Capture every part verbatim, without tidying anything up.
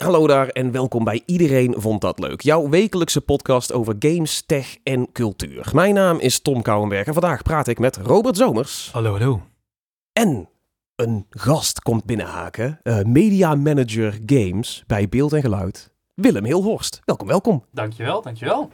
hallo daar en welkom bij Iedereen Vond Dat Leuk. Jouw wekelijkse podcast over games, tech en cultuur. Mijn naam is Tom Kouwenberg en vandaag praat ik met Robert Zomers. Hallo, hallo. En een gast komt binnenhaken, uh, media manager games bij Beeld en Geluid, Willem Hilhorst. Welkom, welkom. Dankjewel, dankjewel.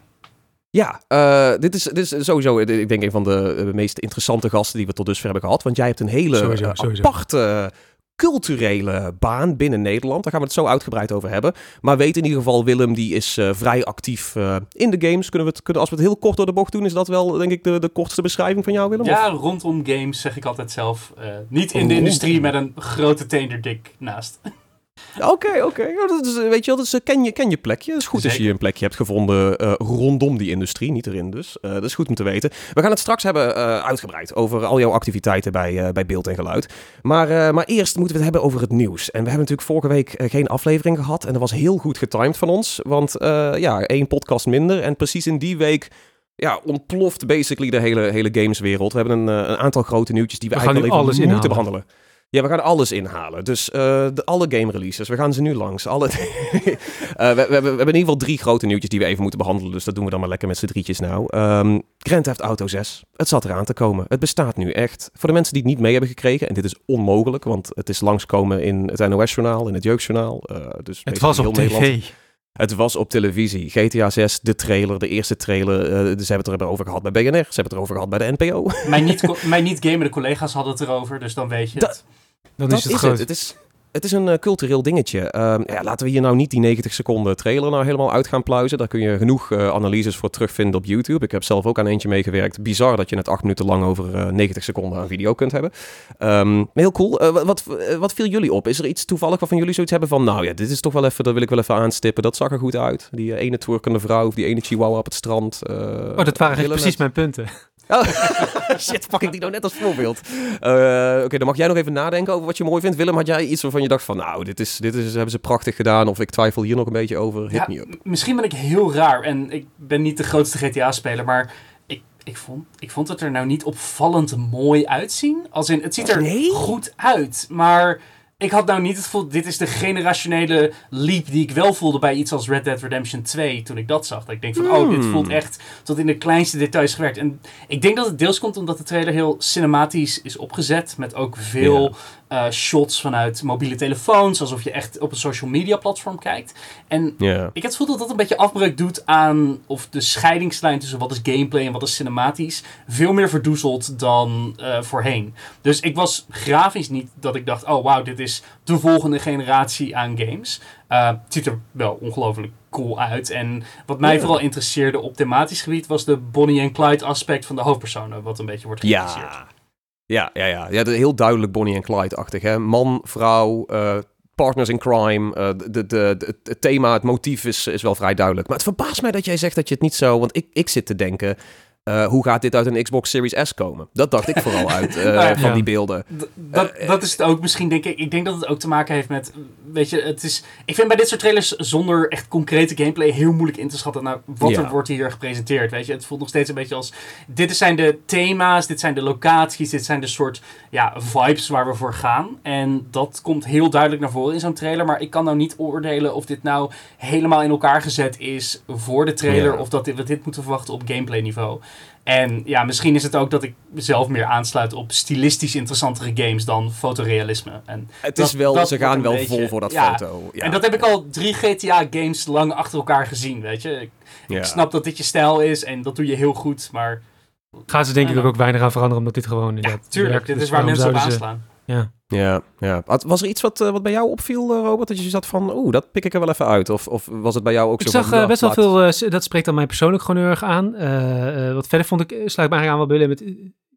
Ja, uh, dit, is, dit is sowieso, ik denk, een van de uh, meest interessante gasten die we tot dusver hebben gehad. Want jij hebt een hele sowieso, uh, sowieso. aparte culturele baan binnen Nederland. Daar gaan we het zo uitgebreid over hebben. Maar weet in ieder geval, Willem, die is uh, vrij actief uh, in de games. Kunnen we het, kunnen, als we het heel kort door de bocht doen, is dat wel, denk ik, de, de kortste beschrijving van jou, Willem? Ja, of? rondom games zeg ik altijd zelf. Uh, niet in Rondom. de industrie met een grote teenerdik naast. Oké, oké. Okay. Weet je wel, dus, uh, ken, je, ken je plekje. Het is goed Zeker. Als je een plekje hebt gevonden uh, rondom die industrie, niet erin dus. Uh, dat is goed om te weten. We gaan het straks hebben uh, uitgebreid over al jouw activiteiten bij, uh, bij Beeld en Geluid. Maar, uh, maar eerst moeten we het hebben over het nieuws. En we hebben natuurlijk vorige week uh, geen aflevering gehad. En dat was heel goed getimed van ons. Want uh, ja, één podcast minder. En precies in die week ja, ontploft basically de hele, hele gameswereld. We hebben een, uh, een aantal grote nieuwtjes die we, we eigenlijk wel even moeten behandelen. Ja, we gaan alles inhalen. Dus uh, de, alle game releases, we gaan ze nu langs. Alle uh, we, we, we, we hebben in ieder geval drie grote nieuwtjes die we even moeten behandelen. Dus dat doen we dan maar lekker met z'n drietjes nou. Um, Grand Theft Auto zes. Het zat eraan te komen. Het bestaat nu echt. Voor de mensen die het niet mee hebben gekregen, en dit is onmogelijk, want het is langskomen in het N O S-journaal, in het Jeugdjournaal. Uh, dus het was op tv. Nederland. Het was op televisie. G T A zes, de trailer, de eerste trailer. Uh, ze hebben het erover gehad bij B N R. Ze hebben het erover gehad bij de N P O. Mijn niet, mijn niet gamende collega's hadden het erover, dus dan weet je da- het. Dan dat is het is groot. het. Het is, het is een uh, cultureel dingetje. Um, ja, laten we hier nou niet die negentig seconden trailer nou helemaal uit gaan pluizen. Daar kun je genoeg uh, analyses voor terugvinden op YouTube. Ik heb zelf ook aan eentje meegewerkt. Bizar dat je net acht minuten lang over uh, negentig seconden aan video kunt hebben. Um, maar heel cool. Uh, wat, uh, wat viel jullie op? Is er iets toevallig waarvan jullie zoiets hebben van... Nou ja, dit is toch wel even, dat wil ik wel even aanstippen. Dat zag er goed uit. Die uh, ene twerkende vrouw of die ene chihuahua op het strand. Uh, oh, dat waren echt precies net. mijn punten. Oh, shit, pak ik die nou net als voorbeeld. Uh, Oké, okay, dan mag jij nog even nadenken over wat je mooi vindt. Willem, had jij iets waarvan je dacht van... Nou, dit, is, dit is, hebben ze prachtig gedaan. Of ik twijfel hier nog een beetje over. Hit ja, me up. M- misschien ben ik heel raar. En ik ben niet de grootste G T A-speler. Maar ik, ik, vond, ik vond het er nou niet opvallend mooi uitzien. Als in, het ziet er nee? goed uit. Maar... Ik had nou niet het gevoel, dit is de generationele leap die ik wel voelde bij iets als Red Dead Redemption twee toen ik dat zag. Dat ik denk van, mm. oh, dit voelt echt tot in de kleinste details gewerkt. En ik denk dat het deels komt omdat de trailer heel cinematisch is opgezet. Met ook veel yeah. uh, shots vanuit mobiele telefoons. Alsof je echt op een social media platform kijkt. En yeah. ik heb het gevoel dat dat een beetje afbreuk doet aan of de scheidingslijn tussen wat is gameplay en wat is cinematisch veel meer verdoezeld dan uh, voorheen. Dus ik was grafisch niet dat ik dacht, oh wauw, dit is de volgende generatie aan games. Uh, het ziet er wel ongelooflijk cool uit. En wat mij yeah. vooral interesseerde op thematisch gebied was de Bonnie en Clyde aspect van de hoofdpersonen, wat een beetje wordt geïnteresseerd. Ja, ja, ja, ja. ja heel duidelijk Bonnie en Clyde-achtig. Hè? Man, vrouw, uh, partners in crime. Uh, de, de, de, het thema, het motief is, is wel vrij duidelijk. Maar het verbaast mij dat jij zegt dat je het niet zo... Want ik, ik zit te denken... Uh, hoe gaat dit uit een Xbox Series S komen? Dat dacht ik vooral uit uh, ja, van ja. die beelden. D- dat, uh, dat is het ook misschien, denk ik. Ik denk dat het ook te maken heeft met... Weet je, het is... Ik vind bij dit soort trailers zonder echt concrete gameplay heel moeilijk in te schatten naar wat ja. er wordt hier gepresenteerd. Weet je, het voelt nog steeds een beetje als... Dit zijn de thema's, dit zijn de locaties, dit zijn de soort ja, vibes waar we voor gaan. En dat komt heel duidelijk naar voren in zo'n trailer. Maar ik kan nou niet oordelen of dit nou helemaal in elkaar gezet is voor de trailer. Ja. Of dat we dit moeten verwachten op gameplay niveau. En ja, misschien is het ook dat ik zelf meer aansluit op stilistisch interessantere games dan fotorealisme. En het dat, is wel, dat ze gaan wel beetje, vol voor dat ja, foto. Ja. En dat heb ik al drie G T A-games lang achter elkaar gezien, weet je. Ik, ja. ik snap dat dit je stijl is en dat doe je heel goed, maar... Gaan ze denk ik ook weinig aan veranderen, omdat dit gewoon... Ja, tuurlijk. Werkt, dit is dus waar mensen op aanslaan. Ze... Ja. Ja, ja. Was er iets wat, uh, wat bij jou opviel, uh, Robert? Dat je zat van, oeh, dat pik ik er wel even uit. Of, of was het bij jou ook ik zo? Ik zag van, uh, best wel laat... veel, uh, dat spreekt dan mij persoonlijk gewoon heel erg aan. Uh, uh, wat verder vond ik, sluit me eigenlijk aan wat Willem met...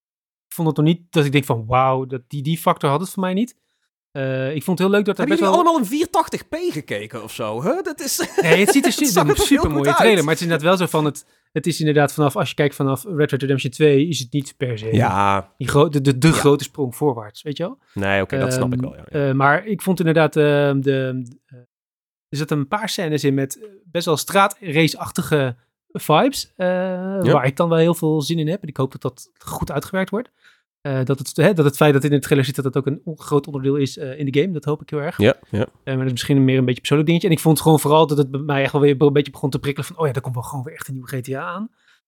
Ik vond het nog niet dat ik denk van, wauw, dat die, die factor had het voor mij niet. Uh, ik vond het heel leuk dat er best wel... allemaal een vierentachtig p gekeken of zo? Huh? Dat is... Nee, het ziet er su- een super mooie trailer. Maar het is inderdaad wel zo van, het, het is inderdaad vanaf, als je kijkt vanaf Red Dead Redemption twee, is het niet per se ja. die gro- de, de, de ja. grote sprong voorwaarts, weet je wel? Nee, oké, okay, dat um, snap ik wel. Ja, ja. Uh, maar ik vond inderdaad, uh, de, uh, er zitten een paar scènes in met best wel straatrace-achtige vibes, uh, ja. waar ik dan wel heel veel zin in heb. En ik hoop dat dat goed uitgewerkt wordt. Uh, dat, het, hè, dat het feit dat in het trailer zit dat het ook een on- groot onderdeel is uh, in de game. Dat hoop ik heel erg. Ja, ja. Uh, maar dat is misschien meer een beetje een persoonlijk dingetje. En ik vond gewoon vooral dat het bij mij echt wel weer een beetje begon te prikkelen van, oh ja, daar komt wel gewoon weer echt een nieuwe G T A aan.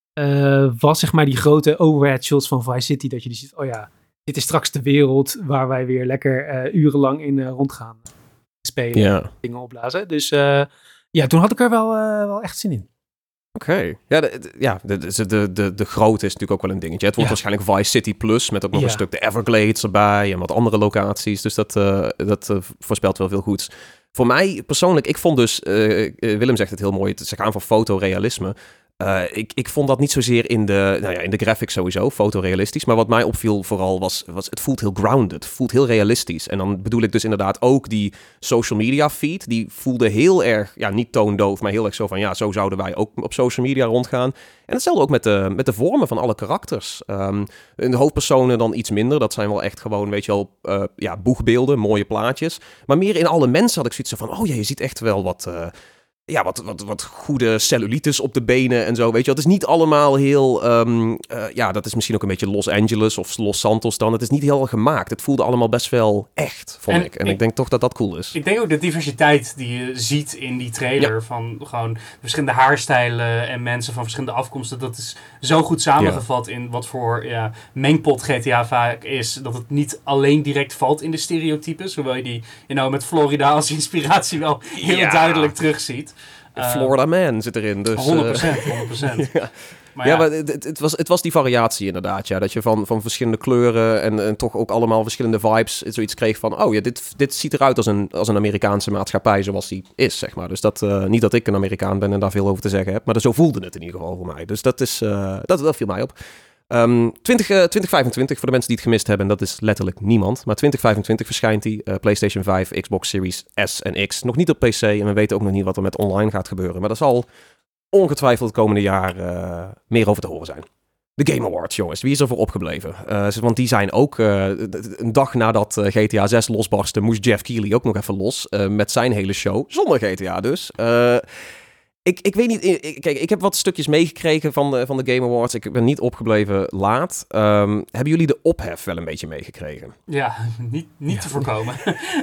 Uh, was zeg maar die grote overhead shots van Vice City, dat je die ziet, oh ja, dit is straks de wereld waar wij weer lekker uh, urenlang in uh, rondgaan spelen, ja. dingen opblazen. Dus uh, ja, toen had ik er wel, uh, wel echt zin in. Oké. Okay. Ja, de, de, ja de, de, de, de grootte is natuurlijk ook wel een dingetje. Het wordt ja. waarschijnlijk Vice City Plus, met ook nog ja. een stuk de Everglades erbij en wat andere locaties. Dus dat, uh, dat uh, voorspelt wel veel goeds. Voor mij persoonlijk, ik vond dus, uh, Willem zegt het heel mooi, ze gaan voor fotorealisme. Uh, ik, ik vond dat niet zozeer in de, nou ja, in de graphics sowieso, fotorealistisch. Maar wat mij opviel vooral was, was, het voelt heel grounded. Het voelt heel realistisch. En dan bedoel ik dus inderdaad ook die social media feed. Die voelde heel erg, ja, niet toondoof, maar heel erg zo van, ja, zo zouden wij ook op social media rondgaan. En hetzelfde ook met de, met de vormen van alle karakters. Um, de hoofdpersonen dan iets minder. Dat zijn wel echt gewoon, weet je wel, uh, ja, boegbeelden, mooie plaatjes. Maar meer in alle mensen had ik zoiets van, oh ja, je ziet echt wel wat... Uh, Ja, wat, wat, wat goede cellulitis op de benen en zo, weet je. Het is niet allemaal heel... Um, uh, ja, dat is misschien ook een beetje Los Angeles of Los Santos dan. Het is niet heel gemaakt. Het voelde allemaal best wel echt, vond en ik. En ik, ik denk toch dat dat cool is. Ik denk ook de diversiteit die je ziet in die trailer... Ja. van gewoon verschillende haarstijlen en mensen van verschillende afkomsten... dat is zo goed samengevat ja. in wat voor ja, mengpot G T A vaak is... dat het niet alleen direct valt in de stereotypes... hoewel je die you know, met Florida als inspiratie wel heel ja. duidelijk terugziet. Uh, Florida Man zit erin, dus... honderd procent, honderd procent. ja. Maar ja, ja maar het, het, was, het was die variatie inderdaad, ja. Dat je van, van verschillende kleuren en, en toch ook allemaal verschillende vibes zoiets kreeg van... oh ja, dit, dit ziet eruit als een, als een Amerikaanse maatschappij zoals die is, zeg maar. Dus dat, uh, niet dat ik een Amerikaan ben en daar veel over te zeggen heb... maar zo voelde het in ieder geval voor mij. Dus dat, is, uh, dat, dat viel mij op. Um, twintig, uh, twintig vijfentwintig, voor de mensen die het gemist hebben, dat is letterlijk niemand. Maar twintig vijfentwintig verschijnt die, uh, PlayStation vijf, Xbox Series S en X. Nog niet op P C en we weten ook nog niet wat er met online gaat gebeuren. Maar daar zal ongetwijfeld het komende jaar uh, meer over te horen zijn. De Game Awards, jongens. Wie is er voor opgebleven? Uh, want die zijn ook, uh, een dag nadat uh, G T A zes losbarstte, moest Jeff Keighley ook nog even los. Uh, met zijn hele show, zonder G T A dus. Uh, Ik, ik weet niet, ik, kijk, ik heb wat stukjes meegekregen van de, van de Game Awards. Ik ben niet opgebleven laat. Um, hebben jullie de ophef wel een beetje meegekregen? Ja, niet, niet ja. te voorkomen.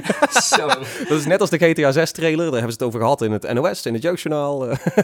Zo. Dat is net als de G T A zes trailer. Daar hebben ze het over gehad in het N O S, in het Jeugdjournaal.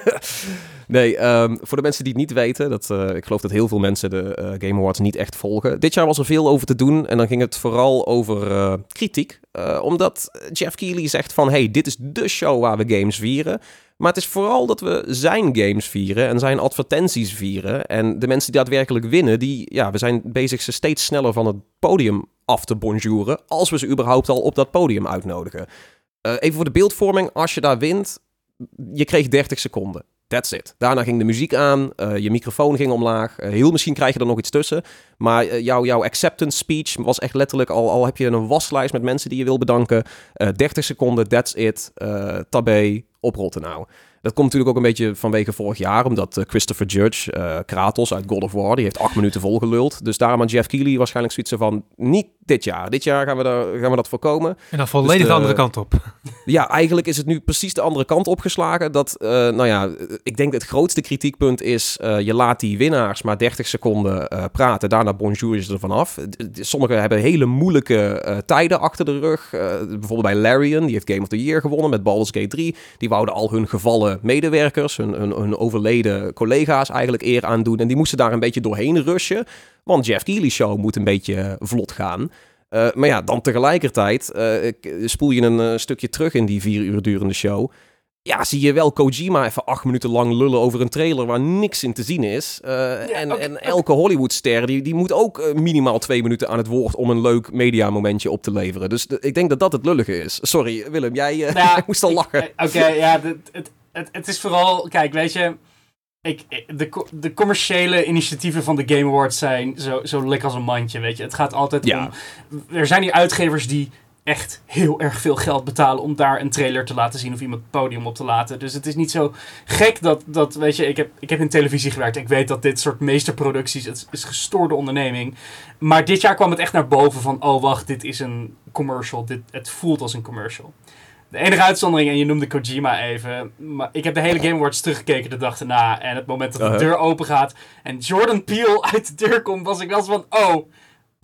nee, um, voor de mensen die het niet weten. Dat, uh, ik geloof dat heel veel mensen de uh, Game Awards niet echt volgen. Dit jaar was er veel over te doen. En dan ging het vooral over uh, kritiek. Uh, omdat Jeff Keighley zegt van... hey, dit is de show waar we games vieren. Maar het is vooral dat we zijn games vieren en zijn advertenties vieren. En de mensen die daadwerkelijk winnen, die, ja, we zijn bezig ze steeds sneller van het podium af te bonjouren, als we ze überhaupt al op dat podium uitnodigen. Uh, even voor de beeldvorming, als je daar wint, je kreeg dertig seconden. That's it. Daarna ging de muziek aan, uh, je microfoon ging omlaag. Uh, heel misschien krijg je er nog iets tussen. Maar uh, jou, jouw acceptance speech was echt letterlijk, al, al heb je een waslijst met mensen die je wil bedanken. Uh, dertig seconden, that's it. Uh, tabé, oprotten nou. Dat komt natuurlijk ook een beetje vanwege vorig jaar, omdat uh, Christopher Judge, uh, Kratos uit God of War, die heeft acht minuten volgeluld. Dus daarom aan Jeff Keighley waarschijnlijk zoiets van, niet dit jaar. Dit jaar gaan we, daar, gaan we dat voorkomen. En dan volledig dus de, de andere kant op. Ja, eigenlijk is het nu precies de andere kant opgeslagen. Dat, uh, nou ja, ik denk dat het grootste kritiekpunt is, uh, je laat die winnaars maar dertig seconden uh, praten. Daarna bonjour je ze ervan af. Sommigen hebben hele moeilijke uh, tijden achter de rug. Uh, bijvoorbeeld bij Larian, die heeft Game of the Year gewonnen met Baldur's Gate drie. Die wouden al hun gevallen medewerkers, hun, hun, hun overleden collega's eigenlijk eer aandoen. En die moesten daar een beetje doorheen rushen. Want Jeff Keighley's show moet een beetje vlot gaan. Uh, maar ja, dan tegelijkertijd uh, spoel je een uh, stukje terug in die vier uur durende show. Ja, zie je wel Kojima even acht minuten lang lullen over een trailer waar niks in te zien is. Uh, ja, en, okay, en elke okay. Hollywoodster, die, die moet ook uh, minimaal twee minuten aan het woord om een leuk mediamomentje op te leveren. Dus de, ik denk dat dat het lullige is. Sorry, Willem, jij, uh, nou, jij moest al lachen. Oké, okay, ja, het, het, het, het is vooral, kijk, weet je... Ik, de, de commerciële initiatieven van de Game Awards zijn zo, zo lekker als een mandje, weet je. Het gaat altijd ja. om... Er zijn die uitgevers die echt heel erg veel geld betalen om daar een trailer te laten zien of iemand het podium op te laten. Dus het is niet zo gek dat, dat weet je, ik heb, ik heb in televisie gewerkt. Ik weet dat dit soort meesterproducties, het is gestoorde onderneming. Maar dit jaar kwam het echt naar boven van, oh wacht, dit is een commercial. Dit, het voelt als een commercial. De enige uitzondering, en je noemde Kojima even, maar ik heb de hele Game Awards teruggekeken de dag erna. En het moment dat de uh-huh. deur open gaat en Jordan Peele uit de deur komt, was ik wel eens van, oh,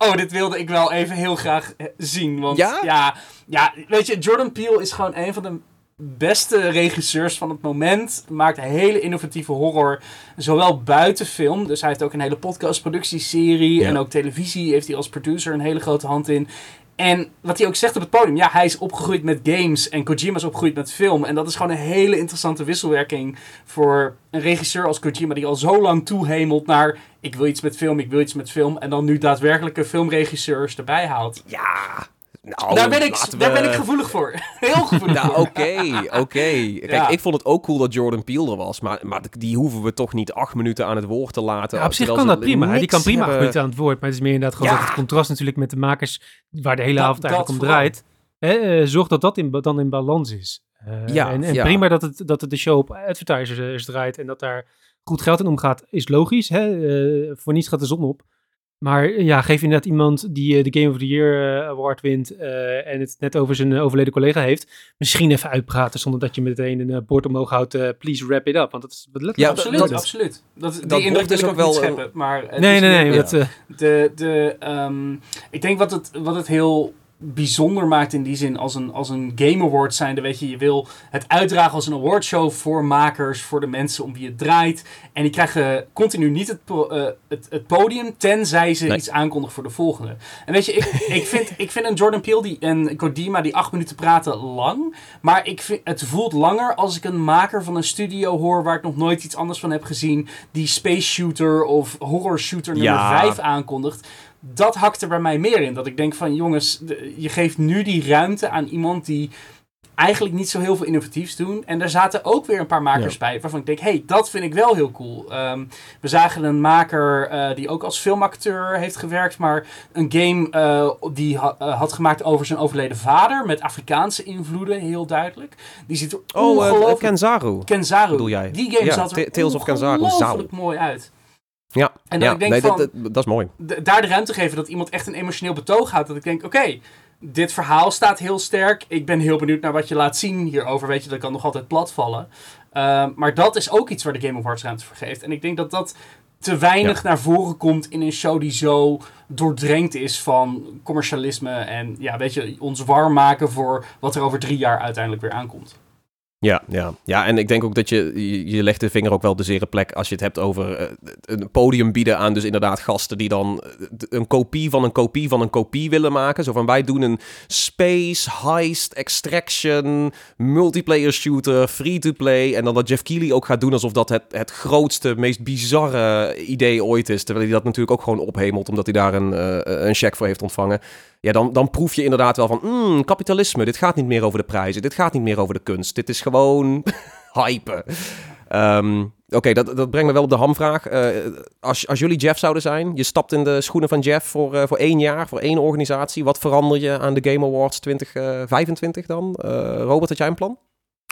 oh, dit wilde ik wel even heel graag zien. Want Ja? ja, ja, weet je, Jordan Peele is gewoon een van de beste regisseurs van het moment. Maakt hele innovatieve horror. Zowel buiten film. Dus hij heeft ook een hele podcastproductieserie. Ja. En ook televisie heeft hij als producer een hele grote hand in. En wat hij ook zegt op het podium. Ja, hij is opgegroeid met games. En Kojima is opgegroeid met film. En dat is gewoon een hele interessante wisselwerking. Voor een regisseur als Kojima. Die al zo lang toehemelt naar... Ik wil iets met film, ik wil iets met film. En dan nu daadwerkelijke filmregisseurs erbij haalt. Ja... Nou, daar, ben ik, laten daar we- ben ik gevoelig voor. Heel gevoelig Nou, voor. oké, oké. Kijk, Ja. ik vond het ook cool dat Jordan Peele er was, maar, maar die hoeven we toch niet acht minuten aan het woord te laten. Ja, op zich terwijl kan ze dat prima. hè. Die niks kan prima acht hebben- minuten aan het woord. Maar het is meer inderdaad gewoon Ja. dat het contrast natuurlijk met de makers... waar de hele Dat- avond eigenlijk dat om draait. Hè, eh, zorg dat dat in, ba- dan in balans is. Eh, Ja, en en ja. prima dat het, dat het de show op advertisers eh, draait... en dat daar goed geld in omgaat, is logisch. Hè? Eh, voor niets gaat de zon op. Maar eh, ja, geef inderdaad iemand die eh, de Game of the Year eh, Award wint... eh, en het net over zijn eh, overleden collega heeft... misschien even uitpraten zonder dat je meteen een uh, bord omhoog houdt... eh, please wrap it up, want dat is wat letterlijk... Ja, absoluut, dat- absoluut. Dat, die dat indruk wordt wil dus ik ook ook wel niet een- scheppen. Maar het Nee, is nee, meer- nee. Ja. Dat, eh, De, de, ehm, ik denk wat het, wat het heel bijzonder maakt in die zin als een, als een Game Award zijnde. Weet je, je wil het uitdragen als een awardshow voor makers, voor de mensen om wie het draait. En die krijgen continu niet het, po- eh, het, het podium, tenzij ze Nee. iets aankondigen voor de volgende. En weet je, ik, ik, vind, ik vind een Jordan Peele die, en Kojima die acht minuten praten lang. Maar ik vind, het voelt langer als ik een maker van een studio hoor waar ik nog nooit iets anders van heb gezien. Die Space Shooter of Horror Shooter nummer Ja. vijf aankondigt. Dat hakt er bij mij meer in. Dat ik denk van jongens, de- je geeft nu die ruimte aan iemand die eigenlijk niet zo heel veel innovatiefs doen. En daar zaten ook weer een paar makers Ja. bij waarvan ik denk, hé, hey, dat vind ik wel heel cool. Ehm, we zagen een maker eh, die ook als filmacteur heeft gewerkt, maar een game eh, die ha- eh, had gemaakt over zijn overleden vader met Afrikaanse invloeden, heel duidelijk. Die ziet er Oh, uh, ongelooflijk... Kenzaru. Kenzaru. bedoel jij? Die game Ja, zat er Ta- Tales of Kenzaru, ongelooflijk Zao. mooi uit. Ja, En dat ja. ik denk nee, van- dat, dat, dat is mooi. d- daar de ruimte geven dat iemand echt een emotioneel betoog houdt. Dat ik denk, oké, dit verhaal staat heel sterk. Ik ben heel benieuwd naar wat je laat zien hierover. Weet je, dat kan nog altijd platvallen. Uh, maar dat is ook iets waar de Game Awards ruimte voor geeft. En ik denk dat dat te weinig naar voren komt in een show die zo doordrenkt is van commercialisme. En ja, weet je, ons warm maken voor wat er over drie jaar uiteindelijk weer aankomt. Ja, ja. ja, en ik denk ook dat je, je, je legt de vinger ook wel op de zere plek als je het hebt over uh, een podium bieden aan dus inderdaad gasten die dan uh, een kopie van een kopie van een kopie willen maken. Zo van wij doen een space, heist, extraction, multiplayer shooter, free-to-play. En dan dat Jeff Keighley ook gaat doen alsof dat het, het grootste, meest bizarre idee ooit is. Terwijl hij dat natuurlijk ook gewoon ophemelt omdat hij daar een, uh, een check voor heeft ontvangen. Ja, dan, dan proef je inderdaad wel van, mm, kapitalisme, dit gaat niet meer over de prijzen, dit gaat niet meer over de kunst, dit is gewoon hypen. Um, Oké, okay, dat, dat brengt me wel op de hamvraag. Uh, als, als jullie Jeff zouden zijn, je stapt in de schoenen van Jeff voor, uh, voor één jaar, voor één organisatie, wat verander je aan de Game Awards twintig vijfentwintig dan? Uh, Robert, had jij een plan?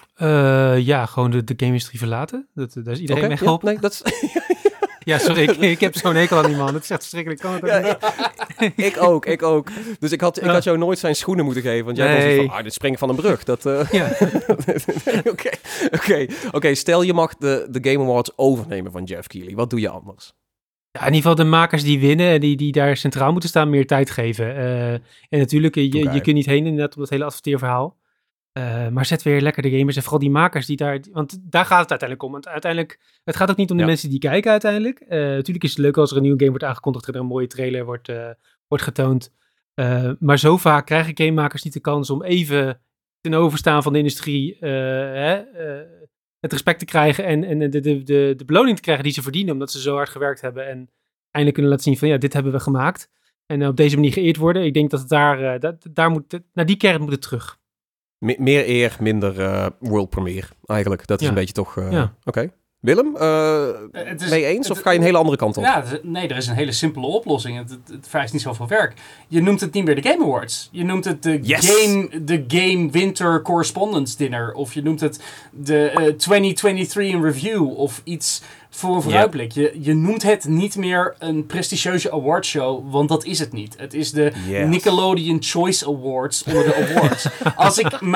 Uh, ja, gewoon de, de game-industrie verlaten. Dat, daar is iedereen okay, mee geholpen. Ja, nee, dat is... Ja, sorry, ik, ik heb zo'n hekel aan die man. Het is echt verschrikkelijk. Kan het ook ja, ik, ik ook, ik ook. Dus ik had, ik had jou nooit zijn schoenen moeten geven. Want jij nee. was van, ah, dit springen van een brug. Dat, uh... Ja. Oké, oké. Oké, stel je mag de, de Game Awards overnemen van Jeff Keighley. Wat doe je anders? Ja, in ieder geval de makers die winnen, die, die daar centraal moeten staan, meer tijd geven. Uh, en natuurlijk, je, okay. je kunt niet heen inderdaad op dat hele adverteerverhaal. Uh, maar zet weer lekker de gamers en vooral die makers die daar... Want daar gaat het uiteindelijk om. Want uiteindelijk, het gaat ook niet om de ja. mensen die kijken uiteindelijk. Uh, natuurlijk is het leuk als er een nieuwe game wordt aangekondigd en er een mooie trailer wordt, uh, wordt getoond. Uh, maar zo vaak krijgen gamemakers niet de kans om even ten overstaan van de industrie uh, hè, uh, het respect te krijgen en, en de, de, de, de beloning te krijgen die ze verdienen, omdat ze zo hard gewerkt hebben en eindelijk kunnen laten zien van ja, dit hebben we gemaakt. En uh, op deze manier geëerd worden. Ik denk dat het daar, uh, dat, daar moet, naar die kern moet het terug. Me- meer eer, minder uh, world premiere, eigenlijk. Dat is ja. een beetje toch... Uh, ja. Oké. Okay. Willem, uh, het is, mee eens het, of ga je een hele andere kant op? Ja, nee, er is een hele simpele oplossing. Het, het, het vereist niet zoveel werk. Je noemt het niet meer de Game Awards. Je noemt het de, yes. game, de Game Winter Correspondence Dinner. Of je noemt het de uh, twintig twenty-three in Review. Of iets voor een vooruitblik. Yeah. Je, je noemt het niet meer een prestigieuze awardshow, want dat is het niet. Het is de yes. Nickelodeon Choice Awards onder de awards. Als ik mijn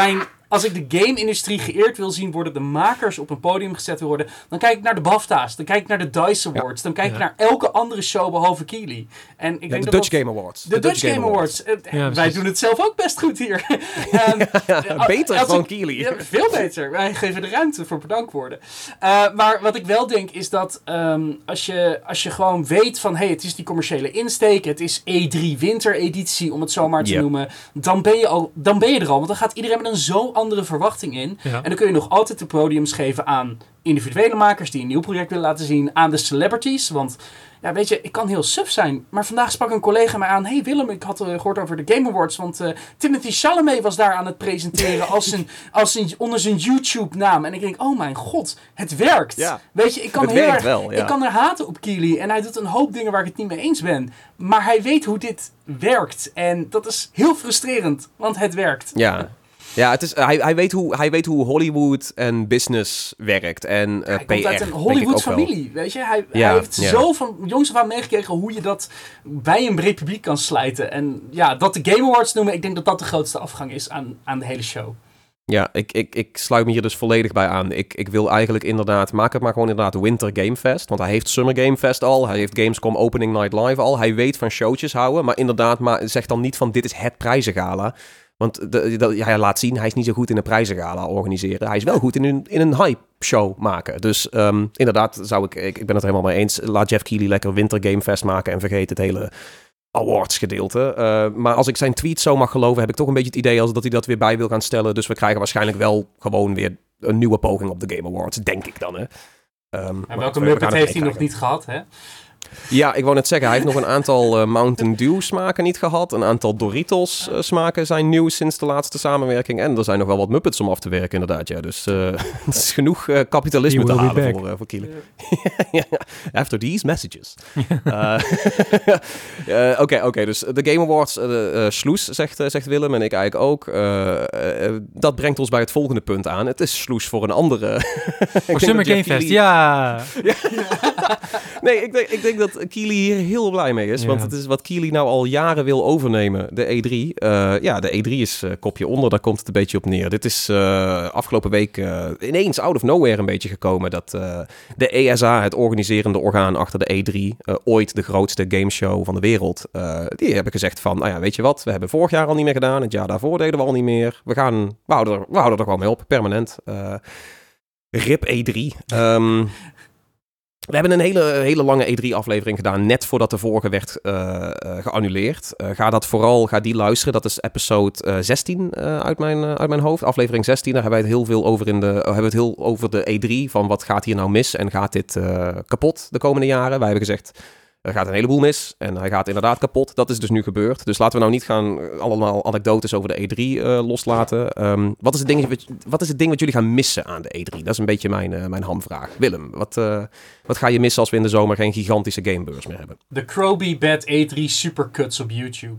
Als ik de game-industrie geëerd wil zien worden, de makers op een podium gezet wil worden, dan kijk ik naar de BAFTA's, dan kijk ik naar de DICE Awards, ja. dan kijk ik ja. naar elke andere show behalve Keighley. En ik ja, denk de dat Dutch dat, Game Awards. De, de Dutch, Dutch Game, Game Awards. Awards. Ja, Wij doen het zelf ook best goed hier. um, ja, beter dan dan Keighley. Ja, veel beter. Wij geven de ruimte voor bedankwoorden. Uh, maar wat ik wel denk is dat um, als, je, als je gewoon weet van, hey, het is die commerciële insteek, het is E drie wintereditie, om het zo maar te yep. noemen, dan ben, je al, dan ben je er al. Want dan gaat iedereen met een zo andere verwachting in. Ja. En dan kun je nog altijd de podiums geven aan individuele makers die een nieuw project willen laten zien, aan de celebrities. Want ja, weet je, ik kan heel suf zijn. Maar vandaag sprak een collega mij aan. Hey Willem, ik had uh, gehoord over de Game Awards. Want uh, Timothée Chalamet was daar aan het presenteren als een, als een, onder zijn YouTube-naam. En ik denk, oh mijn god, het werkt. Ja. Weet je, ik kan, heel erg, wel, ja. ik kan er haten op Keighley. En hij doet een hoop dingen waar ik het niet mee eens ben. Maar hij weet hoe dit werkt. En dat is heel frustrerend, want het werkt. Ja. Ja, het is, hij, hij, weet hoe, hij weet hoe Hollywood en business werkt en uh, hij P R. Hij komt uit een Hollywood-familie, weet je. Hij, ja, hij heeft ja. zo van jongs af aan meegekregen hoe je dat bij een breed publiek kan slijten. En ja, dat de Game Awards noemen, ik denk dat dat de grootste afgang is aan, aan de hele show. Ja, ik, ik, ik sluit me hier dus volledig bij aan. Ik, ik wil eigenlijk inderdaad, maak het maar gewoon inderdaad Winter Game Fest. Want hij heeft Summer Game Fest al, hij heeft Gamescom Opening Night Live al. Hij weet van showtjes houden, maar inderdaad, maar zeg dan niet van dit is het prijzengala. Want de, de, hij laat zien, hij is niet zo goed in een prijzengala organiseren. Hij is wel goed in een, in een hype-show maken. Dus um, inderdaad, zou ik, ik, ik ben het helemaal mee eens. Laat Jeff Keighley lekker Winter Game Fest maken en vergeet het hele awards gedeelte. Uh, maar als ik zijn tweet zo mag geloven, heb ik toch een beetje het idee als dat hij dat weer bij wil gaan stellen. Dus we krijgen waarschijnlijk wel gewoon weer een nieuwe poging op de Game Awards, denk ik dan. Hè. Um, en welke Muppet heeft hij nog niet gehad, hè? Ja, ik wou net zeggen, hij heeft nog een aantal uh, Mountain Dew smaken niet gehad. Een aantal Doritos uh, smaken zijn nieuw sinds de laatste samenwerking. En er zijn nog wel wat Muppets om af te werken inderdaad. Ja. Dus uh, het is genoeg uh, kapitalisme te halen voor, uh, voor Keighley. Yeah. After these messages. uh, uh, Oké, okay, okay, dus de Game Awards, uh, uh, sloes, zegt, uh, zegt Willem en ik eigenlijk ook. Uh, uh, dat brengt ons bij het volgende punt aan. Het is sloes voor een andere. Voor Summer Game Fest, ja. ja. Nee, ik denk, ik denk dat Keighley hier heel blij mee is. Ja. Want het is wat Keighley nou al jaren wil overnemen, de E drie. Uh, ja, de E drie is uh, kopje onder, daar komt het een beetje op neer. Dit is uh, afgelopen week uh, ineens out of nowhere een beetje gekomen. Dat uh, de E S A, het organiserende orgaan achter de E drie, uh, ooit de grootste gameshow van de wereld, uh, die hebben gezegd van, nou ja, weet je wat, we hebben vorig jaar al niet meer gedaan. Het jaar daarvoor deden we al niet meer. We gaan, we houden er, we houden er gewoon mee op, permanent. Uh, Rip E drie. Um, We hebben een hele, hele lange E drie aflevering gedaan, net voordat de vorige werd uh, uh, geannuleerd. Uh, ga dat vooral, ga die luisteren. Dat is episode uh, zestien uh, uit, mijn, uh, uit mijn hoofd. Aflevering zestien, daar hebben wij het heel veel over in de, uh, hebben we het heel over de E drie. Van wat gaat hier nou mis en gaat dit uh, kapot de komende jaren? Wij hebben gezegd, er gaat een heleboel mis en hij gaat inderdaad kapot. Dat is dus nu gebeurd. Dus laten we nou niet gaan allemaal anekdotes over de E drie uh, loslaten. Um, wat, is het ding, wat is het ding wat jullie gaan missen aan de E drie? Dat is een beetje mijn, uh, mijn hamvraag. Willem, wat, uh, wat ga je missen als we in de zomer geen gigantische gamebeurs meer hebben? De Croby Bad E drie supercuts op YouTube.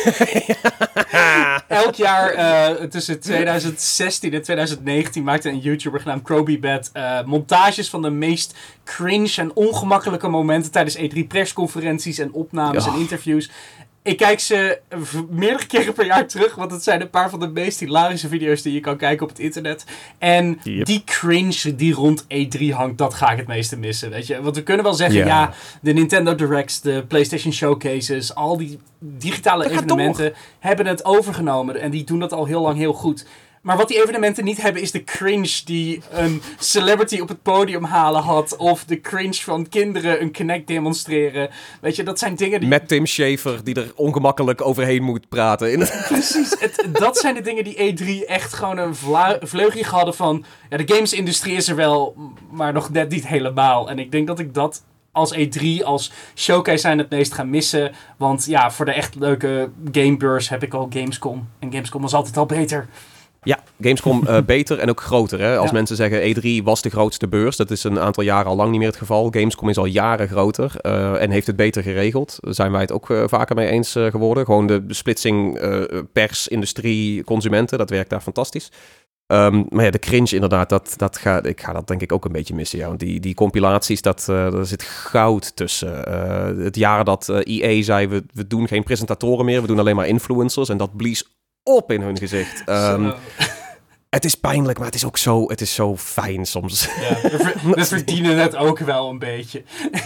Elk jaar uh, tussen twintig zestien en twintig negentien maakte een YouTuber genaamd Croby Bad uh, montages van de meest cringe en ongemakkelijke momenten tijdens E drie persconferenties en opnames ja. en interviews. Ik kijk ze meerdere keren per jaar terug, want het zijn een paar van de meest hilarische video's die je kan kijken op het internet. En yep. die cringe die rond E drie hangt, dat ga ik het meeste missen, weet je. Want we kunnen wel zeggen, yeah. ja, de Nintendo Directs, de PlayStation Showcases, al die digitale dat evenementen hebben het overgenomen. En die doen dat al heel lang heel goed. Maar wat die evenementen niet hebben is de cringe die een celebrity op het podium halen had. Of de cringe van kinderen een Kinect demonstreren. Weet je, dat zijn dingen die... Met Tim Schafer die er ongemakkelijk overheen moet praten. Precies, het, dat zijn de dingen die E drie echt gewoon een vla- vleugje hadden van... Ja, de gamesindustrie is er wel, maar nog net niet helemaal. En ik denk dat ik dat... als E drie, als showcase zijn het meest gaan missen. Want ja, voor de echt leuke gamebeurs heb ik al Gamescom. En Gamescom was altijd al beter. Ja, Gamescom uh, beter en ook groter. Hè? Als ja. mensen zeggen E drie was de grootste beurs. Dat is een aantal jaren al lang niet meer het geval. Gamescom is al jaren groter uh, en heeft het beter geregeld. Daar zijn wij het ook uh, vaker mee eens uh, geworden. Gewoon de splitsing uh, pers, industrie, consumenten. Dat werkt daar fantastisch. Um, maar ja, de cringe inderdaad, dat, dat ga, ik ga dat denk ik ook een beetje missen. Ja. Want die, die compilaties, dat, uh, daar zit goud tussen. Uh, het jaar dat uh, E A zei, we, we doen geen presentatoren meer. We doen alleen maar influencers. En dat blies op in hun gezicht. Um, Het is pijnlijk, maar het is ook zo, het is zo fijn soms. Ja, we, ver- we verdienen het ook wel een beetje.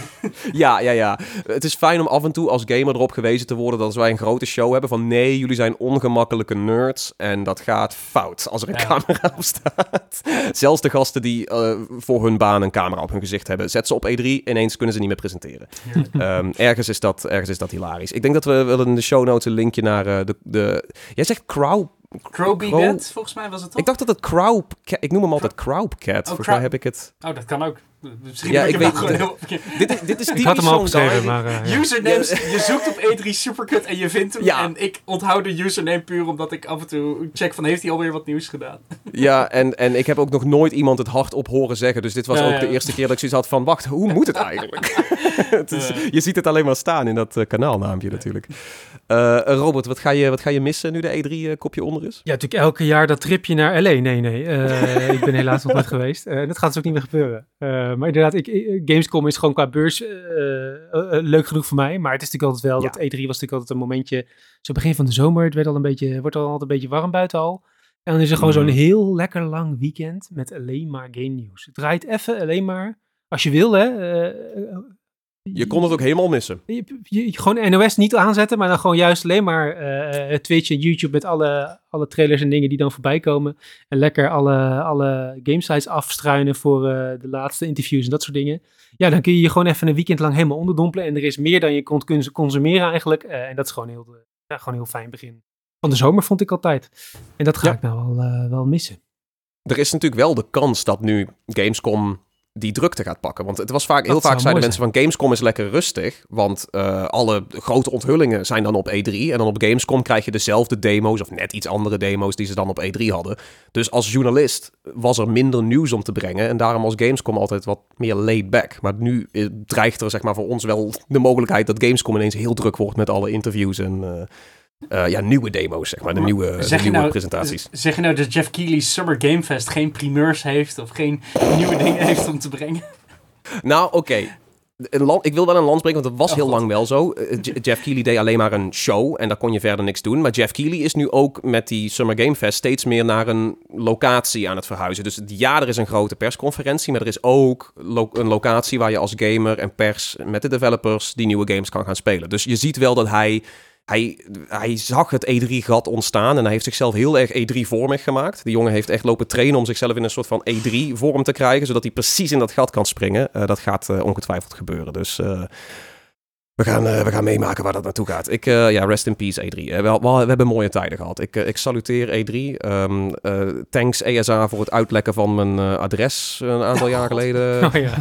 ja, ja, ja. Het is fijn om af en toe als gamer erop gewezen te worden dat als wij een grote show hebben van nee, jullie zijn ongemakkelijke nerds en dat gaat fout als er een ja. camera op staat. Zelfs de gasten die uh, voor hun baan een camera op hun gezicht hebben, zet ze op E drie, ineens kunnen ze niet meer presenteren. um, ergens, is dat, ergens is dat hilarisch. Ik denk dat we wel in de show notes een linkje naar uh, de, de... Jij zegt Crow... Crowbcat, volgens mij was het toch? Ik dacht dat het Crow... Ik noem hem altijd Crowcat. Oh, volgens mij heb ik het... Oh, dat kan ook. Misschien ja, ik, ik weet gewoon heel... dit, is, dit is ik had hem al opgeschreven, maar... Uh, ja. Usernames, je zoekt op E drie Supercut en je vindt hem. Ja. En ik onthoud de username puur omdat ik af en toe check van heeft hij alweer wat nieuws gedaan. Ja, en, en ik heb ook nog nooit iemand het hardop horen zeggen. Dus dit was ja, ook ja. de eerste keer dat ik zoiets had van... Wacht, hoe moet het eigenlijk? het is, uh. Je ziet het alleen maar staan in dat uh, kanaalnaampje natuurlijk. Uh, Robert, wat ga, je, wat ga je missen nu de E drie uh, kopje onder is? Ja, natuurlijk elke jaar dat tripje naar L A. Nee, nee. Uh, ik ben helaas nog nooit geweest. Uh, dat gaat dus ook niet meer gebeuren. Uh, maar inderdaad, ik, Gamescom is gewoon qua beurs uh, uh, uh, leuk genoeg voor mij. Maar het is natuurlijk altijd wel, ja. dat E drie was natuurlijk altijd een momentje, zo begin van de zomer, het werd al een beetje, wordt al altijd een beetje warm buiten al. En dan is er gewoon mm. zo'n heel lekker lang weekend met alleen maar game nieuws. Het draait even alleen maar, als je wil hè. Uh, je kon het ook helemaal missen. Je, je, je, gewoon N O S niet aanzetten, maar dan gewoon juist alleen maar uh, Twitch en YouTube met alle, alle trailers en dingen die dan voorbij komen. En lekker alle, alle gamesites afstruinen voor uh, de laatste interviews en dat soort dingen. Ja, dan kun je je gewoon even een weekend lang helemaal onderdompelen. En er is meer dan je kon kunnen consumeren eigenlijk. Uh, en dat is gewoon heel, uh, ja, gewoon heel fijn begin. Van de zomer vond ik altijd. En dat ga ja. ik nou wel, uh, wel missen. Er is natuurlijk wel de kans dat nu Gamescom die drukte gaat pakken. Want het was vaak, heel vaak zeiden mensen van Gamescom is lekker rustig. Want uh, alle grote onthullingen zijn dan op E drie. En dan op Gamescom krijg je dezelfde demo's of net iets andere demo's die ze dan op E drie hadden. Dus als journalist was er minder nieuws om te brengen. En daarom was Gamescom altijd wat meer laid back. Maar nu dreigt er zeg maar voor ons wel de mogelijkheid dat Gamescom ineens heel druk wordt met alle interviews en... Uh, Uh, ja, nieuwe demo's, zeg maar. De nieuwe, de nieuwe nou, presentaties. Zeg je nou dat Jeff Keighley's Summer Game Fest geen primeurs heeft of geen nieuwe dingen heeft om te brengen? Nou, oké. Okay. Ik wil wel een lans breken, want het was oh, heel God. lang wel zo. Uh, Jeff Keighley deed alleen maar een show en daar kon je verder niks doen. Maar Jeff Keighley is nu ook met die Summer Game Fest steeds meer naar een locatie aan het verhuizen. Dus ja, er is een grote persconferentie, maar er is ook lo- een locatie waar je als gamer en pers met de developers die nieuwe games kan gaan spelen. Dus je ziet wel dat hij... Hij, hij zag het E drie-gat ontstaan en hij heeft zichzelf heel erg E drie-vormig gemaakt. Die jongen heeft echt lopen trainen om zichzelf in een soort van E drie-vorm te krijgen, zodat hij precies in dat gat kan springen. Uh, dat gaat uh, ongetwijfeld gebeuren. Dus uh, we, gaan, uh, we gaan meemaken waar dat naartoe gaat. Ik, uh, ja, rest in peace E drie. Uh, we, we, we hebben mooie tijden gehad. Ik, uh, ik saluteer E drie. Um, uh, thanks E S A voor het uitlekken van mijn uh, adres een aantal jaar geleden. Oh ja.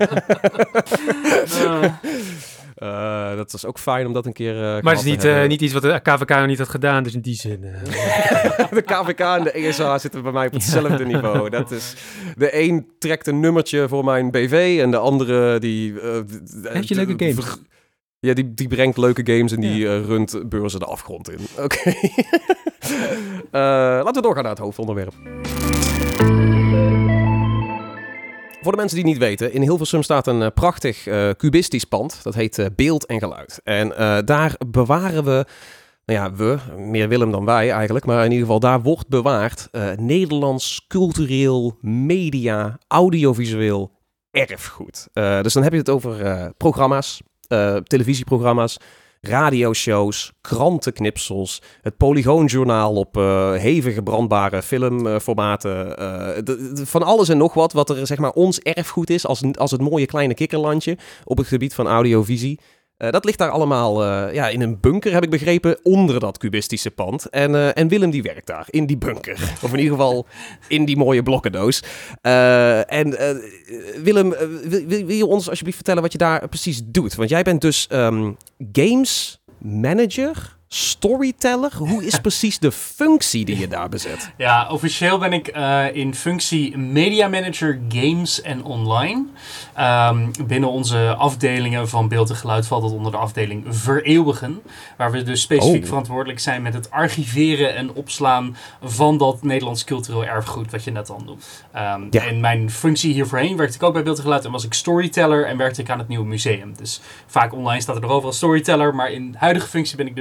uh. Uh, dat was ook fijn om dat een keer uh, maar het is niet, uh, niet iets wat de K V K nog niet had gedaan, dus in die zin... Uh... de K V K en de E S A zitten bij mij op hetzelfde ja. niveau. Dat is, de een trekt een nummertje voor mijn B V en de andere die... Uh, Heb je leuke games? Ja, die, die brengt leuke games en die ja. uh, runt beurzen de afgrond in. Oké. Okay. uh, laten we doorgaan naar het hoofdonderwerp. Voor de mensen die het niet weten, in Hilversum staat een uh, prachtig uh, cubistisch pand. Dat heet uh, Beeld en Geluid. En uh, daar bewaren we, nou ja, we, meer Willem dan wij eigenlijk, maar in ieder geval daar wordt bewaard uh, Nederlands cultureel, media, audiovisueel erfgoed. Uh, dus dan heb je het over uh, programma's, uh, televisieprogramma's, radioshows, krantenknipsels, het Polygoonjournaal op uh, hevige brandbare filmformaten. Uh, d- d- van alles en nog wat, wat er zeg maar ons erfgoed is als, als het mooie kleine kikkerlandje op het gebied van audiovisie. Uh, dat ligt daar allemaal uh, ja, in een bunker, heb ik begrepen, onder dat cubistische pand. En, uh, en Willem die werkt daar, in die bunker. Of in ieder geval in die mooie blokkendoos. Uh, en uh, Willem, uh, wil, wil je ons alsjeblieft vertellen wat je daar precies doet? Want jij bent dus um, games manager, storyteller. Hoe is precies de functie die je daar bezet? Ja, officieel ben ik uh, in functie media manager games en online. Um, binnen onze afdelingen van beeld en geluid valt dat onder de afdeling vereeuwigen. Waar we dus specifiek oh. verantwoordelijk zijn met het archiveren en opslaan van dat Nederlands cultureel erfgoed wat je net al noemde. Um, ja. En mijn functie hiervoorheen werkte ik ook bij beeld en geluid en was ik storyteller en werkte ik aan het nieuwe museum. Dus vaak online staat er nog overal storyteller, maar in huidige functie ben ik dus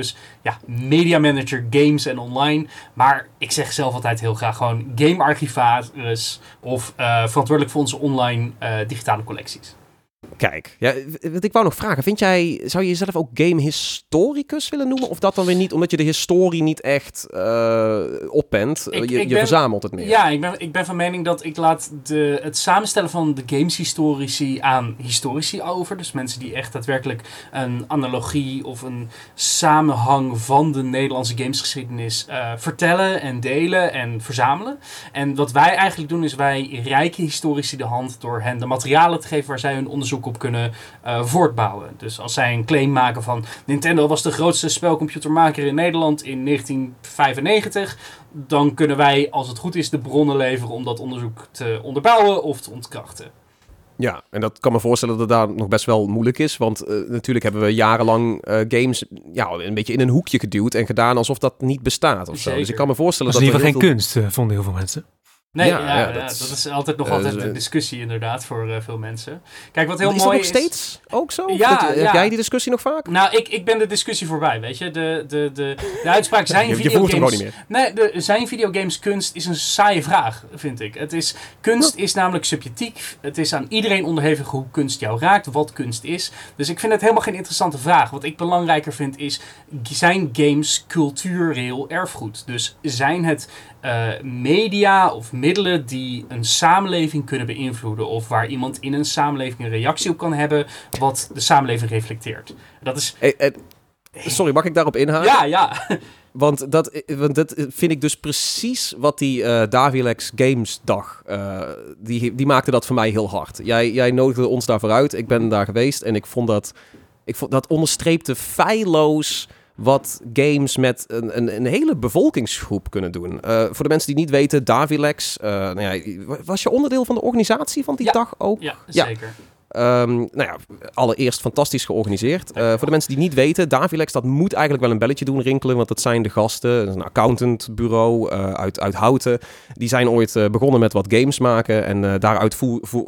ja, media manager games en online. Maar ik zeg zelf altijd heel graag gewoon gamearchivaris of uh, verantwoordelijk voor onze online uh, digitale collecties. Kijk, ja, wat ik wou nog vragen. Vind jij, zou je jezelf ook gamehistoricus willen noemen? Of dat dan weer niet, omdat je de historie niet echt uh, oppent? Ik, je ik je ben, verzamelt het meer. Ja, ik ben, ik ben van mening dat ik laat de, het samenstellen van de gameshistorici aan historici over. Dus mensen die echt daadwerkelijk een analogie of een samenhang van de Nederlandse gamesgeschiedenis uh, vertellen en delen en verzamelen. En wat wij eigenlijk doen is wij reiken historici de hand door hen de materialen te geven waar zij hun onderzoek op kunnen uh, voortbouwen. Dus als zij een claim maken van Nintendo was de grootste spelcomputermaker in Nederland in negentien vijfennegentig, dan kunnen wij, als het goed is, de bronnen leveren om dat onderzoek te onderbouwen of te ontkrachten. Ja, en dat kan me voorstellen dat daar nog best wel moeilijk is. Want uh, natuurlijk hebben we jarenlang uh, games ja, een beetje in een hoekje geduwd en gedaan alsof dat niet bestaat of zo. Dus ik kan me voorstellen dat... Dat is in ieder geval geen veel... kunst, uh, vonden heel veel mensen. Nee, ja, ja, ja, dat, ja, dat is altijd nog uh, altijd een discussie inderdaad voor uh, veel mensen. Kijk, wat heel is mooi is... Is dat nog steeds ook zo? Ja, dat, ja. Heb jij die discussie nog vaak? Nou, ik, ik ben de discussie voorbij, weet je. De, de, de, de uitspraak zijn je, videogames... Je voelt hem gewoon niet meer. Nee, de, zijn videogames kunst is een saaie vraag, vind ik. Het is, kunst is namelijk subjectief. Het is aan iedereen onderhevig hoe kunst jou raakt, wat kunst is. Dus ik vind het helemaal geen interessante vraag. Wat ik belangrijker vind is, zijn games cultureel erfgoed? Dus zijn het uh, media of middelen die een samenleving kunnen beïnvloeden of waar iemand in een samenleving een reactie op kan hebben wat de samenleving reflecteert. Dat is... Hey, hey, sorry, mag ik daarop inhaken? Ja, ja. Want dat, want dat vind ik dus precies wat die uh, Davilex Games dag, uh, die, die maakte dat voor mij heel hard. Jij, jij nodigde ons daarvoor uit, ik ben daar geweest en ik vond dat, ik vond, dat onderstreepte feilloos wat games met een, een, een hele bevolkingsgroep kunnen doen. Uh, voor de mensen die niet weten, Davilex, uh, nou ja, was je onderdeel van de organisatie van die ja. dag ook? Ja, zeker. Ja. Um, nou ja, allereerst fantastisch georganiseerd. Uh, voor de mensen die niet weten, Davilex, dat moet eigenlijk wel een belletje doen rinkelen, want dat zijn de gasten, een accountantbureau uh, uit, uit Houten. Die zijn ooit uh, begonnen met wat games maken en uh, daaruit vo- vo-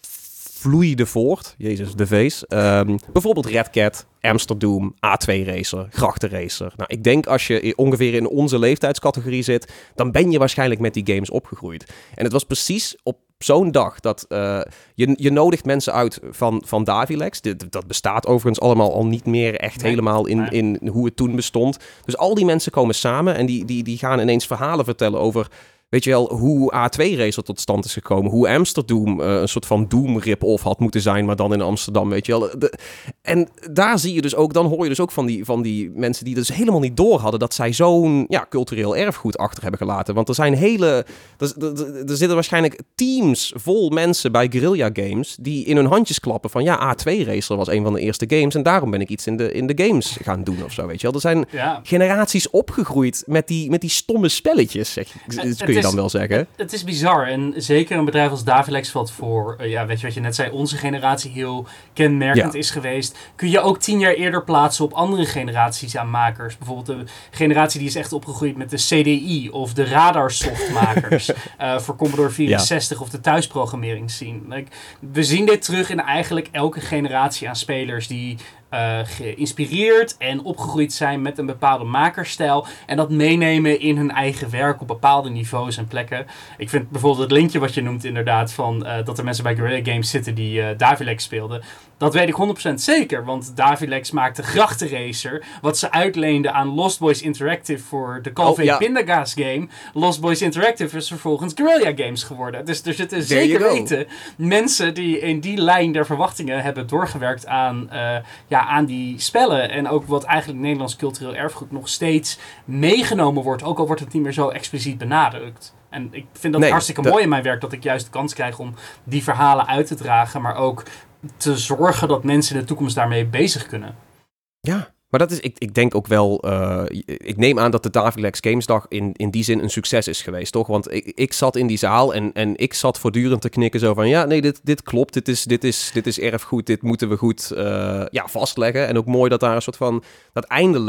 vloeide voort. Jezus, de vees. Um, bijvoorbeeld Red Cat, Amsterdam, A twee Racer, Grachtenracer. Nou, ik denk als je ongeveer in onze leeftijdscategorie zit, dan ben je waarschijnlijk met die games opgegroeid. En het was precies op zo'n dag dat uh, je, je nodigt mensen uit van, van Davilex. Dit, dat bestaat overigens allemaal al niet meer echt nee, helemaal in, nee. in hoe het toen bestond. Dus al die mensen komen samen en die, die, die gaan ineens verhalen vertellen over, weet je wel, hoe A twee Racer tot stand is gekomen. Hoe Amsterdam uh, een soort van Doom rip-off had moeten zijn, maar dan in Amsterdam, weet je wel. De, en daar zie je dus ook, dan hoor je dus ook van die, van die mensen die dus helemaal niet door hadden dat zij zo'n ja, cultureel erfgoed achter hebben gelaten. Want er zijn hele, er, er, er zitten waarschijnlijk teams vol mensen bij Guerrilla Games die in hun handjes klappen van ja, A twee Racer was een van de eerste games en daarom ben ik iets in de, in de games gaan doen of zo, weet je wel. Er zijn ja. generaties opgegroeid met die, met die stomme spelletjes, zeg je. Uh, kun je dan wel zeggen. Het, het is bizar en zeker een bedrijf als Davilex wat voor, uh, ja, weet je wat je net zei, onze generatie heel kenmerkend ja. is geweest, kun je ook tien jaar eerder plaatsen op andere generaties aan makers. Bijvoorbeeld de generatie die is echt opgegroeid met de C D I of de Radarsoftmakers uh, voor Commodore vierenzestig ja. of de thuisprogrammering scene. Like, we zien dit terug in eigenlijk elke generatie aan spelers die Uh, geïnspireerd en opgegroeid zijn met een bepaalde makerstijl en dat meenemen in hun eigen werk op bepaalde niveaus en plekken. Ik vind bijvoorbeeld het linkje wat je noemt inderdaad van uh, dat er mensen bij Guerrilla Games zitten die uh, Davilex speelden. Dat weet ik honderd procent zeker, want Davilex maakte Grachtenracer, wat ze uitleende aan Lost Boys Interactive voor de Call of Duty Pindagaas game. Lost Boys Interactive is vervolgens Guerrilla Games geworden. Dus er zitten There zeker weten mensen die in die lijn der verwachtingen hebben doorgewerkt aan, uh, ja, aan die spellen. En ook wat eigenlijk Nederlands cultureel erfgoed nog steeds meegenomen wordt, ook al wordt het niet meer zo expliciet benadrukt. En ik vind dat nee, hartstikke dat... mooi in mijn werk, dat ik juist de kans krijg om die verhalen uit te dragen, maar ook te zorgen dat mensen in de toekomst daarmee bezig kunnen. Ja, maar dat is, ik, ik denk ook wel, uh, ik neem aan dat de Davilex Gamesdag in, in die zin een succes is geweest, toch? Want ik, ik zat in die zaal en, en ik zat voortdurend te knikken zo van, ja, nee, dit, dit klopt, dit is, dit, is, dit is erfgoed, dit moeten we goed uh, ja, vastleggen. En ook mooi dat daar een soort van, dat eindelijk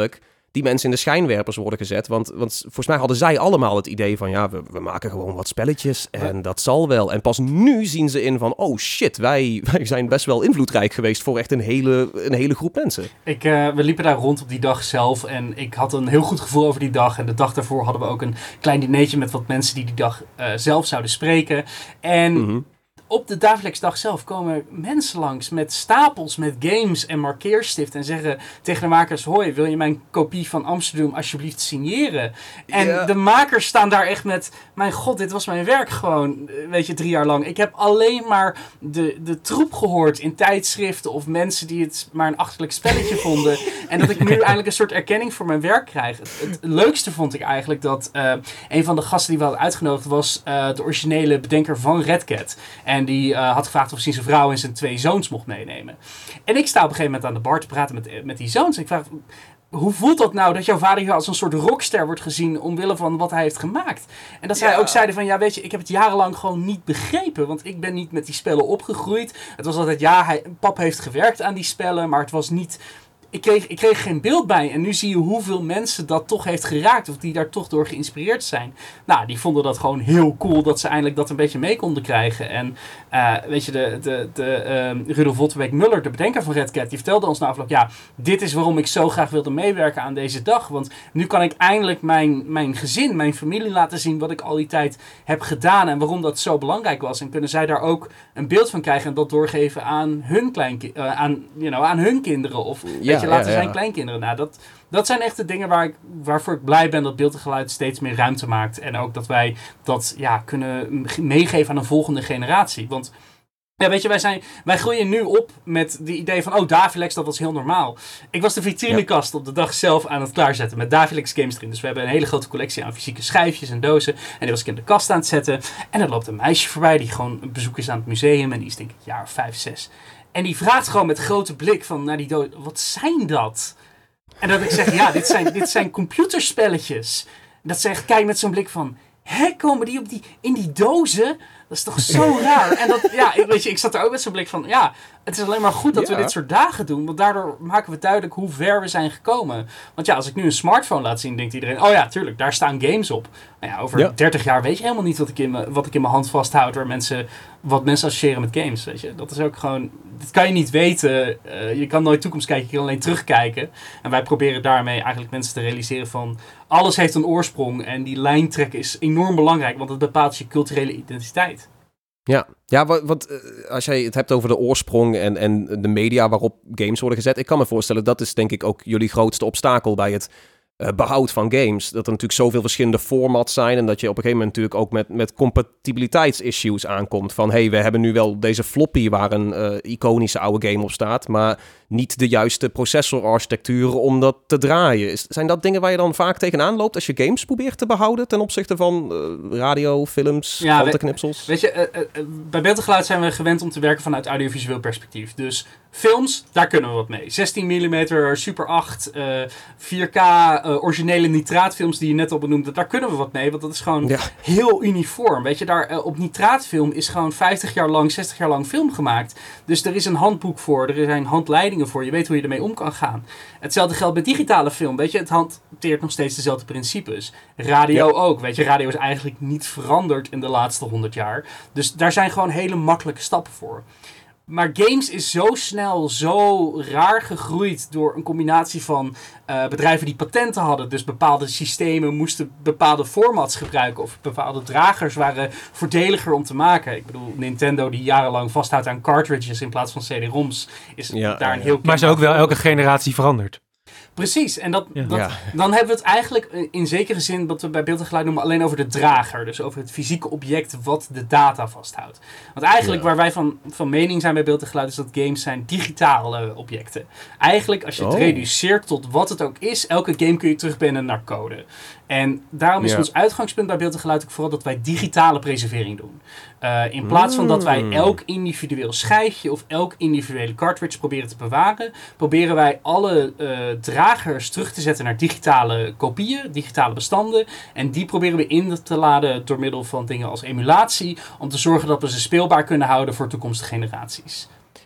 die mensen in de schijnwerpers worden gezet. Want, want volgens mij hadden zij allemaal het idee van... ja, we, we maken gewoon wat spelletjes en ja. dat zal wel. En pas nu zien ze in van... oh shit, wij, wij zijn best wel invloedrijk geweest... voor echt een hele, een hele groep mensen. Ik, uh, we liepen daar rond op die dag zelf... en ik had een heel goed gevoel over die dag. En de dag daarvoor hadden we ook een klein dinertje... met wat mensen die die dag uh, zelf zouden spreken. En... Mm-hmm. Op de Davixdag zelf komen mensen langs met stapels met games en markeerstift en zeggen tegen de makers, hoi, wil je mijn kopie van Amsterdam alsjeblieft signeren? En ja. de makers staan daar echt met, mijn god, dit was mijn werk gewoon, weet je, drie jaar lang. Ik heb alleen maar de, de troep gehoord in tijdschriften of mensen die het maar een achterlijk spelletje vonden. En dat ik nu eindelijk een soort erkenning voor mijn werk krijg. Het, het leukste vond ik eigenlijk dat uh, een van de gasten die we hadden uitgenodigd was uh, de originele bedenker van Red Cat. En En die uh, had gevraagd of hij zijn vrouw en zijn twee zoons mocht meenemen. En ik sta op een gegeven moment aan de bar te praten met, met die zoons. En ik vraag, hoe voelt dat nou dat jouw vader hier als een soort rockster wordt gezien... omwille van wat hij heeft gemaakt? En dat zij ja. ook zeiden van, ja weet je, ik heb het jarenlang gewoon niet begrepen. Want ik ben niet met die spellen opgegroeid. Het was altijd, ja, hij, pap heeft gewerkt aan die spellen, maar het was niet... Ik kreeg, ik kreeg geen beeld bij. En nu zie je hoeveel mensen dat toch heeft geraakt. Of die daar toch door geïnspireerd zijn. Nou, die vonden dat gewoon heel cool. Dat ze eindelijk dat een beetje mee konden krijgen. En uh, weet je, de, de, de, uh, Rudolf Wolterbeek-Muller, de bedenker van Red Cat. Die vertelde ons na afloop. Ja, dit is waarom ik zo graag wilde meewerken aan deze dag. Want nu kan ik eindelijk mijn, mijn gezin, mijn familie laten zien. Wat ik al die tijd heb gedaan. En waarom dat zo belangrijk was. En kunnen zij daar ook een beeld van krijgen. En dat doorgeven aan hun, kleinki- uh, aan, you know, aan hun kinderen. Of... Ja. Je, laten ja, ja. zijn kleinkinderen. Nou, dat, dat zijn echt de dingen waar ik, waarvoor ik blij ben dat Beeld en Geluid steeds meer ruimte maakt. En ook dat wij dat ja, kunnen meegeven aan een volgende generatie. Want ja, weet je, wij, zijn, wij groeien nu op met die idee van, oh, Davilex, dat was heel normaal. Ik was de vitrinekast ja. op de dag zelf aan het klaarzetten met Davilex games erin. Dus we hebben een hele grote collectie aan fysieke schijfjes en dozen. En die was ik in de kast aan het zetten. En er loopt een meisje voorbij die gewoon een bezoek is aan het museum. En die is denk ik een jaar of vijf, zes. En die vraagt gewoon met grote blik van naar die doos, wat zijn dat? En dat ik zeg, ja, dit zijn, dit zijn computerspelletjes. Dat ze echt kijkt met zo'n blik van, hè, komen die, op die in die dozen? Dat is toch zo raar? En dat, ja, ik, weet je, ik zat er ook met zo'n blik van, ja, het is alleen maar goed dat ja. we dit soort dagen doen. Want daardoor maken we duidelijk hoe ver we zijn gekomen. Want ja, als ik nu een smartphone laat zien, denkt iedereen, oh ja, tuurlijk, daar staan games op. Nou ja, over ja. dertig jaar weet je helemaal niet wat ik in mijn, wat ik in mijn hand vasthoud. Waar mensen, wat mensen associëren met games, weet je. Dat is ook gewoon, dat kan je niet weten. Uh, je kan nooit toekomst kijken, je kan alleen terugkijken. En wij proberen daarmee eigenlijk mensen te realiseren van, alles heeft een oorsprong. En die lijntrekken is enorm belangrijk, want het bepaalt je culturele identiteit. Ja, ja want, want als jij het hebt over de oorsprong en, en de media waarop games worden gezet, ik kan me voorstellen, dat is denk ik ook jullie grootste obstakel bij het uh, behoud van games. Dat er natuurlijk zoveel verschillende formats zijn en dat je op een gegeven moment natuurlijk ook met, met compatibiliteitsissues aankomt. Van, hey, we hebben nu wel deze floppy waar een uh, iconische oude game op staat, maar niet de juiste processorarchitectuur om dat te draaien. Is, zijn dat dingen waar je dan vaak tegenaan loopt als je games probeert te behouden ten opzichte van uh, radio, films, ja, krantenknipsels? Weet, weet je, uh, uh, bij Beeld en Geluid zijn we gewend om te werken vanuit audiovisueel perspectief. Dus films, daar kunnen we wat mee. zestien millimeter, Super acht, uh, vier K, uh, originele nitraatfilms die je net al benoemde, daar kunnen we wat mee, want dat is gewoon ja. heel uniform. Weet je, daar uh, op nitraatfilm is gewoon vijftig jaar lang, zestig jaar lang film gemaakt. Dus er is een handboek voor, er zijn handleidingen voor. Je weet hoe je ermee om kan gaan. Hetzelfde geldt bij digitale film. Weet je, het hanteert nog steeds dezelfde principes. Radio ja. ook. Weet je, radio is eigenlijk niet veranderd in de laatste honderd jaar. Dus daar zijn gewoon hele makkelijke stappen voor. Maar games is zo snel, zo raar gegroeid door een combinatie van uh, bedrijven die patenten hadden. Dus bepaalde systemen moesten bepaalde formats gebruiken. Of bepaalde dragers waren voordeliger om te maken. Ik bedoel, Nintendo die jarenlang vasthoudt aan cartridges in plaats van C D-ROMs. Is ja, daar een heel... Maar is ook wel elke generatie veranderd. Precies, en dat, ja. dat, Ja. dan hebben we het eigenlijk in zekere zin, wat we bij Beeld en Geluid noemen, alleen over de drager. Dus over het fysieke object wat de data vasthoudt. Want eigenlijk ja. waar wij van, van mening zijn bij Beeld en Geluid is dat games zijn digitale objecten. Eigenlijk, als je het oh. reduceert tot wat het ook is, elke game kun je terugbinden naar code. En daarom is ja. ons uitgangspunt bij Beeld en Geluid ook vooral dat wij digitale preservering doen. Uh, in plaats van dat wij elk individueel schijfje of elk individuele cartridge proberen te bewaren, proberen wij alle uh, dragers terug te zetten naar digitale kopieën, digitale bestanden. En die proberen we in te laden door middel van dingen als emulatie, om te zorgen dat we ze speelbaar kunnen houden voor toekomstige generaties.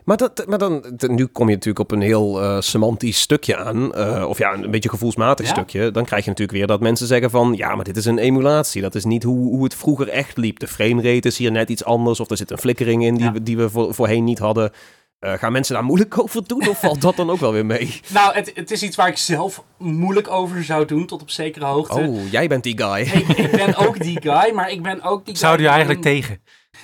Maar, dat, maar dan, d- nu kom je natuurlijk op een heel uh, semantisch stukje aan. Uh, of ja, een beetje gevoelsmatig ja? stukje. Dan krijg je natuurlijk weer dat mensen zeggen van... ja, maar dit is een emulatie. Dat is niet hoe, hoe het vroeger echt liep. De framerate is hier net iets anders. Of er zit een flikkering in die, ja. we, die we voor, voorheen niet hadden. Uh, gaan mensen daar moeilijk over doen? Of valt dat dan ook wel weer mee? Nou, het, het is iets waar ik zelf moeilijk over zou doen. Tot op zekere hoogte. Oh, jij bent die guy. Ik, ik ben ook die guy. Maar ik ben ook die guy... Zou je eigenlijk een... tegen?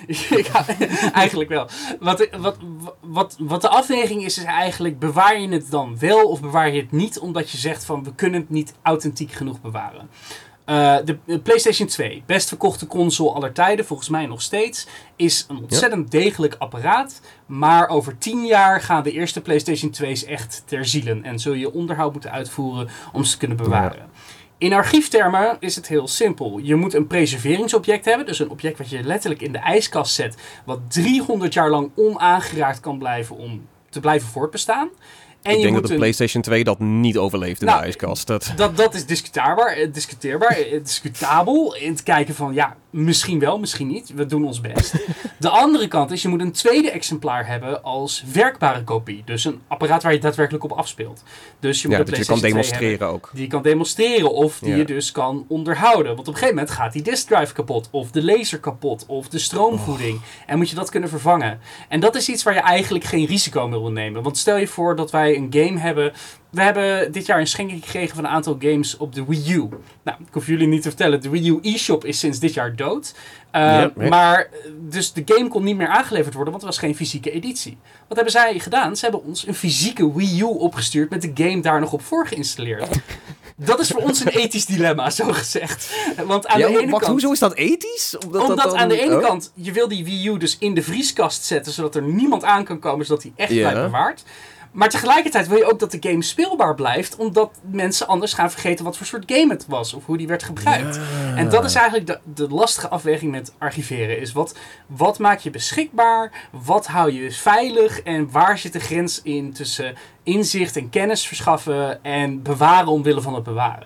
Ja, eigenlijk wel. Wat, wat, wat, wat de afweging is, is eigenlijk... bewaar je het dan wel of bewaar je het niet... omdat je zegt van we kunnen het niet authentiek genoeg bewaren. Uh, de, de PlayStation twee, best verkochte console aller tijden, volgens mij nog steeds, is een ontzettend ja. degelijk apparaat. Maar over tien jaar gaan de eerste PlayStation twee's echt ter zielen. En zul je onderhoud moeten uitvoeren om ze te kunnen bewaren. Ja. In archieftermen is het heel simpel. Je moet een preserveringsobject hebben. Dus een object wat je letterlijk in de ijskast zet. Wat driehonderd jaar lang onaangeraakt kan blijven om te blijven voortbestaan. En ik je denk moet dat de een... PlayStation twee dat niet overleeft in nou, de ijskast. Dat... Dat, dat is discutabel, discuteerbaar, discutabel. In het kijken van, ja, misschien wel, misschien niet. We doen ons best. De andere kant is, je moet een tweede exemplaar hebben als werkbare kopie. Dus een apparaat waar je daadwerkelijk op afspeelt. Dus je moet ja, een dat je kan demonstreren hebben, ook. Die je kan demonstreren of die ja. je dus kan onderhouden. Want op een gegeven moment gaat die disk drive kapot. Of de laser kapot. Of de stroomvoeding. Oh. En moet je dat kunnen vervangen. En dat is iets waar je eigenlijk geen risico meer wil nemen. Want stel je voor dat wij een game hebben. We hebben dit jaar een schenking gekregen van een aantal games op de Wii U. Nou, ik hoef jullie niet te vertellen. De Wii U eShop is sinds dit jaar dood. Uh, ja, ja. Maar dus de game kon niet meer aangeleverd worden, want er was geen fysieke editie. Wat hebben zij gedaan? Ze hebben ons een fysieke Wii U opgestuurd met de game daar nog op voor geïnstalleerd. Dat is voor ons een ethisch dilemma, zo gezegd. Want aan ja, de ene wacht, kant, hoezo is dat ethisch? Omdat, omdat dat dan, aan de ene oh? kant, je wil die Wii U dus in de vrieskast zetten, zodat er niemand aan kan komen, zodat hij echt yeah. blijft bewaard. Maar tegelijkertijd wil je ook dat de game speelbaar blijft, omdat mensen anders gaan vergeten wat voor soort game het was, of hoe die werd gebruikt. Ja. En dat is eigenlijk de, de lastige afweging met archiveren. Is wat, wat maak je beschikbaar, wat hou je veilig en waar zit de grens in tussen inzicht en kennis verschaffen en bewaren omwille van het bewaren.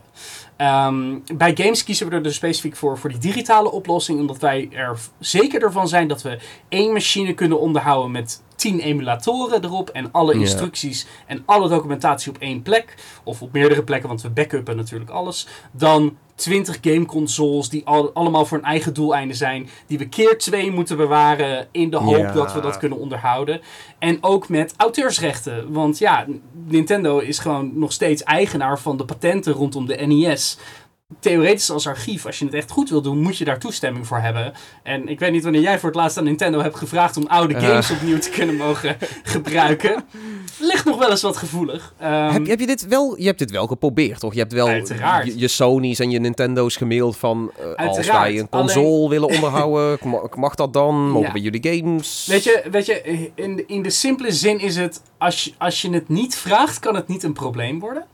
Um, bij games kiezen we er dus specifiek voor, voor die digitale oplossing, omdat wij er zeker ervan zijn dat we één machine kunnen onderhouden met tien emulatoren erop en alle instructies yeah. en alle documentatie op één plek, of op meerdere plekken, want we backuppen natuurlijk alles, dan twintig gameconsoles die al, allemaal voor een eigen doeleinde zijn, die we keer twee moeten bewaren in de hoop yeah. dat we dat kunnen onderhouden. En ook met auteursrechten, want ja, Nintendo is gewoon nog steeds eigenaar van de patenten rondom de N E S. Theoretisch als archief, als je het echt goed wil doen, moet je daar toestemming voor hebben. En ik weet niet wanneer jij voor het laatst aan Nintendo hebt gevraagd om oude games uh. opnieuw te kunnen mogen gebruiken. Ligt nog wel eens wat gevoelig. Um, heb, heb je dit wel, je hebt dit wel geprobeerd, toch? Je hebt wel je, je Sony's en je Nintendo's gemaild van uh, als wij een console Alleen... willen onderhouden, mag dat dan? Mogen ja. we jullie games? Weet je, weet je in, de, in de simpele zin is het, als je, als je het niet vraagt, kan het niet een probleem worden.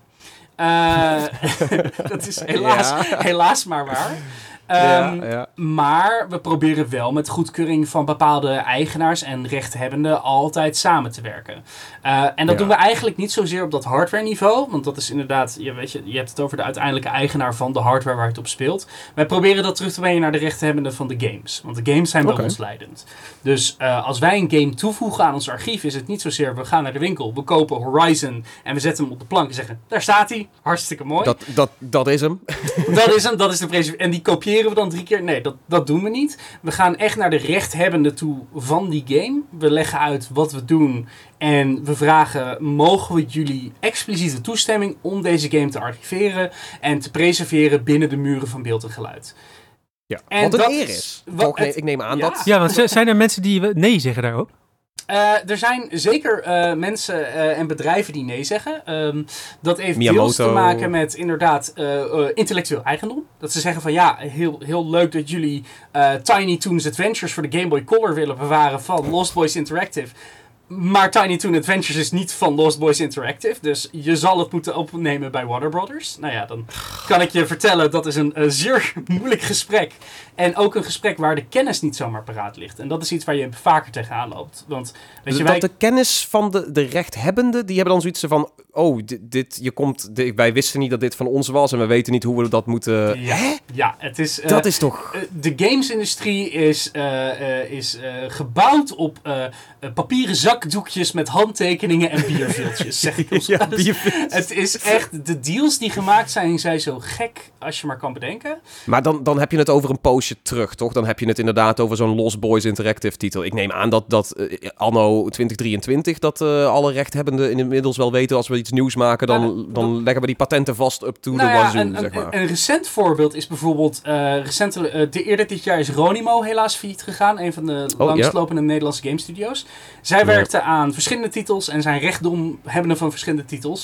Uh, dat is helaas, ja. helaas maar waar. Um, ja, ja. Maar we proberen wel met goedkeuring van bepaalde eigenaars en rechthebbenden altijd samen te werken. Uh, en dat ja. doen we eigenlijk niet zozeer op dat hardware niveau. Want dat is inderdaad, je, weet je, je hebt het over de uiteindelijke eigenaar van de hardware waar het op speelt. Wij proberen dat terug te brengen naar de rechthebbenden van de games. Want de games zijn bij okay. ons leidend. Dus uh, als wij een game toevoegen aan ons archief, is het niet zozeer we gaan naar de winkel, we kopen Horizon en we zetten hem op de plank en zeggen, daar staat hij, hartstikke mooi. Dat, dat, dat is hem. Dat is hem, dat is de preservatie. En die kopiëren we dan drie keer? Nee, dat, dat doen we niet. We gaan echt naar de rechthebbenden toe van die game. We leggen uit wat we doen en we vragen, mogen we jullie expliciete toestemming om deze game te archiveren en te preserveren binnen de muren van beeld en geluid. Ja, en wat een eer is. Wat, het, ik neem aan ja. dat... Ja, want zijn er mensen die nee zeggen daarop? Uh, er zijn zeker uh, mensen uh, en bedrijven die nee zeggen. Um, dat heeft Miyamoto. deels te maken met inderdaad uh, uh, intellectueel eigendom. Dat ze zeggen van ja, heel, heel leuk dat jullie uh, Tiny Toons Adventures voor de Game Boy Color willen bewaren van Lost Boys Interactive. Maar Tiny Toon Adventures is niet van Lost Boys Interactive. Dus je zal het moeten opnemen bij Warner Brothers. Nou ja, dan kan ik je vertellen, dat is een, een zeer moeilijk gesprek. En ook een gesprek waar de kennis niet zomaar paraat ligt. En dat is iets waar je vaker tegenaan loopt. Want, weet je, dat wij... de kennis van de, de rechthebbenden, die hebben dan zoiets van, oh, dit, dit je komt, dit, wij wisten niet dat dit van ons was en we weten niet hoe we dat moeten... Ja, Hè? ja het is... Uh, dat is toch... Uh, de gamesindustrie is, uh, uh, is uh, gebouwd op uh, uh, papieren zakdoekjes met handtekeningen en bierviltjes, zeg ik ons. Ja, het is echt, de deals die gemaakt zijn, zijn zo gek als je maar kan bedenken. Maar dan, dan heb je het over een poosje terug, toch? Dan heb je het inderdaad over zo'n Lost Boys Interactive titel. Ik neem aan dat, dat uh, anno twintig drieëntwintig dat uh, alle rechthebbenden inmiddels wel weten als we iets nieuws maken, dan, nou, dat, dan leggen we die patenten vast up to nou the wazoo, ja, een, zeg maar. Een, een recent voorbeeld is bijvoorbeeld, uh, recent, uh, de, eerder dit jaar is Ronimo helaas failliet gegaan, een van de oh, langstlopende ja. Nederlandse game studios. Zij ja. werkte aan verschillende titels en zijn rechtdomhebbenden van verschillende titels.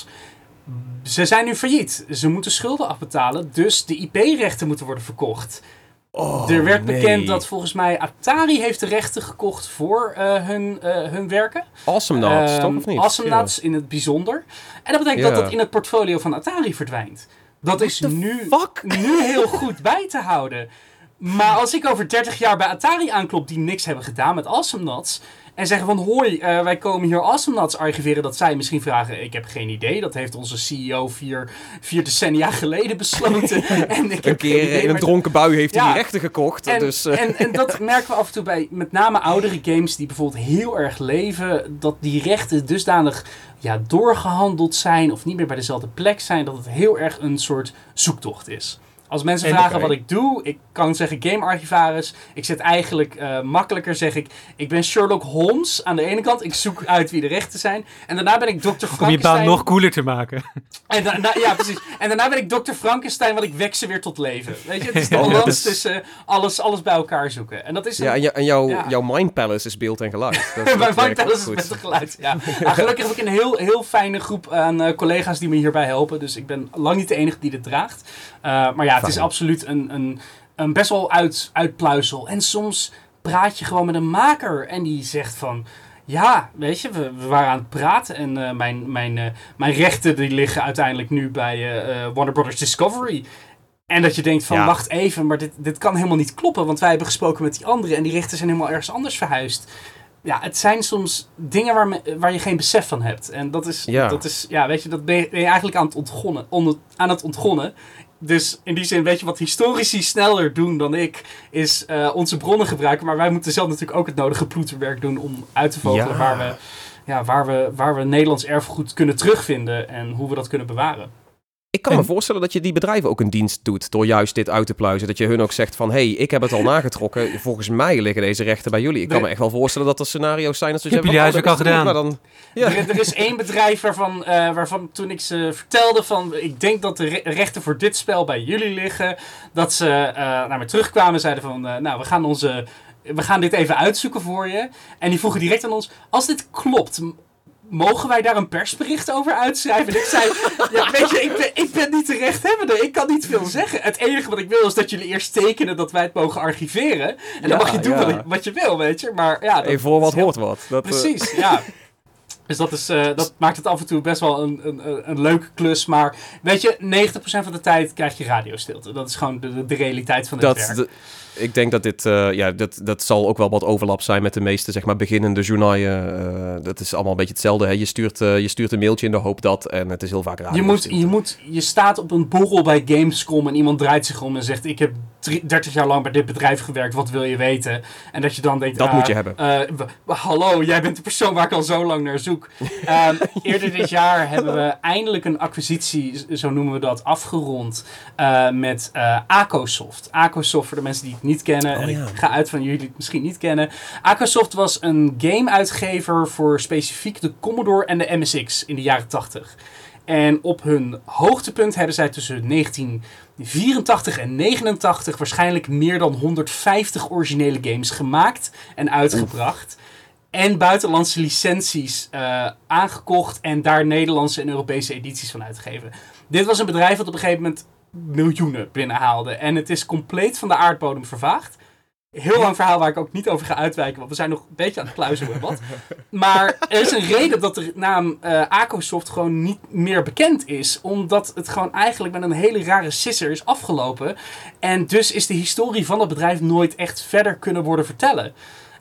Ze zijn nu failliet. Ze moeten schulden afbetalen, dus de I P-rechten moeten worden verkocht. Oh, er werd nee. bekend dat volgens mij Atari heeft de rechten gekocht voor uh, hun, uh, hun werken. Awesomenauts, uh, toch of niet? Awesomenauts yeah. in het bijzonder. En dat betekent yeah. dat dat in het portfolio van Atari verdwijnt. Dat is nu, nu heel goed bij te houden. Maar als ik over dertig jaar bij Atari aanklop die niks hebben gedaan met Awesomenauts en zeggen van hoi, uh, wij komen hier Awesomenauts archiveren, dat zij misschien vragen, ik heb geen idee, dat heeft onze C E O vier, vier decennia geleden besloten. en ik een heb keer idee, in een dronken bui heeft hij ja. die rechten gekocht. En, dus, uh. en, en dat merken we af en toe bij met name oudere games die bijvoorbeeld heel erg leven, dat die rechten dusdanig ja, doorgehandeld zijn of niet meer bij dezelfde plek zijn, dat het heel erg een soort zoektocht is. Als mensen en vragen okay. wat ik doe, ik kan zeggen gamearchivaris. Ik zit eigenlijk uh, makkelijker, zeg ik, ik ben Sherlock Holmes aan de ene kant. Ik zoek uit wie de rechten zijn. En daarna ben ik dokter Frankenstein. Om je baan nog cooler te maken. En daarna, ja, precies. En daarna ben ik dokter Frankenstein, want ik wek ze weer tot leven. Weet je, het is de balans ja, dus... tussen alles, alles bij elkaar zoeken. En dat is een, ja, en, jou, en jou, ja. jouw Mind Palace is beeld en geluid. Dat, Mijn Mind Palace is met een geluid, ja. Nou, gelukkig heb ik een heel, heel fijne groep aan uh, collega's die me hierbij helpen. Dus ik ben lang niet de enige die dit draagt. Uh, maar ja, het Fijn. is absoluut een, een, een best wel uit, uitpluisel. En soms praat je gewoon met een maker en die zegt van... Ja, weet je, we, we waren aan het praten en uh, mijn, mijn, uh, mijn rechten die liggen uiteindelijk nu bij uh, Warner Brothers Discovery. En dat je denkt van, ja. wacht even, maar dit, dit kan helemaal niet kloppen. Want wij hebben gesproken met die anderen en die rechten zijn helemaal ergens anders verhuisd. Ja, het zijn soms dingen waar, me, waar je geen besef van hebt. En dat is, ja, dat is, ja weet je, dat ben je, ben je eigenlijk aan het ontgonnen. On, aan het ontgonnen. Dus in die zin, weet je, wat historici sneller doen dan ik, is uh, onze bronnen gebruiken. Maar wij moeten zelf natuurlijk ook het nodige ploeterwerk doen om uit te vogelen ja. waar, we, ja, waar, we, waar we Nederlands erfgoed kunnen terugvinden en hoe we dat kunnen bewaren. Ik kan en... me voorstellen dat je die bedrijven ook een dienst doet door juist dit uit te pluizen. Dat je hun ook zegt van, hé, hey, ik heb het al nagetrokken. Volgens mij liggen deze rechten bij jullie. Ik kan nee. me echt wel voorstellen dat er scenario's zijn dat ze zeggen, heb je juist ook al gedaan. Maar dan, ja. er, er is één bedrijf waarvan, uh, waarvan toen ik ze vertelde van, ik denk dat de re- rechten voor dit spel bij jullie liggen. Dat ze uh, naar me terugkwamen en zeiden van, uh, nou, we gaan onze... We gaan dit even uitzoeken voor je. En die vroegen direct aan ons, als dit klopt... Mogen wij daar een persbericht over uitschrijven? En ik zei, ja, weet je, ik ben, ik ben niet de rechthebbende. Ik kan niet veel zeggen. Het enige wat ik wil is dat jullie eerst tekenen dat wij het mogen archiveren. En ja, dan mag je doen ja. wat, ik, wat je wil, weet je. Maar ja, dat, voor wat hoort wat. Dat, precies, uh... ja. Dus dat, is, uh, dat maakt het af en toe best wel een, een, een leuke klus. Maar weet je, negentig procent van de tijd krijg je radiostilte. Dat is gewoon de, de realiteit van het dat, werk. De, ik denk dat dit, uh, ja, dat, dat zal ook wel wat overlap zijn met de meeste, zeg maar, beginnende journaaien. Uh, dat is allemaal een beetje hetzelfde. Hè? Je, stuurt, uh, je stuurt een mailtje in de hoop dat, en het is heel vaak radio. Je, moet, je, moet, je staat op een borrel bij Gamescom en iemand draait zich om en zegt, ik heb dertig jaar lang bij dit bedrijf gewerkt, wat wil je weten? En dat je dan denkt, dat uh, moet je hebben. Uh, w- hallo, jij bent de persoon waar ik al zo lang naar zoek. Uh, eerder dit jaar hebben we eindelijk een acquisitie, zo noemen we dat, afgerond uh, met uh, Acosoft. Acosoft, voor de mensen die het niet kennen, oh, en ja. ik ga uit van jullie het misschien niet kennen. Acosoft was een game-uitgever voor specifiek de Commodore en de M S X in de jaren tachtig. En op hun hoogtepunt hebben zij tussen negentien vierentachtig en negenentachtig waarschijnlijk meer dan honderdvijftig originele games gemaakt en uitgebracht. Oef. En buitenlandse licenties uh, aangekocht en daar Nederlandse en Europese edities van uitgegeven. Dit was een bedrijf dat op een gegeven moment miljoenen binnenhaalde. En het is compleet van de aardbodem vervaagd. Heel lang verhaal waar ik ook niet over ga uitwijken, want we zijn nog een beetje aan het kluizen en wat. Maar er is een reden dat de naam uh, Acosoft gewoon niet meer bekend is. Omdat het gewoon eigenlijk met een hele rare sisser is afgelopen. En dus is de historie van het bedrijf nooit echt verder kunnen worden vertellen.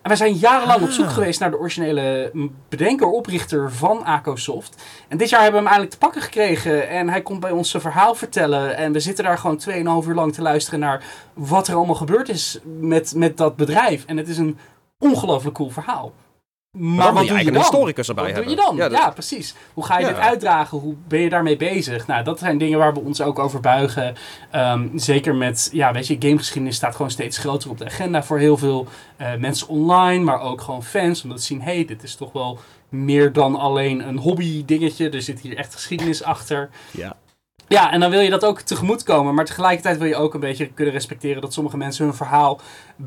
En wij zijn jarenlang Ah. op zoek geweest naar de originele bedenker, oprichter van AcoSoft. En dit jaar hebben we hem eindelijk te pakken gekregen. En hij komt bij ons zijn verhaal vertellen. En we zitten daar gewoon twee en een half uur lang te luisteren naar wat er allemaal gebeurd is met, met dat bedrijf. En het is een ongelooflijk cool verhaal. Maar dan wat die doe je eigen dan? historicus erbij Wat hebben. doe je dan? Ja, Ja, dat- precies. Hoe ga je Ja. dit uitdragen? Hoe ben je daarmee bezig? Nou, dat zijn dingen waar we ons ook over buigen. Um, zeker met, ja, weet je, gamegeschiedenis staat gewoon steeds groter op de agenda voor heel veel uh, mensen online, maar ook gewoon fans. Omdat ze zien, hé, hey, dit is toch wel meer dan alleen een hobby dingetje. Er zit hier echt geschiedenis achter. Ja. Ja, en dan wil je dat ook tegemoetkomen. Maar tegelijkertijd wil je ook een beetje kunnen respecteren dat sommige mensen hun verhaal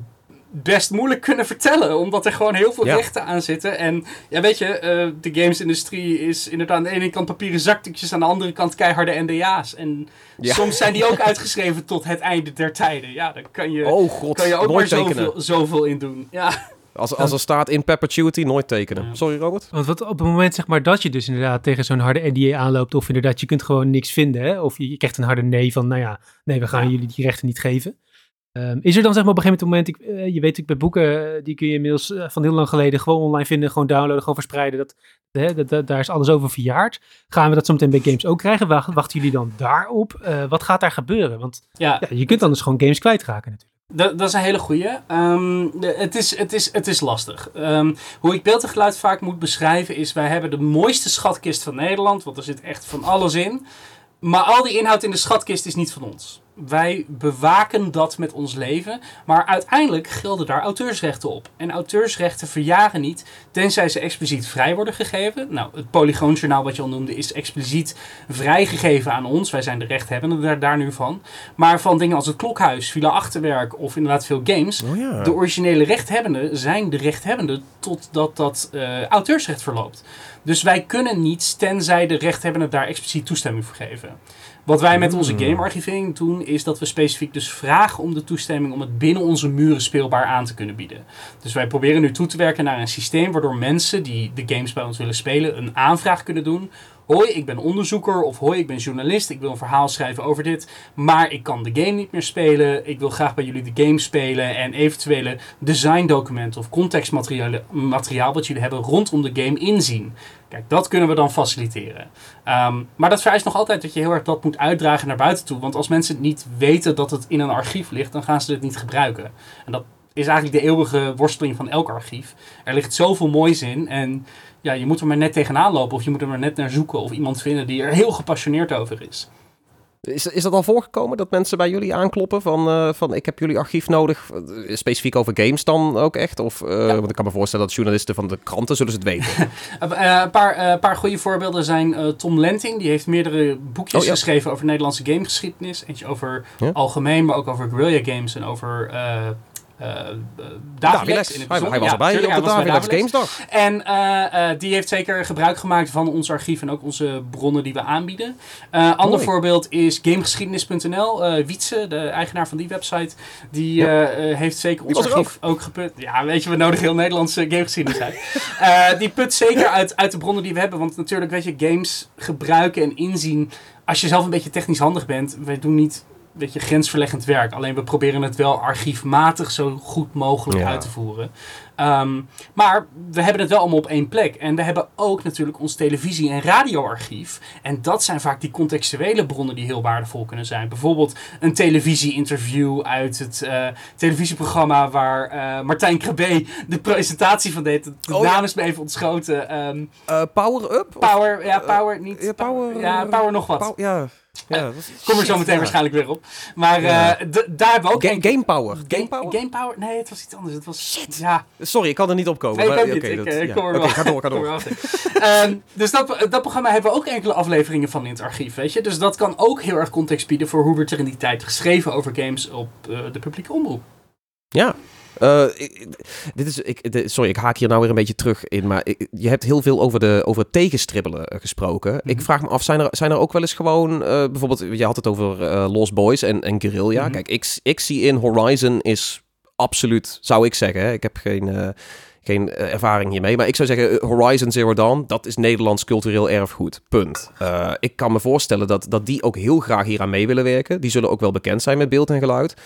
best moeilijk kunnen vertellen. Omdat er gewoon heel veel Ja. rechten aan zitten. En ja, weet je, uh, de gamesindustrie is inderdaad aan de ene kant papieren zakdoekjes, aan de andere kant keiharde N D A's. En Ja. soms zijn die ook uitgeschreven tot het einde der tijden. Ja, dan kan je, Oh god, kan je ook maar nooit tekenen. zoveel, zoveel in doen. Ja. Als, als er staat in perpetuity, nooit tekenen. Ja. Sorry, Robert? Want wat op het moment zeg maar dat je dus inderdaad tegen zo'n harde N D A aanloopt, of inderdaad je kunt gewoon niks vinden, hè? Of je, je krijgt een harde nee van, nou ja, nee, we gaan Ja. jullie die rechten niet geven. Um, is er dan zeg maar op een gegeven moment, ik, uh, je weet ik bij boeken, uh, die kun je inmiddels uh, van heel lang geleden gewoon online vinden, gewoon downloaden, gewoon verspreiden. Dat, hè, dat, dat, daar is alles over verjaard. Gaan we dat zo meteen bij games ook krijgen? Wacht, wachten jullie dan daarop? Uh, wat gaat daar gebeuren? Want Ja. ja, je kunt anders gewoon games kwijtraken natuurlijk. Dat, dat is een hele goeie. Um, de, het, is, het, is, het is lastig. Um, hoe ik beeld en geluid vaak moet beschrijven is, wij hebben de mooiste schatkist van Nederland, want er zit echt van alles in. Maar al die inhoud in de schatkist is niet van ons. Wij bewaken dat met ons leven, maar uiteindelijk gelden daar auteursrechten op. En auteursrechten verjaren niet, tenzij ze expliciet vrij worden gegeven. Nou, het Polygoonjournaal wat je al noemde is expliciet vrijgegeven aan ons. Wij zijn de rechthebbenden daar, daar nu van. Maar van dingen als het Klokhuis, Villa Achterwerk of inderdaad veel games, Oh ja. de originele rechthebbenden zijn de rechthebbenden totdat dat uh, auteursrecht verloopt. Dus wij kunnen niets tenzij de rechthebbenden daar expliciet toestemming voor geven. Wat wij met onze gamearchivering doen, is dat we specifiek dus vragen om de toestemming om het binnen onze muren speelbaar aan te kunnen bieden. Dus wij proberen nu toe te werken naar een systeem waardoor mensen die de games bij ons willen spelen een aanvraag kunnen doen. Hoi, ik ben onderzoeker of hoi, ik ben journalist, ik wil een verhaal schrijven over dit, maar ik kan de game niet meer spelen. Ik wil graag bij jullie de game spelen en eventuele designdocumenten of contextmateriaal materiaal wat jullie hebben rondom de game inzien. Kijk, dat kunnen we dan faciliteren. Um, maar dat vereist nog altijd dat je heel erg dat moet uitdragen naar buiten toe. Want als mensen niet weten dat het in een archief ligt, dan gaan ze het niet gebruiken. En dat is eigenlijk de eeuwige worsteling van elk archief. Er ligt zoveel moois in en ja, je moet er maar net tegenaan lopen of je moet er maar net naar zoeken of iemand vinden die er heel gepassioneerd over is. Is, is dat al voorgekomen dat mensen bij jullie aankloppen van, uh, van ik heb jullie archief nodig, uh, specifiek over games dan ook echt? Of, uh, Ja. Want ik kan me voorstellen dat journalisten van de kranten zullen ze het weten. Een uh, paar, uh, paar goede voorbeelden zijn uh, Tom Lenting. Die heeft meerdere boekjes Oh, ja. geschreven over Nederlandse gamegeschiedenis. Eentje over Ja. algemeen, maar ook over guerrilla games en over uh, uh, uh, Davilex. in het Hij, hij bijzonder. was Ja, erbij tuurlijk, op de hij was bij Davilex Davilex. Gamesdag. En uh, uh, die heeft zeker gebruik gemaakt van ons archief en ook onze bronnen die we aanbieden. Uh, ander Mooi. voorbeeld is gamegeschiedenis punt n l. Uh, Wietse, de eigenaar van die website, die Ja. uh, uh, heeft zeker ons was er archief ook. ook geput. Ja, weet je, we nodigen heel Nederlandse gamegeschiedenis uit. Uh, die put zeker uit, uit de bronnen die we hebben. Want natuurlijk, weet je, games gebruiken en inzien. Als je zelf een beetje technisch handig bent, wij doen niet, weet je, grensverleggend werk. Alleen we proberen het wel archiefmatig zo goed mogelijk Ja. uit te voeren. Um, maar we hebben het wel allemaal op één plek. En we hebben ook natuurlijk ons televisie- en radioarchief. En dat zijn vaak die contextuele bronnen die heel waardevol kunnen zijn. Bijvoorbeeld een televisie-interview uit het uh, televisieprogramma waar uh, Martijn Krabbe de presentatie van deed. De Oh, naam ja. is me even ontschoten. Um, Uh, power Up? Of- power, ja, Power niet. ja, Power, ja, Power nog wat. Pow- ja. Ja, dat is- Kom er zo shit, meteen ja. waarschijnlijk weer op. Maar Ja. uh, d- daar hebben we ook... Ga- een- Game Power. Game Game, Power? Game Power? Nee, het was iets anders. Het was... Shit. Ja. Sorry, ik kan er niet op komen. Nee, ik maar- ook niet. oké, Ik, dat- eh, ik ja. kom er Oké, wel. ga door, ga Kom er door. wel achter. um, dus dat, dat programma hebben we ook enkele afleveringen van in het archief, weet je. Dus dat kan ook heel erg context bieden voor hoe werd er in die tijd geschreven over games op uh, de publieke omroep. Ja. Uh, ik, dit is, ik, de, sorry, ik haak hier nou weer een beetje terug in, maar ik, je hebt heel veel over, de, over het tegenstribbelen uh, gesproken. Mm-hmm. Ik vraag me af, zijn er, zijn er ook wel eens gewoon, uh, bijvoorbeeld, je had het over uh, Lost Boys en, en Guerrilla. Mm-hmm. Kijk, ik, ik zie in Horizon is absoluut, zou ik zeggen, hè, ik heb geen... Uh, Geen uh, ervaring hiermee, maar ik zou zeggen Horizon Zero Dawn, dat is Nederlands cultureel erfgoed. Punt. Uh, ik kan me voorstellen dat, dat die ook heel graag hier aan mee willen werken. Die zullen ook wel bekend zijn met beeld en geluid.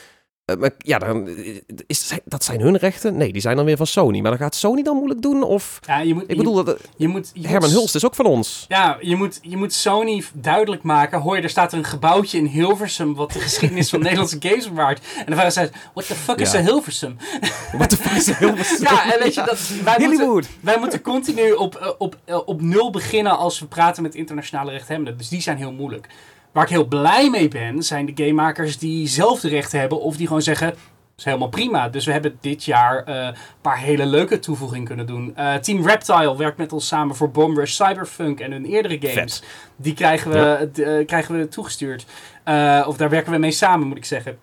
Uh, maar ja, dan, is, dat zijn hun rechten? Nee, die zijn dan weer van Sony. Maar dan gaat Sony dan moeilijk doen? Of, ja, je moet, ik bedoel, je, dat, je moet, je Herman moet, Hulst is ook van ons. Ja, je moet, je moet Sony duidelijk maken. Hoor je, er staat een gebouwtje in Hilversum wat de geschiedenis van Nederlandse games bewaart. En dan vragen ze, what the fuck ja. is een Hilversum? What the fuck is een Hilversum? Ja, en weet je, dat, wij, moeten, wij moeten continu op, op, op, op nul beginnen als we praten met internationale rechthebbenden. Dus die zijn heel moeilijk. Waar ik heel blij mee ben, zijn de gamemakers die zelf de rechten hebben of die gewoon zeggen, dat is helemaal prima. Dus we hebben dit jaar uh, een paar hele leuke toevoegingen kunnen doen. Uh, Team Reptile werkt met ons samen voor Bomb Rush, Cyberpunk en hun eerdere games. Vet. Die krijgen we, ja. d- uh, krijgen we toegestuurd. Uh, of daar werken we mee samen, moet ik zeggen.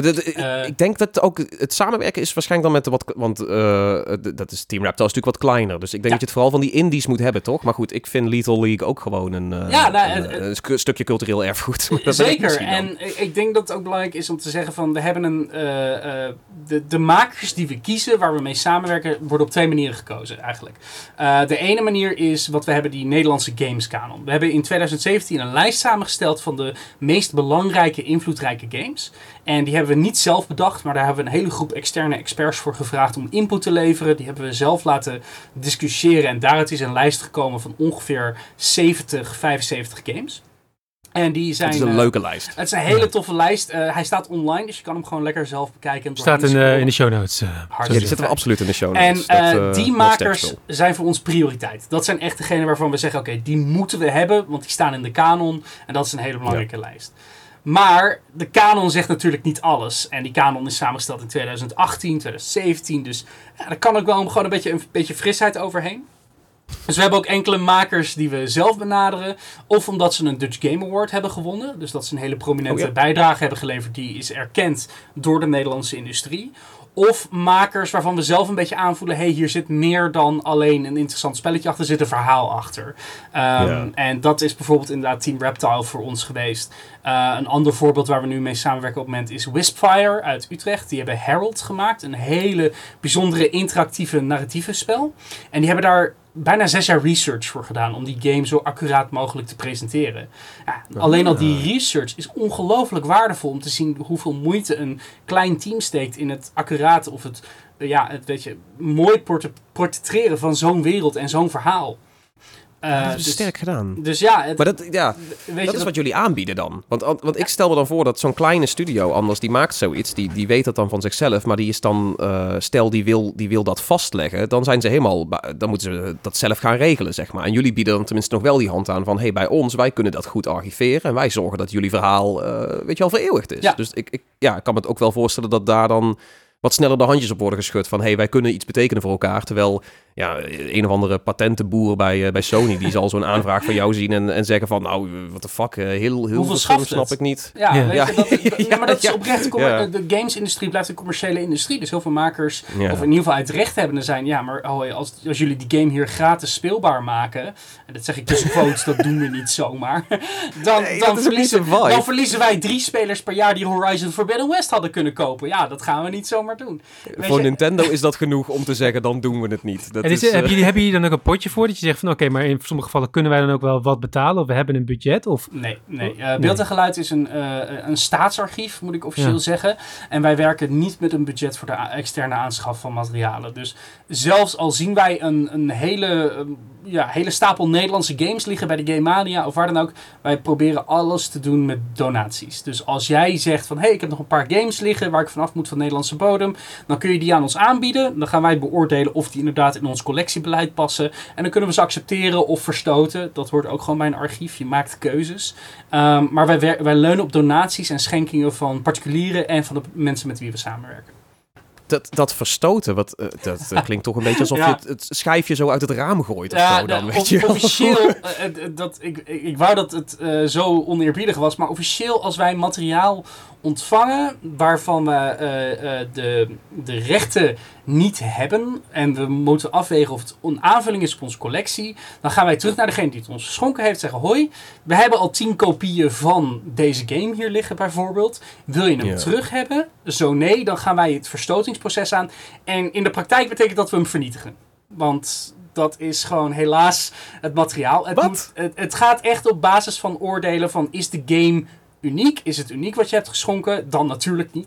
Uh, ik denk dat ook het samenwerken is waarschijnlijk dan met wat... Want uh, dat is Team Reptile is natuurlijk wat kleiner. Dus ik denk ja. dat je het vooral van die indies moet hebben, toch? Maar goed, ik vind Lethal League ook gewoon een, uh, ja, nou, een, uh, een sk- stukje cultureel erfgoed. Zeker. En ik denk dat het ook belangrijk is om te zeggen van... We hebben een... Uh, uh, de, de makers die we kiezen, waar we mee samenwerken... worden op twee manieren gekozen, eigenlijk. Uh, de ene manier is wat we hebben, die Nederlandse games canon. We hebben in twintig zeventien een lijst samengesteld... van de meest belangrijke, invloedrijke games... En die hebben we niet zelf bedacht, maar daar hebben we een hele groep externe experts voor gevraagd om input te leveren. Die hebben we zelf laten discussiëren en daaruit is een lijst gekomen van ongeveer zeventig, vijfenzeventig games. En die zijn, het is een uh, leuke lijst. Het is een hele toffe lijst. Uh, hij staat online, dus je kan hem gewoon lekker zelf bekijken. En staat in, uh, in de show notes. Uh, ja, die zitten we absoluut in de show notes. En uh, dat, uh, die makers zijn voor ons prioriteit. Dat zijn echt degenen waarvan we zeggen, oké, okay, die moeten we hebben, want die staan in de kanon. En dat is een hele belangrijke ja. lijst. Maar de kanon zegt natuurlijk niet alles. En die kanon is samengesteld in twintig achttien, twintig zeventien. Dus ja, daar kan ook wel gewoon een beetje, een beetje frisheid overheen. Dus we hebben ook enkele makers die we zelf benaderen. Of omdat ze een Dutch Game Award hebben gewonnen. Dus dat ze een hele prominente oh ja. bijdrage hebben geleverd. Die is erkend door de Nederlandse industrie. Of makers waarvan we zelf een beetje aanvoelen... hey, hier zit meer dan alleen een interessant spelletje achter. Er zit een verhaal achter. Um, ja. En dat is bijvoorbeeld inderdaad Team Reptile voor ons geweest. Uh, een ander voorbeeld waar we nu mee samenwerken op het moment... is Wispfire uit Utrecht. Die hebben Herald gemaakt. Een hele bijzondere interactieve narratieve spel. En die hebben daar... bijna zes jaar research voor gedaan om die game zo accuraat mogelijk te presenteren. Ja, alleen al die research is ongelooflijk waardevol om te zien hoeveel moeite een klein team steekt in het accurate of het, ja, het weet je, mooi portretteren van zo'n wereld en zo'n verhaal. Uh, ja, dat is dus, sterk gedaan. Dus ja, het, maar dat, ja, weet dat is dat... wat jullie aanbieden dan. Want, want ik stel me dan voor dat zo'n kleine studio, anders die maakt zoiets, die, die weet dat dan van zichzelf, maar die is dan, uh, stel die wil, die wil dat vastleggen, dan zijn ze helemaal, dan moeten ze dat zelf gaan regelen, zeg maar. En jullie bieden dan tenminste nog wel die hand aan van, hey, bij ons, wij kunnen dat goed archiveren en wij zorgen dat jullie verhaal, uh, weet je wel, vereeuwigd is. Ja. Dus ik, ik ja, ik kan me het ook wel voorstellen dat daar dan wat sneller de handjes op worden geschud van, hey, wij kunnen iets betekenen voor elkaar, terwijl ja, een of andere patentenboer bij, uh, bij Sony, die zal zo'n aanvraag van jou zien en, en zeggen van, nou, what the fuck, uh, heel, heel veel snap het? ik niet. Ja, ja. Weet je, dat, dat, ja maar dat is oprecht, ja. de gamesindustrie blijft een commerciële industrie, dus heel veel makers, ja. of in ieder geval uit rechthebbenden zijn, ja, maar oh, als, als jullie die game hier gratis speelbaar maken, en dat zeg ik tussen quotes, dat doen we niet zomaar, dan, nee, dan, verliezen, dan verliezen wij drie spelers per jaar die Horizon Forbidden West hadden kunnen kopen. Ja, dat gaan we niet zomaar doen. Weet voor je? Nintendo is dat genoeg om te zeggen, dan doen we het niet. Dat en is, is, uh, heb je hebben jullie dan ook een potje voor dat je zegt van oké, okay, maar in sommige gevallen kunnen wij dan ook wel wat betalen of we hebben een budget? Of... Nee, nee. Uh, Beeld en Geluid is een, uh, een staatsarchief, moet ik officieel ja. zeggen. En wij werken niet met een budget voor de a- externe aanschaf van materialen. Dus zelfs al zien wij een, een hele, um, ja, hele stapel Nederlandse games liggen bij de Game Mania of waar dan ook, wij proberen alles te doen met donaties. Dus als jij zegt van hé, hey, ik heb nog een paar games liggen waar ik vanaf moet van Nederlandse bodem, dan kun je die aan ons aanbieden. Dan gaan wij beoordelen of die inderdaad in ons collectiebeleid passen. En dan kunnen we ze accepteren of verstoten. Dat hoort ook gewoon bij een archief. Je maakt keuzes. Um, maar wij, wij leunen op donaties en schenkingen van particulieren en van de mensen met wie we samenwerken. Dat, dat verstoten, wat, uh, dat uh, klinkt toch een beetje alsof ja. je het, het schijfje zo uit het raam gooit of ja, zo dan, de, weet je officieel, uh, dat, ik, ik, ik wou dat het uh, zo oneerbiedig was, maar officieel als wij materiaal ontvangen waarvan we uh, uh, de, de rechten niet hebben en we moeten afwegen of het een aanvulling is op onze collectie, dan gaan wij terug naar degene die het ons geschonken heeft, zeggen hoi, we hebben al tien kopieën van deze game hier liggen bijvoorbeeld. Wil je hem yeah. terug hebben? Zo nee, dan gaan wij het verstotingsproces aan en in de praktijk betekent dat we hem vernietigen. Want dat is gewoon helaas het materiaal. Het, moet, het, het gaat echt op basis van oordelen van is de game uniek? Is het uniek wat je hebt geschonken? Dan natuurlijk niet.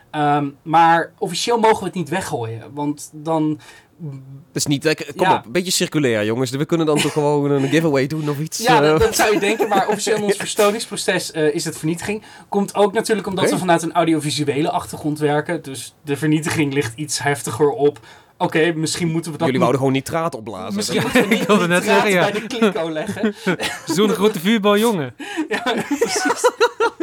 Um, maar officieel mogen we het niet weggooien. Want dan... Dus niet, kom ja. op, een beetje circulair, jongens. We kunnen dan toch gewoon een giveaway doen of iets? Ja, dat, dat zou je denken. Maar officieel in ons verstoningsproces uh, is het vernietiging. Komt ook natuurlijk omdat okay. we vanuit een audiovisuele achtergrond werken. Dus de vernietiging ligt iets heftiger op. Oké, okay, misschien moeten we dat... Jullie wouden gewoon nitraat opblazen. Misschien moeten we niet nitraat net zeggen, ja. bij de kliko leggen. Zo'n grote vuurbal, jongen. Ja, precies.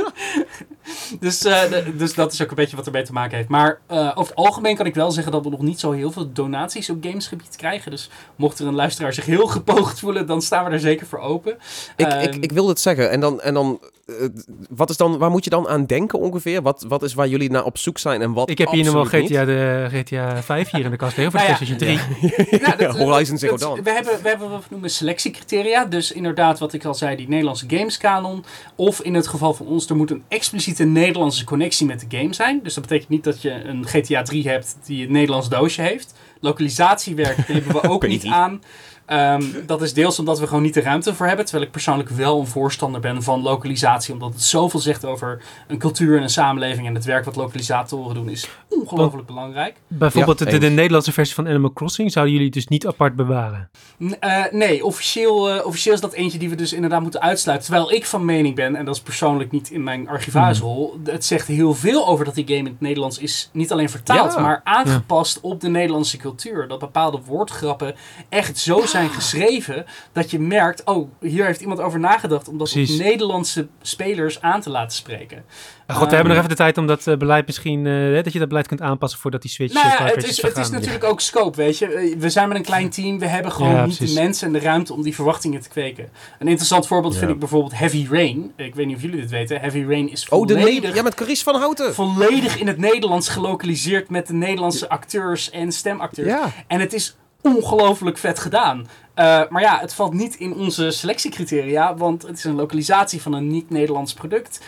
Dus, uh, de, dus dat is ook een beetje wat ermee te maken heeft. Maar uh, over het algemeen kan ik wel zeggen dat we nog niet zo heel veel donaties op gamesgebied krijgen. Dus mocht er een luisteraar zich heel gepoogd voelen, dan staan we er zeker voor open. Ik, um, ik, ik wil het zeggen. En dan, en dan, uh, wat is dan, waar moet je dan aan denken ongeveer? Wat, wat is waar jullie naar op zoek zijn en wat Ik heb hier nog wel G T A, niet? de, G T A vijf hier in de kast liggen voor nou de ja, PlayStation drie. Ja, dat, ja, Horizon Zero dat, Dawn. We hebben, we hebben wat we noemen selectiecriteria. Dus inderdaad, wat ik al zei, die Nederlandse gameskanon. Of in het geval van ons, er moet een expliciete Nederlandse connectie met de game zijn. Dus dat betekent niet dat je een G T A drie hebt die een Nederlands doosje heeft. Localisatiewerk nemen we ook niet aan. Um, dat is deels omdat we gewoon niet de ruimte voor hebben. Terwijl ik persoonlijk wel een voorstander ben van localisatie. Omdat het zoveel zegt over een cultuur en een samenleving. En het werk wat localisatoren doen is ongelooflijk belangrijk. Bijvoorbeeld ja, de, de Nederlandse versie van Animal Crossing zouden jullie dus niet apart bewaren? N- uh, nee, officieel, uh, officieel is dat eentje die we dus inderdaad moeten uitsluiten. Terwijl ik van mening ben, en dat is persoonlijk niet in mijn archivarisrol. Hmm. Het zegt heel veel over dat die game in het Nederlands is niet alleen vertaald, ja. maar aangepast ja. op de Nederlandse cultuur. Dat bepaalde woordgrappen echt zo zijn zijn geschreven dat je merkt, oh, hier heeft iemand over nagedacht om dat op Nederlandse spelers aan te laten spreken. Ja, goed, um, we hebben nog even de tijd om dat uh, beleid misschien, uh, dat je dat beleid kunt aanpassen voordat die switch... Nou ja, het is, het is natuurlijk ook scope, weet je. We zijn met een klein team, we hebben gewoon ja, niet precies. de mensen en de ruimte om die verwachtingen te kweken. Een interessant voorbeeld ja. vind ik bijvoorbeeld Heavy Rain. Ik weet niet of jullie dit weten. Heavy Rain is volledig... Oh, de ne- ja, met Carice van Houten. Volledig in het Nederlands gelokaliseerd met de Nederlandse acteurs en stemacteurs. Ja. En het is ongelooflijk vet gedaan. Uh, maar ja, het valt niet in onze selectiecriteria, want het is een lokalisatie van een niet-Nederlands product.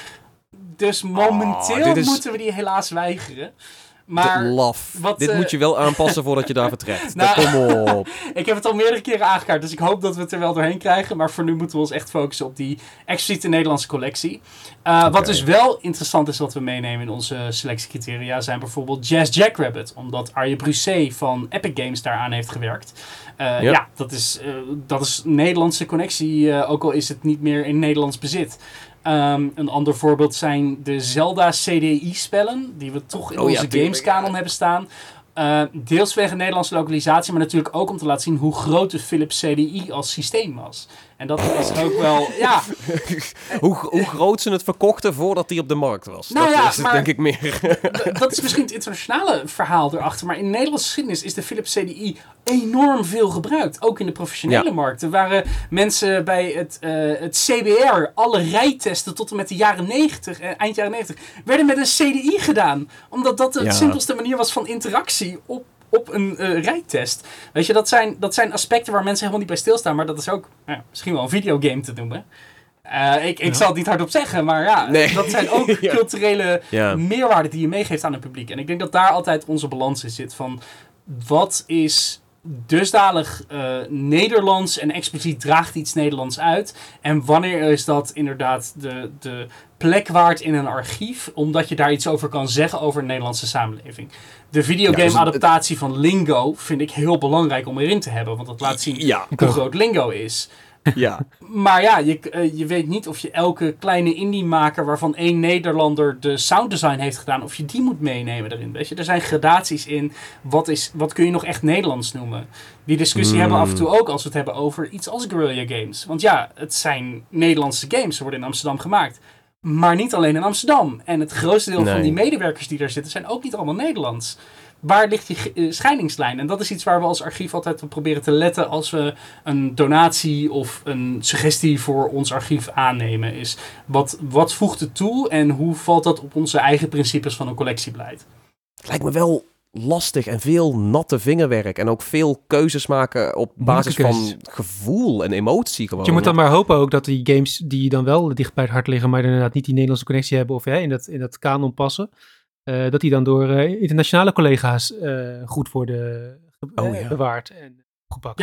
Dus momenteel oh, is... moeten we die helaas weigeren. Maar laf. Wat, dit uh... moet je wel aanpassen voordat je daar vertrekt. nou, kom op. Ik heb het al meerdere keren aangekaart, dus ik hoop dat we het er wel doorheen krijgen. Maar voor nu moeten we ons echt focussen op die expliciete Nederlandse collectie. Uh, okay. Wat dus wel interessant is wat we meenemen in onze selectiecriteria zijn bijvoorbeeld Jazz Jackrabbit. Omdat Arje Brusset van Epic Games daaraan heeft gewerkt. Uh, yep. Ja, dat is, uh, dat is een Nederlandse connectie, uh, ook al is het niet meer in Nederlands bezit. Um, een ander voorbeeld zijn de Zelda C D I-spellen, die we toch in oh, onze ja, gameskanon hebben staan. Uh, deels vanwege Nederlandse lokalisatie, maar natuurlijk ook om te laten zien hoe groot de Philips C D I als systeem was. En dat is ook wel, ja... hoe, hoe groot ze het verkochten voordat die op de markt was. Nou dat ja, is het maar, denk ik meer. Dat is misschien het internationale verhaal erachter. Maar in de Nederlandse geschiedenis is de Philips C D I enorm veel gebruikt. Ook in de professionele ja. markt. Er waren mensen bij het, uh, het C B R, alle rijtesten tot en met de jaren negentig, uh, eind jaren negentig, werden met een C D I gedaan. Omdat dat de ja. simpelste manier was van interactie op op een uh, rijtest. Weet je, dat zijn, dat zijn aspecten waar mensen helemaal niet bij stilstaan. Maar dat is ook nou, misschien wel een videogame te noemen. Uh, ik ik ja. zal het niet hardop zeggen, maar ja, nee. dat zijn ook ja. culturele ja. meerwaarden die je meegeeft aan het publiek. En ik denk dat daar altijd onze balans in zit van wat is dusdanig uh, Nederlands en expliciet draagt iets Nederlands uit. En wanneer is dat inderdaad de, de plek waard in een archief, omdat je daar iets over kan zeggen over een Nederlandse samenleving. De videogame-adaptatie ja, dus van Lingo vind ik heel belangrijk om erin te hebben, want dat laat zien ja. hoe groot Lingo is. Ja. Maar ja, je, uh, je weet niet of je elke kleine indie-maker waarvan één Nederlander de sounddesign heeft gedaan, of je die moet meenemen erin. Weet je? Er zijn gradaties in wat, is, wat kun je nog echt Nederlands noemen. Die discussie mm. hebben we af en toe ook als we het hebben over iets als Guerrilla Games. Want ja, het zijn Nederlandse games, ze worden in Amsterdam gemaakt. Maar niet alleen in Amsterdam. En het grootste deel nee. van die medewerkers die daar zitten zijn ook niet allemaal Nederlands. Waar ligt die scheidingslijn? En dat is iets waar we als archief altijd op proberen te letten als we een donatie of een suggestie voor ons archief aannemen. Is wat, wat voegt het toe en hoe valt dat op onze eigen principes van een collectiebeleid? Het lijkt me wel lastig en veel natte vingerwerk. En ook veel keuzes maken op basis van gevoel en emotie gewoon. Je moet dan maar hopen ook dat die games die dan wel dicht bij het hart liggen, maar inderdaad niet die Nederlandse connectie hebben of ja, in, dat, in dat kanon passen. Uh, dat die dan door uh, internationale collega's uh, goed worden uh, oh, ja. bewaard en gepakt. Ja,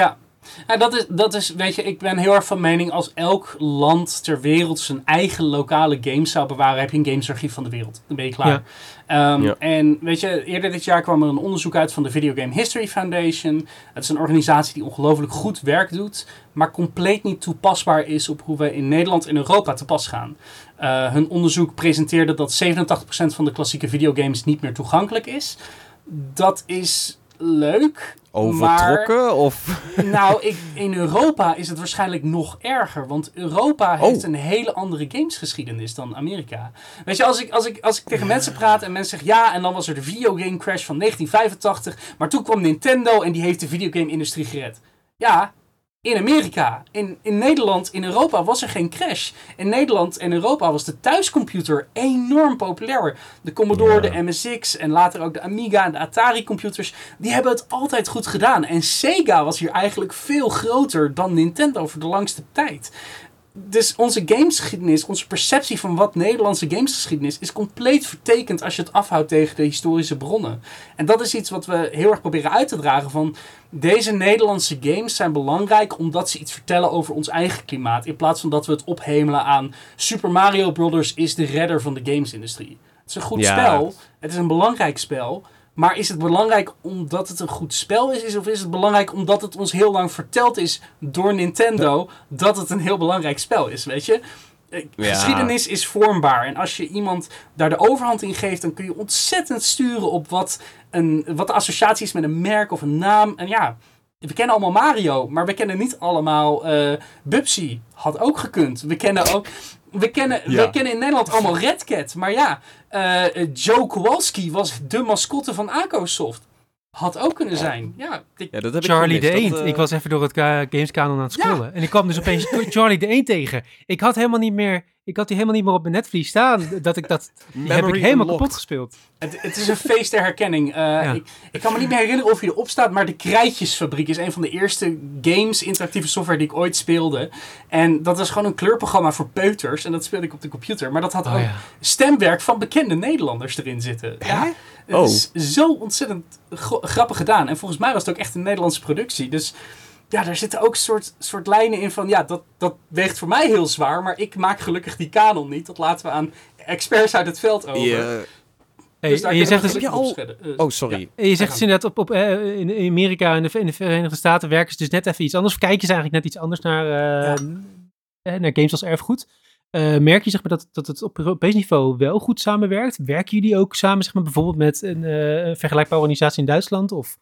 Nou, dat, is, dat is, weet je, ik ben heel erg van mening, als elk land ter wereld zijn eigen lokale games zou bewaren, heb je een gamesarchief van de wereld. Dan ben je klaar. Ja. Um, ja. En weet je, eerder dit jaar kwam er een onderzoek uit van de Video Game History Foundation. Het is een organisatie die ongelooflijk goed werk doet, maar compleet niet toepasbaar is op hoe we in Nederland en Europa te pas gaan. Uh, hun onderzoek presenteerde dat zevenentachtig procent van de klassieke videogames niet meer toegankelijk is. Dat is leuk. Overtrokken? Maar, of? Nou, ik, in Europa is het waarschijnlijk nog erger. Want Europa heeft oh. een hele andere gamesgeschiedenis dan Amerika. Weet je, als ik, als ik, als ik tegen mensen praat en mensen zeggen... ja, en dan was er de videogame crash van negentien vijfentachtig... maar toen kwam Nintendo en die heeft de videogame-industrie gered. Ja, in Amerika. In, in Nederland, in Europa was er geen crash. In Nederland en Europa was de thuiscomputer enorm populair. De Commodore, ja. de M S X en later ook de Amiga en de Atari-computers... die hebben het altijd goed gedaan. En Sega was hier eigenlijk veel groter dan Nintendo voor de langste tijd. Dus onze gamesgeschiedenis, onze perceptie van wat Nederlandse gamesgeschiedenis is compleet vertekend als je het afhoudt tegen de historische bronnen. En dat is iets wat we heel erg proberen uit te dragen van deze Nederlandse games zijn belangrijk omdat ze iets vertellen over ons eigen klimaat. In plaats van dat we het ophemelen aan Super Mario Brothers is de redder van de gamesindustrie. Het is een goed ja. spel, het is een belangrijk spel. Maar is het belangrijk omdat het een goed spel is, is? Of is het belangrijk omdat het ons heel lang verteld is door Nintendo dat het een heel belangrijk spel is, weet je? Ja. Geschiedenis is vormbaar. En als je iemand daar de overhand in geeft, dan kun je ontzettend sturen op wat, een, wat de associatie is met een merk of een naam. En ja, we kennen allemaal Mario, maar we kennen niet allemaal uh, Bubsy. Had ook gekund. We kennen ook... We kennen, ja. we kennen in Nederland allemaal Red Cat. Maar ja, uh, Joe Kowalski was de mascotte van Acosoft. Had ook kunnen zijn. Ja, ik... ja, dat heb Charlie ik de Eend. Uh... Ik was even door het uh, Gameskanon aan het scrollen. Ja. En ik kwam dus opeens Charlie de Eend tegen. Ik had helemaal niet meer... Ik had die helemaal niet meer op mijn netvlies staan. Dat ik dat... Die heb ik helemaal unlocked. Kapot gespeeld. Het, het is een feest der herkenning. Uh, ja. ik, ik kan me niet meer herinneren of hij erop staat. Maar de Krijtjesfabriek is een van de eerste games, interactieve software die ik ooit speelde. En dat was gewoon een kleurprogramma voor peuters. En dat speelde ik op de computer. Maar dat had oh, ook ja. stemwerk van bekende Nederlanders erin zitten. Ja. Het oh. is zo ontzettend gro- grappig gedaan. En volgens mij was het ook echt een Nederlandse productie. Dus ja, daar zitten ook soort, soort lijnen in van... Ja, dat, dat weegt voor mij heel zwaar. Maar ik maak gelukkig die kanon niet. Dat laten we aan experts uit het veld over. Yeah. Hey, dus en je zegt dus al... uh, oh, sorry. Ja. En je zegt dus inderdaad op, op, uh, in Amerika en de, in de Verenigde Staten werken ze dus net even iets anders. Of kijken ze eigenlijk net iets anders naar, uh, ja. naar games als erfgoed. Uh, merk je zeg maar, dat, dat het op Europees niveau wel goed samenwerkt? Werken jullie ook samen zeg maar, bijvoorbeeld met een uh, vergelijkbare organisatie in Duitsland? Of...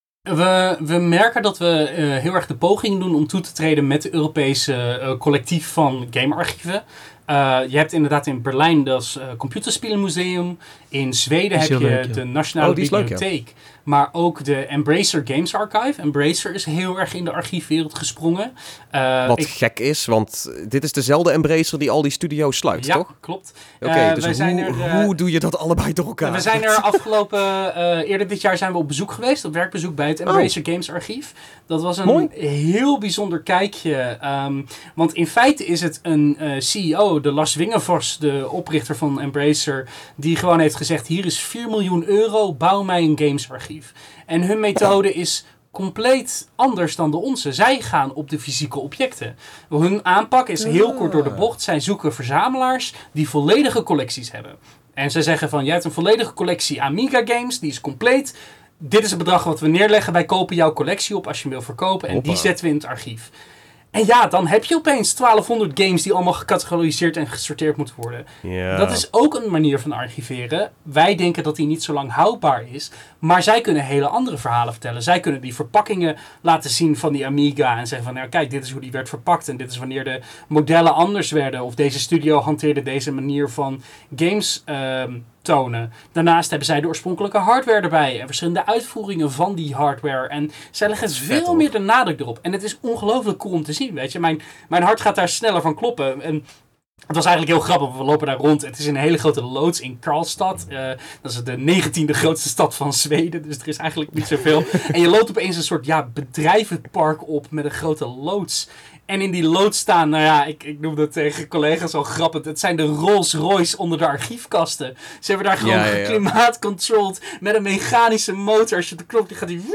We, we merken dat we uh, heel erg de poging doen om toe te treden met het Europese uh, collectief van gamearchieven. Uh, je hebt inderdaad in Berlijn dat uh, Computerspielenmuseum. In Zweden heb je leuk, ja. de Nationale oh, Bibliotheek. Leuk, ja. Maar ook de Embracer Games Archive. Embracer is heel erg in de archiefwereld gesprongen. Uh, Wat ik... gek is, want dit is dezelfde Embracer die al die studio's sluit, ja, toch? Ja, klopt. Oké, okay, uh, dus hoe, zijn er, uh, hoe doe je dat allebei door elkaar? We zijn er afgelopen... Uh, eerder dit jaar zijn we op bezoek geweest, op werkbezoek bij het Embracer oh. Games Archief. Dat was een Mooi. heel bijzonder kijkje. Um, want in feite is het een uh, C E O, de Lars Wingefors, de oprichter van Embracer, die gewoon heeft gezegd, hier is vier miljoen euro, bouw mij een gamesarchief. En hun methode is compleet anders dan de onze. Zij gaan op de fysieke objecten. Hun aanpak is heel kort door de bocht. Zij zoeken verzamelaars die volledige collecties hebben. En zij zeggen van, jij hebt een volledige collectie Amiga games, die is compleet. Dit is het bedrag wat we neerleggen. Wij kopen jouw collectie op als je hem wil verkopen. En Hoppa. die zetten we in het archief. En ja, dan heb je opeens twaalfhonderd games die allemaal gecategoriseerd en gesorteerd moeten worden. Ja. Dat is ook een manier van archiveren. Wij denken dat die niet zo lang houdbaar is. Maar zij kunnen hele andere verhalen vertellen. Zij kunnen die verpakkingen laten zien van die Amiga. En zeggen van, nou kijk, dit is hoe die werd verpakt. En dit is wanneer de modellen anders werden. Of deze studio hanteerde deze manier van games uh, tonen. Daarnaast hebben zij de oorspronkelijke hardware erbij. En verschillende uitvoeringen van die hardware. En zij leggen veel meer de nadruk erop. En het is ongelooflijk cool om te zien, weet je. Mijn, mijn hart gaat daar sneller van kloppen. En het was eigenlijk heel grappig. We lopen daar rond. Het is een hele grote loods in Karlstad. Uh, dat is de negentiende grootste stad van Zweden. Dus er is eigenlijk niet zoveel. En je loopt opeens een soort ja, bedrijvenpark op met een grote loods. En in die loods staan, nou ja, ik, ik noem dat tegen collega's al grappig. Het zijn de Rolls Royce onder de archiefkasten. Ze hebben daar gewoon ja, ja, ja. geklimaatcontrolled met een mechanische motor. Als je de knop, die gaat die...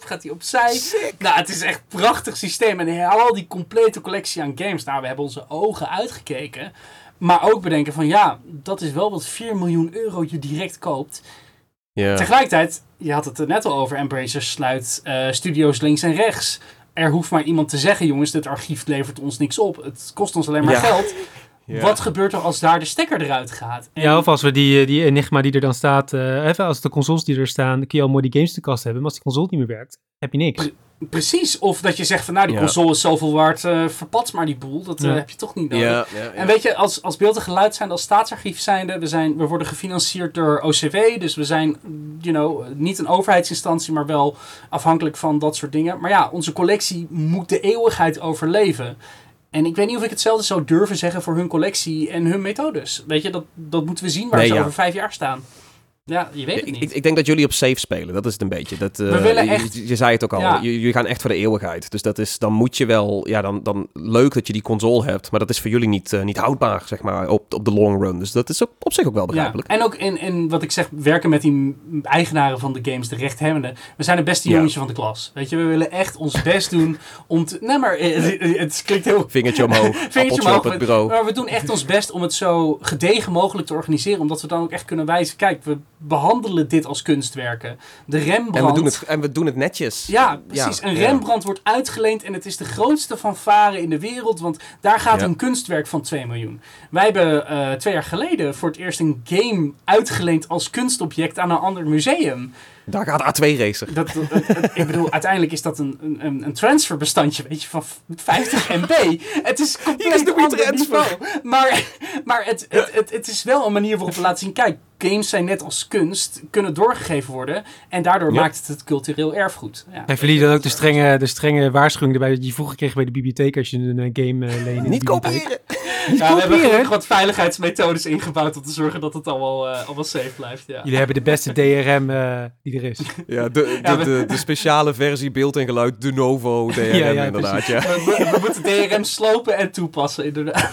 gaat hij opzij. Sick. Nou, het is echt een prachtig systeem. En al die complete collectie aan games. Nou, we hebben onze ogen uitgekeken. Maar ook bedenken van ja, dat is wel wat vier miljoen euro je direct koopt. Ja. Tegelijkertijd, je had het er net al over, Embracer sluit uh, studio's links en rechts. Er hoeft maar iemand te zeggen, jongens, dit archief levert ons niks op. Het kost ons alleen maar Ja. geld. Ja. Wat gebeurt er als daar de stekker eruit gaat? En Ja, of als we die, die Enigma die er dan staat, uh, even als de consoles die er staan, dan kun je al mooi die games te kast hebben. Maar als die console niet meer werkt, heb je niks. Precies, of dat je zegt van nou, die Ja. console is zoveel waard, uh, verpats maar die boel. Dat uh, Ja. heb je toch niet nodig. Ja, ja, ja. En weet je, als, als beeld en geluid zijn, als staatsarchief zijnde, we, zijn, we worden gefinancierd door O C W, dus we zijn, you know, niet een overheidsinstantie, maar wel afhankelijk van dat soort dingen. Maar ja, onze collectie moet de eeuwigheid overleven. En ik weet niet of ik hetzelfde zou durven zeggen voor hun collectie en hun methodes. Weet je, dat, dat moeten we zien waar Nee, ze ja. over vijf jaar staan. Ja, je weet het Ik, niet. ik, ik denk dat jullie op safe spelen. Dat is het een beetje. Dat, uh, We willen je- echt- Je, je zei het ook al. Ja. Je- Jullie gaan echt voor de eeuwigheid. Dus dat is, dan moet je wel... Ja, dan, dan leuk dat je die console hebt. Maar dat is voor jullie niet, uh, niet houdbaar, zeg maar, op, op de long run. Dus dat is op, op zich ook wel begrijpelijk. Ja. En ook in, in wat ik zeg, werken met die eigenaren van de games, de rechthebbenden. We zijn het beste Ja. jongetje van de klas. Weet je, we willen echt ons best doen om te... Nee, maar het, het klinkt heel... Vingertje omhoog. Vingertje appeltje omhoog. op het bureau. Maar we doen echt ons best om het zo gedegen mogelijk te organiseren. Omdat we dan ook echt kunnen wijzen. Kijk, we behandelen dit als kunstwerken. De Rembrandt... En we, doen het, en we doen het netjes. Ja, precies. Ja, een ja. Rembrandt wordt uitgeleend en het is de grootste fanfare in de wereld, want daar gaat Ja. een kunstwerk van twee miljoen. Wij hebben uh, twee jaar geleden voor het eerst een game uitgeleend als kunstobject aan een ander museum. Daar gaat A twee racer. Dat, dat, dat- dat- ik bedoel, uiteindelijk is dat een, een, een transferbestandje, weet je, van vijftig megabyte. Het is Hier compleet is de ander WeTransfer. niveau. Maar, maar het, het, het, het is wel een manier waarop we laten zien, kijk, games zijn net als kunst, kunnen doorgegeven worden en daardoor Ja. maakt het het cultureel erfgoed. Ja. Geven jullie dan ook de strenge, de strenge waarschuwing erbij die je vroeger kreeg bij de bibliotheek als je een uh, game uh, leende? in de Niet bibliotheek? kopiëren. Ja, we hebben kopiëren. gelukkig wat veiligheidsmethodes ingebouwd om te zorgen dat het allemaal, uh, allemaal safe blijft. Ja. Jullie hebben de beste D R M uh, die er is. Ja, de, de, Ja, we- de, de speciale versie beeld en geluid, de Novo D R M Ja, ja, inderdaad. Ja, We, we- we moeten D R M slopen en toepassen, inderdaad.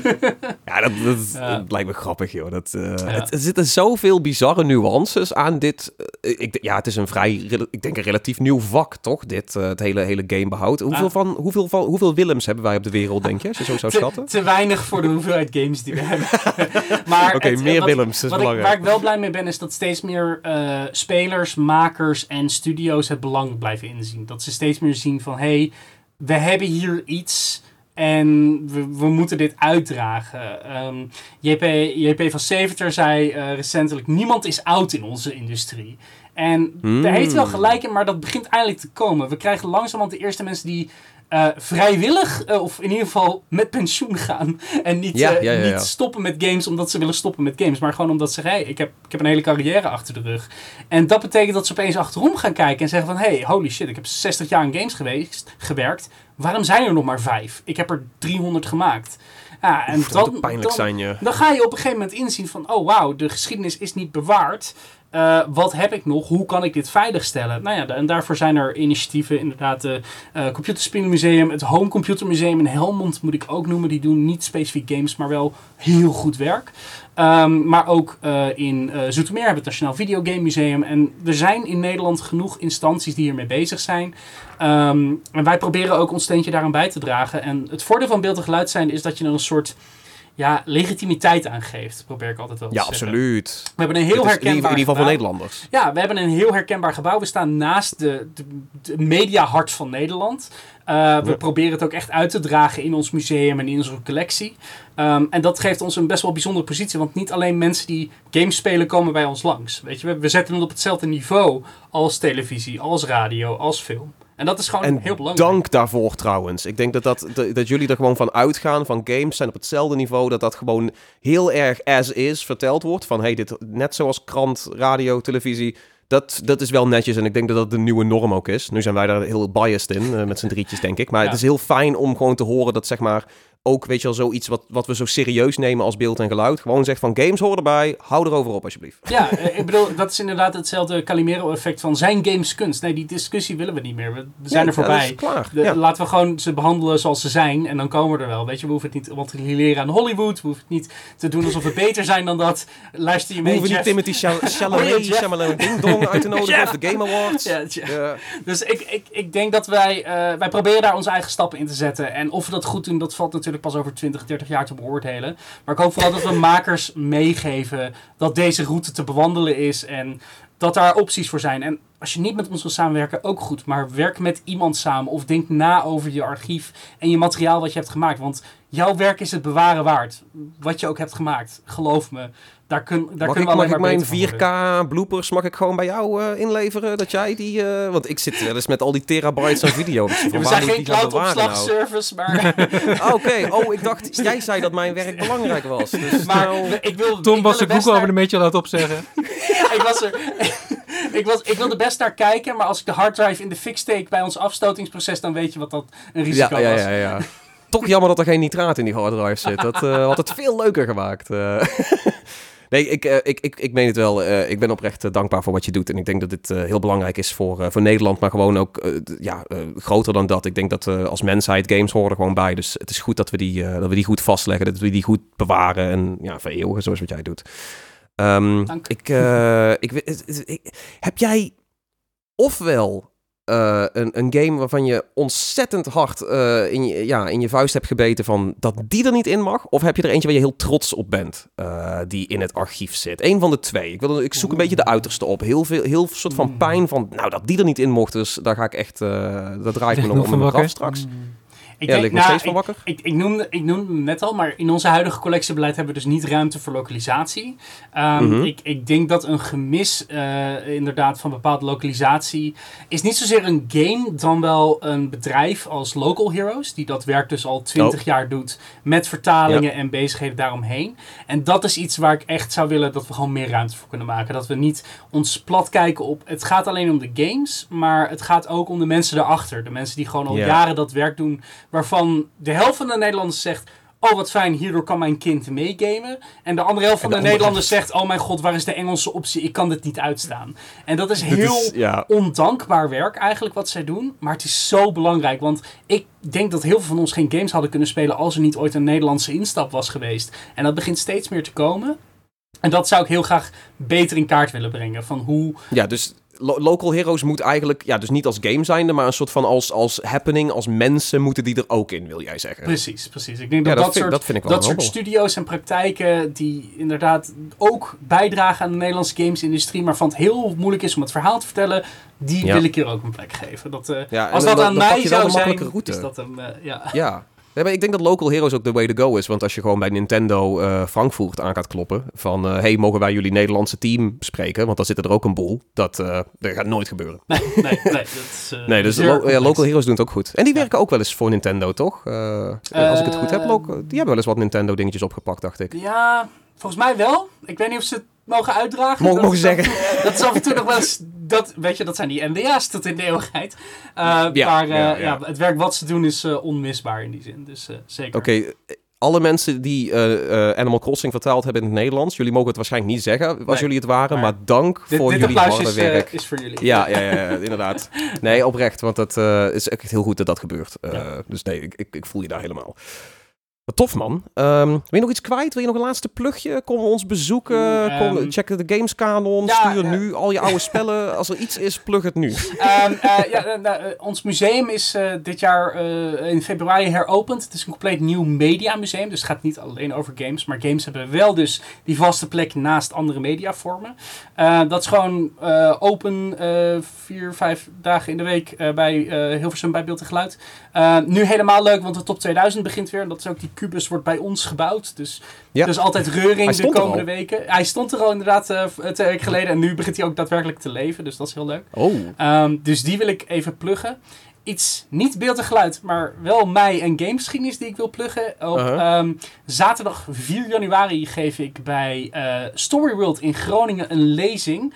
ja dat, dat, is- Ja. dat lijkt me grappig, joh. Dat, uh, het, er zitten zoveel bizarre nuances aan dit. Uh, ik, d- ja, het is een vrij, rela- ik denk een relatief nieuw vak, toch? Dit, uh, het hele, hele gamebehoud. Hoeveel, Ah. van, hoeveel, van, hoeveel Willems hebben wij op de wereld, denk je? Als je zo zou schatten? Te, te weinig voor de hoeveelheid games die we hebben. Maar Oké, het- meer wat- Willems, dat is wat ik, belangrijk. waar ik wel blij mee ben, is dat steeds meer uh, spelers, makers en studio's het belang blijven inzien. Dat ze steeds meer zien van, hé, hey, we hebben hier iets en we, we moeten dit uitdragen. Um, J P, J P van Seventer zei uh, recentelijk, niemand is oud in onze industrie. En Hmm. daar heeft hij wel gelijk in, maar dat begint eindelijk te komen. We krijgen langzamerhand de eerste mensen die uh, vrijwillig, uh, of in ieder geval met pensioen gaan. En niet, Ja, uh, ja, ja, ja. niet stoppen met games omdat ze willen stoppen met games. Maar gewoon omdat ze zeggen, hey, ik heb, ik heb een hele carrière achter de rug. En dat betekent dat ze opeens achterom gaan kijken en zeggen van, hey, holy shit, ik heb zestig jaar aan games geweest, gewerkt. Waarom zijn er nog maar vijf? Ik heb er driehonderd gemaakt. Ja, en Oef, dat moet dan, ook pijnlijk dan, zijn, je. dan ga je op een gegeven moment inzien van, oh wauw, de geschiedenis is niet bewaard. Uh, wat heb ik nog? Hoe kan ik dit veiligstellen? Nou ja, en daarvoor zijn er initiatieven. Inderdaad, het uh, Computerspielenmuseum, het Home Computer Museum in Helmond moet ik ook noemen. Die doen niet specifiek games, maar wel heel goed werk. Um, maar ook uh, in uh, Zoetermeer hebben we het Nationaal Videogame Museum. En er zijn in Nederland genoeg instanties die hiermee bezig zijn. Um, en wij proberen ook ons steentje daaraan bij te dragen. En het voordeel van beeld en geluid zijn is dat je er een soort... ja, legitimiteit aangeeft, probeer ik altijd wel te Ja, zeggen. absoluut. We hebben een Het heel is in, herkenbaar ieder- in ieder geval voor gebouw. Nederlanders. Ja, we hebben een heel herkenbaar gebouw. We staan naast de, de, de mediahart van Nederland. Uh, we Ja. proberen het ook echt uit te dragen in ons museum en in onze collectie. Um, en dat geeft ons een best wel bijzondere positie. Want niet alleen mensen die games spelen komen bij ons langs. Weet je, we, we zetten het op hetzelfde niveau als televisie, als radio, als film. En dat is gewoon En heel belangrijk. dank daarvoor trouwens. Ik denk dat, dat, dat, dat jullie er gewoon van uitgaan, van games zijn op hetzelfde niveau, dat dat gewoon heel erg as is verteld wordt. Van hey, dit net zoals krant, radio, televisie, dat, dat is wel netjes. En ik denk dat dat de nieuwe norm ook is. Nu zijn wij daar heel biased in, uh, met z'n drietjes denk ik. Maar Ja. het is heel fijn om gewoon te horen dat zeg maar ook, weet je wel, zoiets wat, wat we zo serieus nemen als beeld en geluid. Gewoon zegt van games horen erbij, hou erover op alsjeblieft. Ja, uh, ik bedoel, dat is inderdaad hetzelfde Calimero-effect van zijn games kunst. Nee, die discussie willen we niet meer. We, we zijn ja, er voorbij. Ja, dat is klaar. De, ja. Laten we gewoon ze behandelen zoals ze zijn en dan komen we er wel. Weet je, we hoeven het niet want te leren aan Hollywood. We hoeven het niet te doen alsof we beter zijn dan dat. Luister je mee, We hoeven Jeff. niet Timothy Chalamet, Chalamet Ding Dong uit te nodigen of de Game Awards. Ja, ja. Ja. Dus ik, ik, ik denk dat wij, uh, wij proberen daar onze eigen stappen in te zetten. En of we dat goed doen, dat valt natuurlijk pas over twintig, dertig jaar te beoordelen. Maar ik hoop vooral dat we makers meegeven dat deze route te bewandelen is en dat daar opties voor zijn. En als je niet met ons wil samenwerken, ook goed. Maar werk met iemand samen of denk na over je archief en je materiaal wat je hebt gemaakt. Want jouw werk is het bewaren waard. Wat je ook hebt gemaakt. Geloof me. Daar, kun, daar mag kunnen ik, we alleen mag maar ik mijn beter van vier K worden. bloopers mag ik gewoon bij jou uh, inleveren? Dat jij die... Uh, want ik zit wel eens met al die terabytes aan video. Dus Ja, we zijn geen cloud-opslagservice, maar... Oké, okay. oh, ik dacht... Jij zei dat mijn werk belangrijk was. Dus maar nou... ik wil, Tom ik was wil zijn Google-abonnementje al aan het opzeggen. Ja, ik was er... ik, was, ik wil er best naar kijken, maar als ik de harddrive in de fik steek bij ons afstotingsproces, dan weet je wat dat een risico ja, ja, was. Ja, ja, ja. Toch jammer dat er geen nitraat in die harddrive zit. Dat uh, had het veel leuker gemaakt. Uh, nee, ik, uh, ik, ik, ik meen het wel. Uh, ik ben oprecht uh, dankbaar voor wat je doet. En ik denk dat dit uh, heel belangrijk is voor, uh, voor Nederland. Maar gewoon ook uh, ja, uh, groter dan dat. Ik denk dat uh, als mensheid games horen er gewoon bij. Dus het is goed dat we die, uh, dat we die goed vastleggen. Dat we die goed bewaren en ja, vereeuwigen zoals wat jij doet. Um, Dank. Ik, uh, ik, ik, ik, heb jij ofwel... Uh, een, een game waarvan je ontzettend hard uh, in, je, ja, in je vuist hebt gebeten van dat die er niet in mag? Of heb je er eentje waar je heel trots op bent, uh, die in het archief zit? Eén van de twee. Ik, wil, ik zoek een beetje de uiterste op. Heel veel, heel soort van pijn van, nou, dat die er niet in mocht. Dus daar ga ik echt, uh, daar draai ik me nog om mijn graf straks. Ik ja, denk, ligt nog nou, steeds van wakker. Ik, ik, ik, noemde, ik noemde het net al, maar in onze huidige collectiebeleid hebben we dus niet ruimte voor lokalisatie. Um, mm-hmm. ik, ik denk dat een gemis uh, inderdaad van bepaalde lokalisatie is niet zozeer een game, dan wel een bedrijf als Local Heroes, die dat werk dus al twintig oh. jaar doet met vertalingen ja. en bezigheden daaromheen. En dat is iets waar ik echt zou willen dat we gewoon meer ruimte voor kunnen maken. Dat we niet ons plat kijken op, het gaat alleen om de games, maar het gaat ook om de mensen daarachter. De mensen die gewoon al yeah. jaren dat werk doen, waarvan de helft van de Nederlanders zegt, oh wat fijn, hierdoor kan mijn kind meegamen. En de andere helft van de, de Nederlanders zegt, oh mijn god, waar is de Engelse optie? Ik kan dit niet uitstaan. En dat is heel is, ja. ondankbaar werk eigenlijk wat zij doen. Maar het is zo belangrijk, want ik denk dat heel veel van ons geen games hadden kunnen spelen als er niet ooit een Nederlandse instap was geweest. En dat begint steeds meer te komen. En dat zou ik heel graag beter in kaart willen brengen. Van hoe... Ja, dus... Local Heroes moet eigenlijk, ja, dus niet als game zijnde, maar een soort van als, als happening, als mensen moeten die er ook in, wil jij zeggen? Precies, precies. Ik denk dat ja, dat, dat, vind, soort, dat, vind ik wel dat soort studio's en praktijken die inderdaad ook bijdragen aan de Nederlandse gamesindustrie, maar van het heel moeilijk is om het verhaal te vertellen, die ja. wil ik hier ook een plek geven. Dat, uh, ja, als dat dan, aan dan mij zou zijn, route. Is dat hem, uh, ja. Ja. Ja, maar ik denk dat Local Heroes ook the way to go is. Want als je gewoon bij Nintendo uh, Frankfurt aan gaat kloppen van... Uh, hey, mogen wij jullie Nederlandse team spreken? Want dan zitten er ook een boel. Dat, uh, dat gaat nooit gebeuren. Nee, nee, nee. Dat is, uh, nee dus lo- ja, Local Heroes doen het ook goed. En die werken ja. ook wel eens voor Nintendo, toch? Uh, uh, als ik het goed heb, lo- die hebben wel eens wat Nintendo dingetjes opgepakt, dacht ik. Ja, volgens mij wel. Ik weet niet of ze het mogen uitdragen. Mogen, mogen zeggen. Dat, dat is af en toe nog wel eens... Dat, weet je, dat zijn die N D A's tot in de eeuwigheid. Uh, ja, maar uh, ja, ja. Ja, het werk wat ze doen is uh, onmisbaar in die zin. Dus uh, zeker. Oké, okay. Alle mensen die uh, uh, Animal Crossing vertaald hebben in het Nederlands... jullie mogen het waarschijnlijk niet zeggen als nee, jullie het waren... maar, maar dank dit, voor dit jullie harde is, werk. Uh, is voor jullie. Ja, ja, ja, ja inderdaad. Nee, oprecht, want het uh, is echt heel goed dat dat gebeurt. Uh, ja. Dus nee, ik, ik, ik voel je daar helemaal. Wat tof, man. Um, wil je nog iets kwijt? Wil je nog een laatste plugje? Kom ons bezoeken. Um, Kom, check de Gameskanon. Ja, stuur uh, nu al je oude spellen. Als er iets is, plug het nu. Um, uh, ja, uh, uh, ons museum is uh, dit jaar uh, in februari heropend. Het is een compleet nieuw mediamuseum. Dus het gaat niet alleen over games. Maar games hebben wel dus die vaste plek naast andere mediavormen. Uh, dat is gewoon uh, open uh, vier, vijf dagen in de week uh, bij uh, Hilversum bij Beeld en Geluid. Uh, nu helemaal leuk, want de top tweeduizend begint weer. Dat is ook die Cubus wordt bij ons gebouwd. Dus ja. er is altijd reuring de komende weken. Hij stond er al inderdaad uh, twee weken geleden. En nu begint hij ook daadwerkelijk te leven. Dus dat is heel leuk. Oh. Um, dus die wil ik even pluggen. Iets, niet beeld en geluid, maar wel mij en gamegeschiedenis die ik wil pluggen. Op uh-huh. um, zaterdag vier januari geef ik bij uh, Storyworld in Groningen een lezing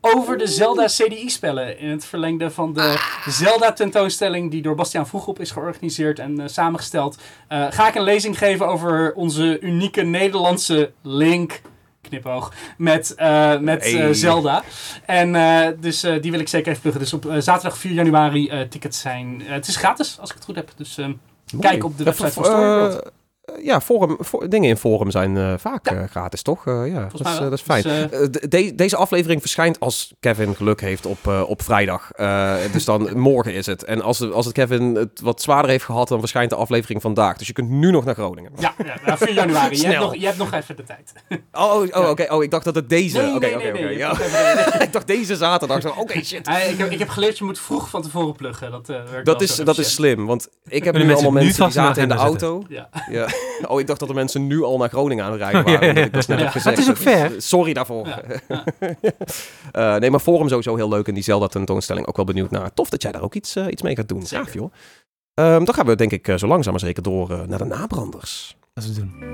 over de Zelda C D I-spellen. In het verlengde van de Zelda-tentoonstelling die door Bastiaan Vroegop is georganiseerd en uh, samengesteld. Uh, ga ik een lezing geven over onze unieke Nederlandse Link... knipoog, met, uh, met uh, Zelda. En uh, dus uh, die wil ik zeker even pluggen. Dus op uh, zaterdag vier januari uh, tickets zijn... Uh, het is gratis, als ik het goed heb. Dus uh, kijk op de website van Storyworld. Uh, Ja, forum, for, dingen in forum zijn uh, vaak ja. uh, gratis, toch? Uh, ja, dat is, uh, dat is fijn. Dus, uh... de, de, deze aflevering verschijnt als Kevin geluk heeft op, uh, op vrijdag. Uh, dus dan morgen is het. En als, als het Kevin het wat zwaarder heeft gehad, dan verschijnt de aflevering vandaag. Dus je kunt nu nog naar Groningen. Ja, ja nou, vier januari. je, hebt nog, je hebt nog even de tijd. Oh, oh, oh ja. oké. Okay. Oh, ik dacht dat het deze... Nee, oké, nee, oké, nee, nee, oké. nee, Ja. nee. Ik dacht deze zaterdag. Oké, okay, shit. Uh, ik, heb, ik heb geleerd, je moet vroeg van tevoren pluggen. Dat, uh, dat, is, dat is slim, want ik heb nu allemaal mensen die zaten in de auto. Ja. Ja. Oh, ik dacht dat de mensen nu al naar Groningen aan het rijden waren. Oh, ja, ja, ja. Ik dat net ja. gezegd. Het is ook fair. Sorry daarvoor. Ja, ja. uh, nee, maar Forum sowieso heel leuk. En die Zelda tentoonstelling ook wel benieuwd naar. Tof dat jij daar ook iets, uh, iets mee gaat doen. Gaaf, joh. Um, dan gaan we denk ik uh, zo langzaam maar zeker door uh, naar de nabranders. Laten we doen.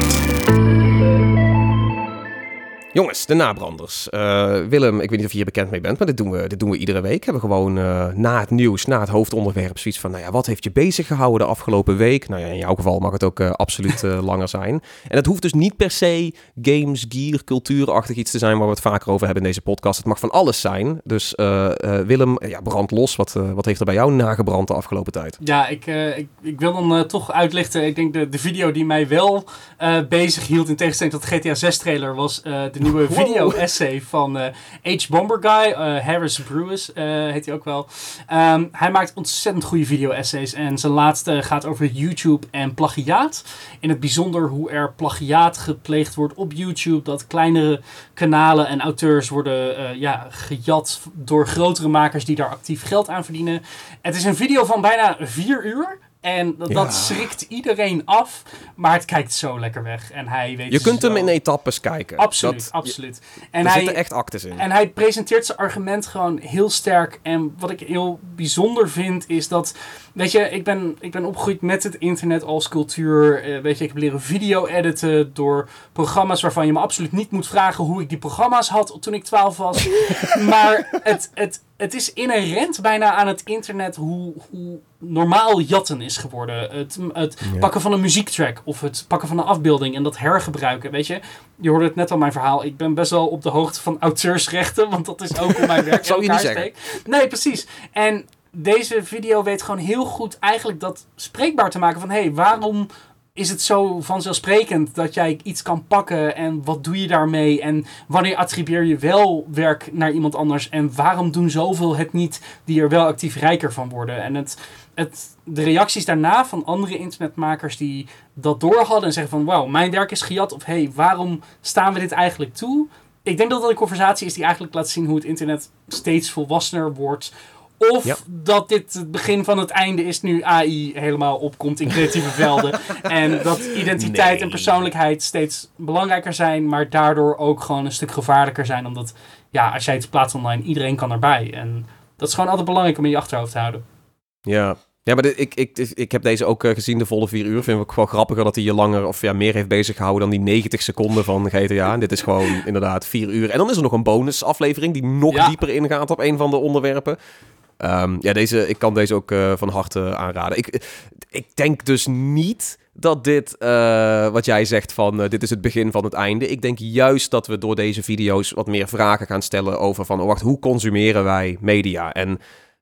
Jongens, de nabranders. Uh, Willem, ik weet niet of je hier bekend mee bent, maar dit doen we, dit doen we iedere week. Hebben we gewoon uh, na het nieuws, na het hoofdonderwerp, zoiets van, nou ja, wat heeft je bezig gehouden de afgelopen week? Nou ja, in jouw geval mag het ook uh, absoluut uh, langer zijn. En het hoeft dus niet per se games, gear, cultuurachtig iets te zijn waar we het vaker over hebben in deze podcast. Het mag van alles zijn. Dus uh, uh, Willem, ja, brand los. Wat, uh, wat heeft er bij jou nagebrand de afgelopen tijd? Ja, ik, uh, ik, ik wil dan uh, toch uitlichten. Ik denk de, de video die mij wel uh, bezig hield, in tegenstelling tot de G T A zes trailer, was uh, de nieuwe video-essay van uh, H. Bomber Guy, uh, Harris Brewis uh, heet hij ook wel. Um, hij maakt ontzettend goede video-essays en zijn laatste gaat over YouTube en plagiaat. In het bijzonder hoe er plagiaat gepleegd wordt op YouTube, dat kleinere kanalen en auteurs worden uh, ja, gejat door grotere makers die daar actief geld aan verdienen. Het is een video van bijna vier uur. En dat, ja. dat schrikt iedereen af, maar het kijkt zo lekker weg. En hij weet je kunt zo... hem in etappes kijken. Absoluut, dat, absoluut. En er hij, zitten echt actes in. En hij presenteert zijn argument gewoon heel sterk. En wat ik heel bijzonder vind is dat... Weet je, ik ben, ik ben opgegroeid met het internet als cultuur. Uh, weet je, ik heb leren video editen door programma's waarvan je me absoluut niet moet vragen hoe ik die programma's had toen ik twaalf was. Maar het, het, het is inherent bijna aan het internet hoe, hoe normaal jatten is geworden. Het, het ja. pakken van een muziektrack of het pakken van een afbeelding en dat hergebruiken. Weet je, je hoorde het net al mijn verhaal. Ik ben best wel op de hoogte van auteursrechten, want dat is ook hoe mijn werk in elkaar steekt. Nee, precies. En deze video weet gewoon heel goed eigenlijk dat spreekbaar te maken van... hé, hey, waarom is het zo vanzelfsprekend dat jij iets kan pakken en wat doe je daarmee? En wanneer attribueer je wel werk naar iemand anders? En waarom doen zoveel het niet die er wel actief rijker van worden? En het, het, de reacties daarna van andere internetmakers die dat door hadden en zeggen van... wauw, mijn werk is gejat of hé, hey, waarom staan we dit eigenlijk toe? Ik denk dat dat een conversatie is die eigenlijk laat zien hoe het internet steeds volwassener wordt... Of ja. dat dit het begin van het einde is nu A I helemaal opkomt in creatieve velden. En dat identiteit nee. en persoonlijkheid steeds belangrijker zijn. Maar daardoor ook gewoon een stuk gevaarlijker zijn. Omdat ja, als jij iets plaatst online, iedereen kan erbij. En dat is gewoon altijd belangrijk om in je achterhoofd te houden. Ja, ja maar de, ik, ik, ik heb deze ook uh, gezien, de volle vier uur. Vind ik wel grappiger dat hij je langer of ja, meer heeft bezig gehouden dan die negentig seconden van G T A. En dit is gewoon inderdaad vier uur. En dan is er nog een bonusaflevering die nog ja. dieper ingaat op een van de onderwerpen. Um, ja, deze, ik kan deze ook uh, van harte aanraden. Ik, ik denk dus niet dat dit, uh, wat jij zegt van uh, dit is het begin van het einde. Ik denk juist dat we door deze video's wat meer vragen gaan stellen over van, oh, wacht, hoe consumeren wij media? En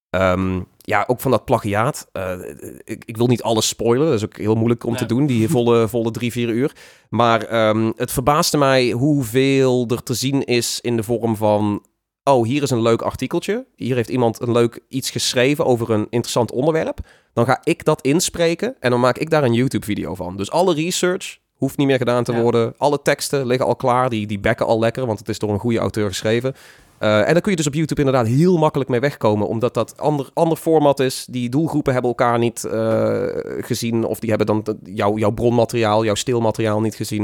um, ja, ook van dat plagiaat. Uh, ik, ik wil niet alles spoilen, dat is ook heel moeilijk om nee. te doen, die volle, volle drie, vier uur. Maar um, het verbaasde mij hoeveel er te zien is in de vorm van... oh, hier is een leuk artikeltje. Hier heeft iemand een leuk iets geschreven over een interessant onderwerp. Dan ga ik dat inspreken en dan maak ik daar een YouTube-video van. Dus alle research hoeft niet meer gedaan te ja. worden. Alle teksten liggen al klaar. Die, die bekken al lekker, want het is door een goede auteur geschreven. Uh, en dan kun je dus op YouTube inderdaad heel makkelijk mee wegkomen. Omdat dat ander, ander format is. Die doelgroepen hebben elkaar niet uh, gezien. Of die hebben dan jou, jouw bronmateriaal, jouw stilmateriaal niet gezien.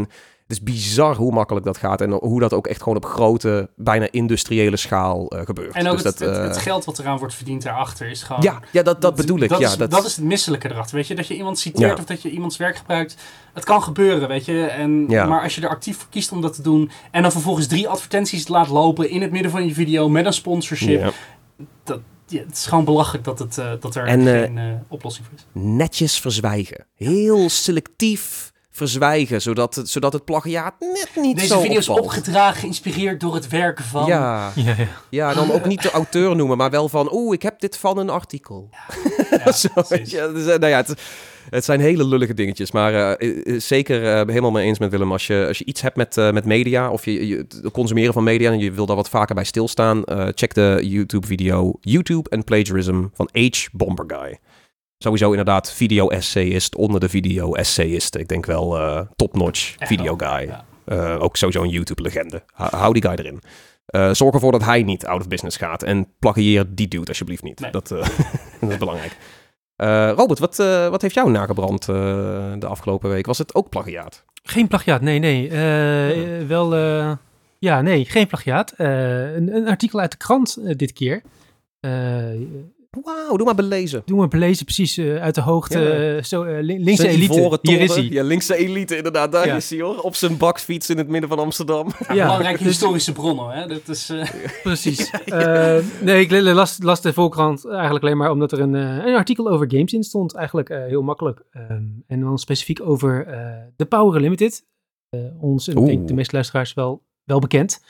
het is bizar hoe makkelijk dat gaat. En hoe dat ook echt gewoon op grote, bijna industriële schaal uh, gebeurt. En ook dus het, dat, uh, het, het geld wat eraan wordt verdiend daarachter is gewoon... Ja, ja dat, dat bedoel ik. Dat, ja, is, dat... dat is het misselijke erachter. Weet je, dat je iemand citeert ja. of dat je iemands werk gebruikt. Het kan gebeuren, weet je. En, ja. Maar als je er actief voor kiest om dat te doen... en dan vervolgens drie advertenties laat lopen in het midden van je video met een sponsorship... Ja. Dat, ja, het is gewoon belachelijk dat, het, uh, dat er en, uh, geen uh, oplossing voor is. Netjes verzwijgen. Heel selectief verzwijgen, zodat het, zodat het plagiaat net niet Deze zo video is opvalt. opgedragen, geïnspireerd door het werk van... Ja, Ja, ja. ja, dan ook niet de auteur noemen, maar wel van... oeh, ik heb dit van een artikel. Ja, ja, Zo, weet je, dus, nou ja, het, het zijn hele lullige dingetjes. Maar uh, uh, zeker uh, helemaal mee eens met Willem. Als je, als je iets hebt met, uh, met media... of je, je het consumeren van media... en je wil daar wat vaker bij stilstaan... Uh, check de YouTube-video YouTube and Plagiarism van H. Bomber Guy. Sowieso inderdaad video-essayist onder de video-essayisten. Ik denk wel uh, top-notch video-guy. Ja. Uh, ook sowieso een YouTube-legende. H- hou die guy erin. Uh, zorg ervoor dat hij niet out of business gaat. En plagieer die dude alsjeblieft niet. Nee. Dat, uh, dat is belangrijk. Uh, Robert, wat, uh, wat heeft jou nagebrand uh, de afgelopen week? Was het ook plagiaat? Geen plagiaat, nee, nee. Uh, uh, wel, uh, ja, nee, geen plagiaat. Uh, een, een artikel uit de krant uh, dit keer. Uh, Wauw, doe maar belezen. Doe maar belezen, precies. Uh, uit de hoogte. Ja. Uh, zo, uh, linkse elite. Hier is hij. Ja, linkse elite, inderdaad. Daar ja. is hij hoor. Op zijn bakfiets in het midden van Amsterdam. Ja, ja. Belangrijke historische bronnen, hè. Dat is, uh... Precies. uh, nee, ik las, las de Volkskrant eigenlijk alleen maar omdat er een, uh, een artikel over games in stond. Eigenlijk uh, heel makkelijk. Um, en dan specifiek over uh, de Power Unlimited. Uh, ons, en ik denk de meeste luisteraars wel, wel bekend.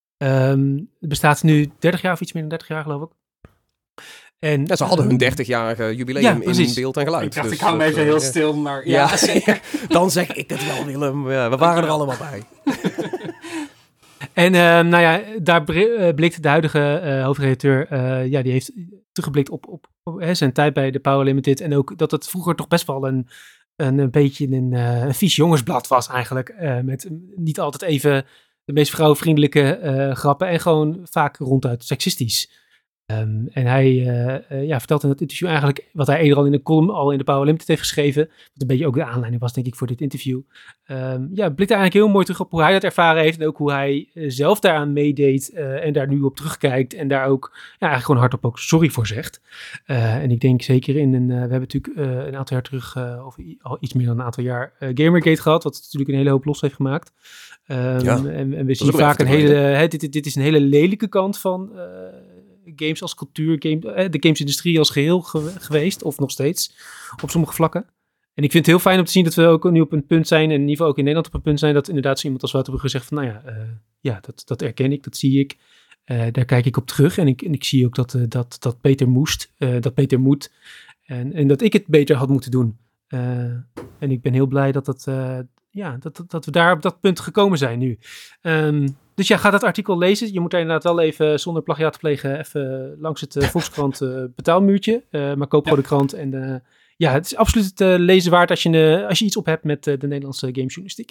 Um, het bestaat nu dertig jaar of iets meer dan dertig jaar, geloof ik. En, ja, ze hadden hun dertigjarige jubileum ja, in beeld en geluid. Ik dacht, dus, ik hou me even heel stil, maar ja, ja zeker. Dan zeg ik het wel, Willem. Ja, we waren er allemaal bij. En uh, nou ja, daar blikt de huidige uh, hoofdredacteur, uh, ja, die heeft teruggeblikt op, op, op hè, zijn tijd bij de Power Limited. En ook dat het vroeger toch best wel een, een, een beetje een, uh, een vies jongensblad was eigenlijk. Uh, met niet altijd even de meest vrouwenvriendelijke uh, grappen en gewoon vaak ronduit seksistisch. Um, en hij uh, uh, ja, vertelt in het interview eigenlijk wat hij eerder al in de column al in de Power Limited heeft geschreven. Wat een beetje ook de aanleiding was, denk ik, voor dit interview. Um, ja, blikt eigenlijk heel mooi terug op hoe hij dat ervaren heeft. En ook hoe hij uh, zelf daaraan meedeed uh, en daar nu op terugkijkt. En daar ook ja, eigenlijk gewoon hardop ook sorry voor zegt. Uh, en ik denk zeker in een, uh, we hebben natuurlijk uh, een aantal jaar terug, uh, of i- al iets meer dan een aantal jaar, uh, Gamergate gehad. Wat natuurlijk een hele hoop los heeft gemaakt. Um, ja, en, en we zien vaak een hele, hè, dit, dit is een hele lelijke kant van uh, games als cultuur, game, eh, de gamesindustrie als geheel ge- geweest, of nog steeds, op sommige vlakken. En ik vind het heel fijn om te zien dat we ook nu op een punt zijn, en in ieder geval ook in Nederland op een punt zijn, dat inderdaad zo iemand als Wouter Brugge zegt van, nou ja, uh, ja dat, dat erken ik, dat zie ik, uh, daar kijk ik op terug. En ik, en ik zie ook dat, uh, dat, dat beter moest, uh, dat beter moet, en, en dat ik het beter had moeten doen. Uh, en ik ben heel blij dat dat... Uh, Ja, dat, dat, dat we daar op dat punt gekomen zijn nu. Um, dus ja, ga dat artikel lezen. Je moet daar inderdaad wel even, zonder plagiaat te plegen, even langs het uh, Volkskrant uh, betaalmuurtje. Uh, maar koop gewoon ja. de krant. En uh, ja, het is absoluut het uh, lezen waard als je, uh, als je iets op hebt met uh, de Nederlandse gamejournalistiek.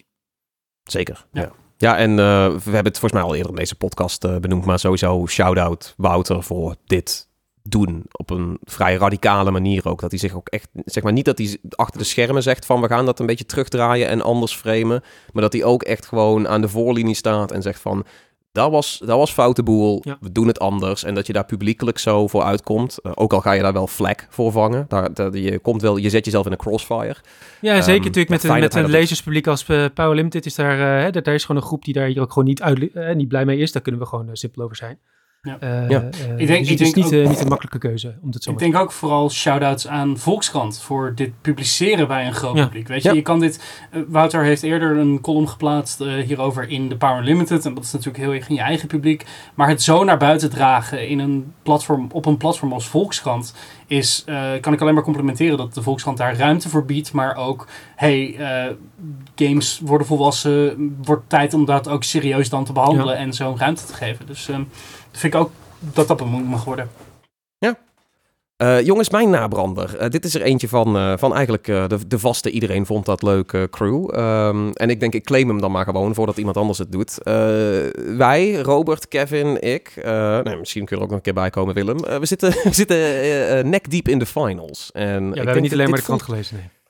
Zeker, ja. Ja, en uh, we hebben het volgens mij al eerder in deze podcast uh, benoemd, maar sowieso shout-out Wouter voor dit doen op een vrij radicale manier ook. Dat hij zich ook echt, zeg maar niet dat hij achter de schermen zegt van we gaan dat een beetje terugdraaien en anders framen, maar dat hij ook echt gewoon aan de voorlinie staat en zegt van dat was, dat was foute boel, ja. we doen het anders en dat je daar publiekelijk zo voor uitkomt. Uh, ook al ga je daar wel vlek voor vangen. Daar, daar, je, komt wel, je zet jezelf in een crossfire. Ja, zeker um, natuurlijk met, een, met een lezerspubliek als uh, Power Limited is daar, uh, daar is gewoon een groep die daar hier ook gewoon niet, uit, uh, niet blij mee is. Daar kunnen we gewoon uh, simpel over zijn. Ja. Uh, ja. Uh, ik denk, dus het is niet, ook, uh, niet een makkelijke keuze. Om het zo ik denk ook vooral shout-outs aan Volkskrant voor dit publiceren bij een groot ja. publiek. Weet je, ja. je kan dit... Uh, Wouter heeft eerder een column geplaatst uh, hierover in de Power Limited. En dat is natuurlijk heel erg in je eigen publiek. Maar het zo naar buiten dragen in een platform, op een platform als Volkskrant is, uh, kan ik alleen maar complimenteren dat de Volkskrant daar ruimte voor biedt. Maar ook, hey, uh, games worden volwassen. Wordt tijd om dat ook serieus dan te behandelen ja. en zo'n ruimte te geven. Dus... Um, vind ik ook dat dat bemoedigd mag worden. Ja. Uh, jongens, mijn nabrander. Uh, dit is er eentje van, uh, van eigenlijk uh, de, de vaste iedereen vond dat leuk uh, crew. Um, en ik denk, ik claim hem dan maar gewoon voordat iemand anders het doet. Uh, wij, Robert, Kevin, ik. Uh, nee, misschien kun je er ook nog een keer bij komen, Willem. Uh, we zitten, we zitten uh, uh, nek diep in de finals. En ja, we ik hebben denk niet alleen maar de voelt... krant gelezen, nee.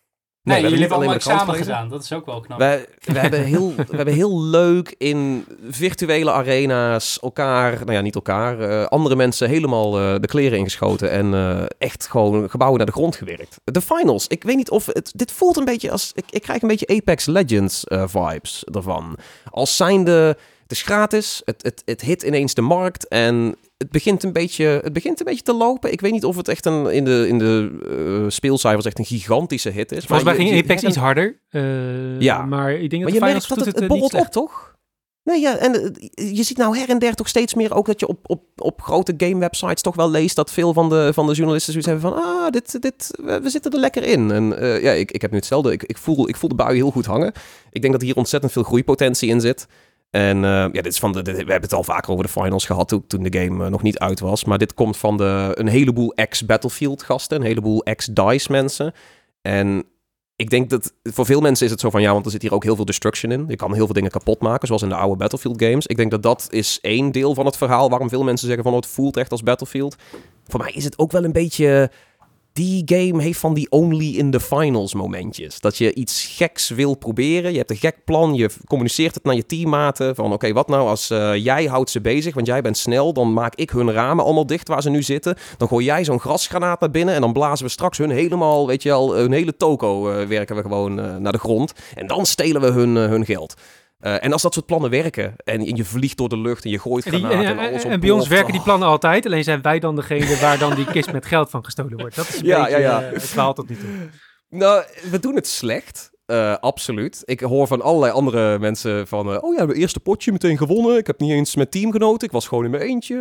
Nee, we jullie hebben hebben niet allemaal alleen maar de krant examen gelezen. gedaan. Dat is ook wel knap. We, we, hebben heel, we hebben heel leuk in virtuele arena's elkaar, nou ja, niet elkaar, uh, andere mensen helemaal uh, de kleren ingeschoten en uh, echt gewoon gebouwen naar de grond gewerkt. De finals, ik weet niet of het, dit voelt een beetje als, ik, ik krijg een beetje Apex Legends uh, vibes ervan. Als zijnde, het is gratis, het, het, het hit ineens de markt en het begint een beetje, het begint een beetje te lopen. Ik weet niet of het echt een, in de, in de uh, speelcijfers echt een gigantische hit is. Volgens mij ging je, Apex je, iets harder. Uh, ja. Maar ik denk maar dat je de merkt finals dat doet het, het, het uh, niet borrelt op, slecht. toch? Nee, ja, en uh, je ziet nou her en der toch steeds meer ook dat je op, op, op grote game-websites toch wel leest dat veel van de, van de journalisten zoiets hebben van, ah, dit, dit, we, we zitten er lekker in. En uh, ja, ik, ik heb nu hetzelfde. Ik, ik, voel, ik voel de bui heel goed hangen. Ik denk dat hier ontzettend veel groeipotentie in zit. En uh, ja, dit is van de, de, we hebben het al vaker over de finals gehad toen, toen de game uh, nog niet uit was. Maar dit komt van de, een heleboel ex-Battlefield gasten, een heleboel ex-DICE mensen. En ik denk dat voor veel mensen is het zo van, ja, want er zit hier ook heel veel destruction in. Je kan heel veel dingen kapot maken, zoals in de oude Battlefield games. Ik denk dat dat is één deel van het verhaal waarom veel mensen zeggen van, oh, het voelt echt als Battlefield. Voor mij is het ook wel een beetje, die game heeft van die only in the finals momentjes. Dat je iets geks wil proberen. Je hebt een gek plan. Je communiceert het naar je teammaten. Van oké, okay, wat nou als uh, jij houdt ze bezig, want jij bent snel. Dan maak ik hun ramen allemaal dicht waar ze nu zitten. Dan gooi jij zo'n grasgranaat naar binnen. En dan blazen we straks hun helemaal, weet je wel, hun hele toko uh, werken we gewoon uh, naar de grond. En dan stelen we hun, uh, hun geld. Uh, en als dat soort plannen werken en je vliegt door de lucht en je gooit granaten en, die, en, en alles op. En bij ons werken die plannen altijd, alleen zijn wij dan degene waar dan die kist met geld van gestolen wordt. Dat is een ja, beetje ja, ja. Uh, het verhaal tot nu toe. Nou, we doen het slecht. Uh, absoluut. Ik hoor van allerlei andere mensen van, uh, oh ja, mijn eerste potje meteen gewonnen. Ik heb niet eens met teamgenoten, ik was gewoon in mijn eentje.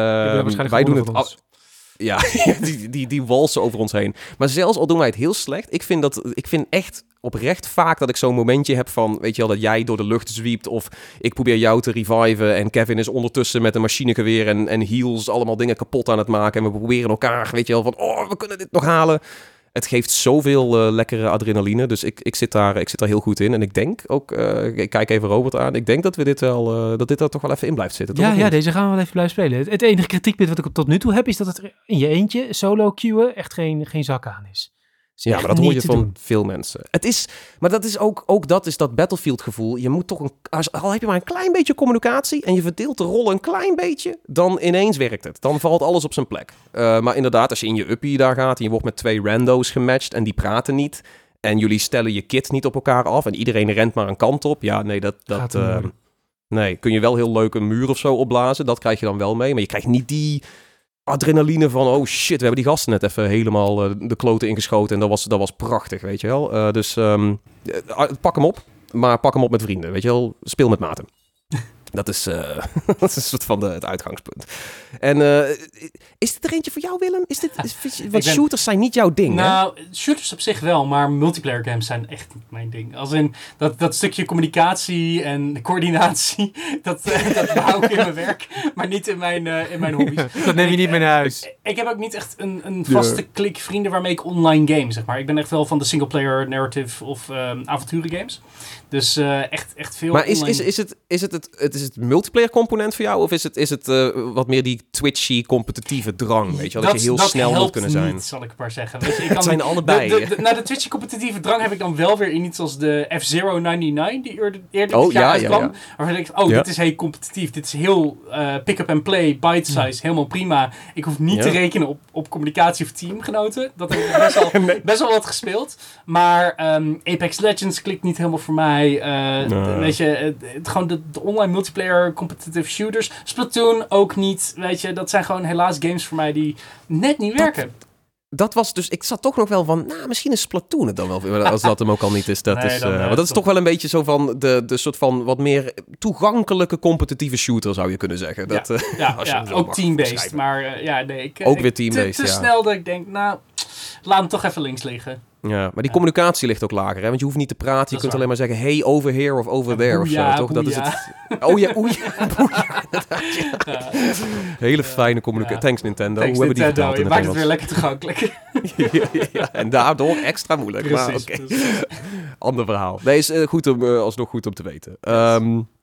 Uh, wij doen het... Al- Ja, die, die, die walsen over ons heen. Maar zelfs al doen wij het heel slecht, ik vind, dat, ik vind echt oprecht vaak dat ik zo'n momentje heb van, weet je wel, dat jij door de lucht zwiept of ik probeer jou te reviven en Kevin is ondertussen met een machinegeweer en, en heals allemaal dingen kapot aan het maken en we proberen elkaar, weet je wel, van, oh, we kunnen dit nog halen. Het geeft zoveel uh, lekkere adrenaline, dus ik, ik, zit daar, ik zit daar heel goed in. En ik denk ook, uh, ik kijk even Robert aan, ik denk dat we dit wel, uh, dat dit er toch wel even in blijft zitten. Ja, ja, deze gaan we wel even blijven spelen. Het, het enige kritiekpunt wat ik tot nu toe heb, is dat het in je eentje, solo queuen, echt geen, geen zak aan is. Ja, maar dat hoor je van doen. veel mensen. Het is, maar dat is ook, ook dat is dat Battlefield gevoel. Je moet toch een, als, al heb je maar een klein beetje communicatie en je verdeelt de rollen een klein beetje, dan ineens werkt het. Dan valt alles op zijn plek. Uh, maar inderdaad, als je in je uppie daar gaat en je wordt met twee rando's gematcht en die praten niet en jullie stellen je kit niet op elkaar af en iedereen rent maar een kant op. Ja, nee, dat... dat uh, nee, kun je wel heel leuk een muur of zo opblazen. Dat krijg je dan wel mee, maar je krijgt niet die adrenaline van, oh shit, we hebben die gasten net even helemaal uh, de kloten ingeschoten en dat was, dat was prachtig, weet je wel. Uh, dus um, uh, pak hem op, maar pak hem op met vrienden, weet je wel. Speel met maten. Dat is, uh, dat is een soort van de, het uitgangspunt. En uh, is dit er eentje voor jou, Willem? Is dit, is, want ben, shooters zijn niet jouw ding, nou, hè? Shooters op zich wel, maar multiplayer games zijn echt niet mijn ding. Als in dat, dat stukje communicatie en coördinatie, dat, uh, dat behoud ik in mijn werk, maar niet in mijn, uh, in mijn hobby's. Dat neem je niet mee naar huis. Ik, ik heb ook niet echt een, een vaste yeah. klik vrienden waarmee ik online game, zeg maar. Ik ben echt wel van de singleplayer narrative of um, avonturengames. Dus uh, echt, echt veel maar is, online... is, is, het, is het, het, het is het multiplayer component voor jou? Of is het, is het uh, wat meer die twitchy competitieve drang? Weet je wel? Dat, dat je heel dat snel moet kunnen zijn. Niet, zal ik maar zeggen. Weet je, ik kan, het zijn allebei. De, de, de, nou, de twitchy competitieve drang heb ik dan wel weer in iets als de F-Zero negenennegentig die eerder, eerder oh, dit jaar ja, uitkwam. Ja, ja. Waarvan ik oh, ja. dit is heel competitief. Dit is heel uh, pick-up and play, bite-size, ja. helemaal prima. Ik hoef niet ja. te rekenen op, op communicatie of teamgenoten. Dat heb ik best wel, nee. best wel wat gespeeld. Maar um, Apex Legends klikt niet helemaal voor mij. Uh, nee. Weet je, het, het, gewoon de, de online multiplayer competitive shooters. Splatoon ook niet, weet je. Dat zijn gewoon helaas games voor mij die net niet werken. Dat, dat was dus, ik zat toch nog wel van, nou, misschien is Splatoon het dan wel, als dat hem ook al niet is. Dat, nee, is, uh, want dat is toch wel een beetje zo van de, de soort van wat meer toegankelijke competitieve shooter, zou je kunnen zeggen. Dat, ja, uh, ja, als je ja ook team-based. Maar uh, ja, nee, ik, ook ik, weer team-based, te, te ja. snel dat ik denk, nou, laat hem toch even links liggen. Ja, maar die ja. communicatie ligt ook lager, hè? Want je hoeft niet te praten. Je kunt waar. alleen maar zeggen, hey, over here of over ja, there boeia, of zo, toch? Dat is het. Oh ja, oei, boeia. Ja. Hele fijne communicatie. Ja. Thanks Nintendo. Thanks Hoe Nintendo. hebben die vertaald in het maakt het weer lekker toegankelijk. ja, ja, ja. En daardoor extra moeilijk. Precies, maar oké. Okay. Ander verhaal. Nee, is uh, goed om, uh, alsnog goed om te weten. Um,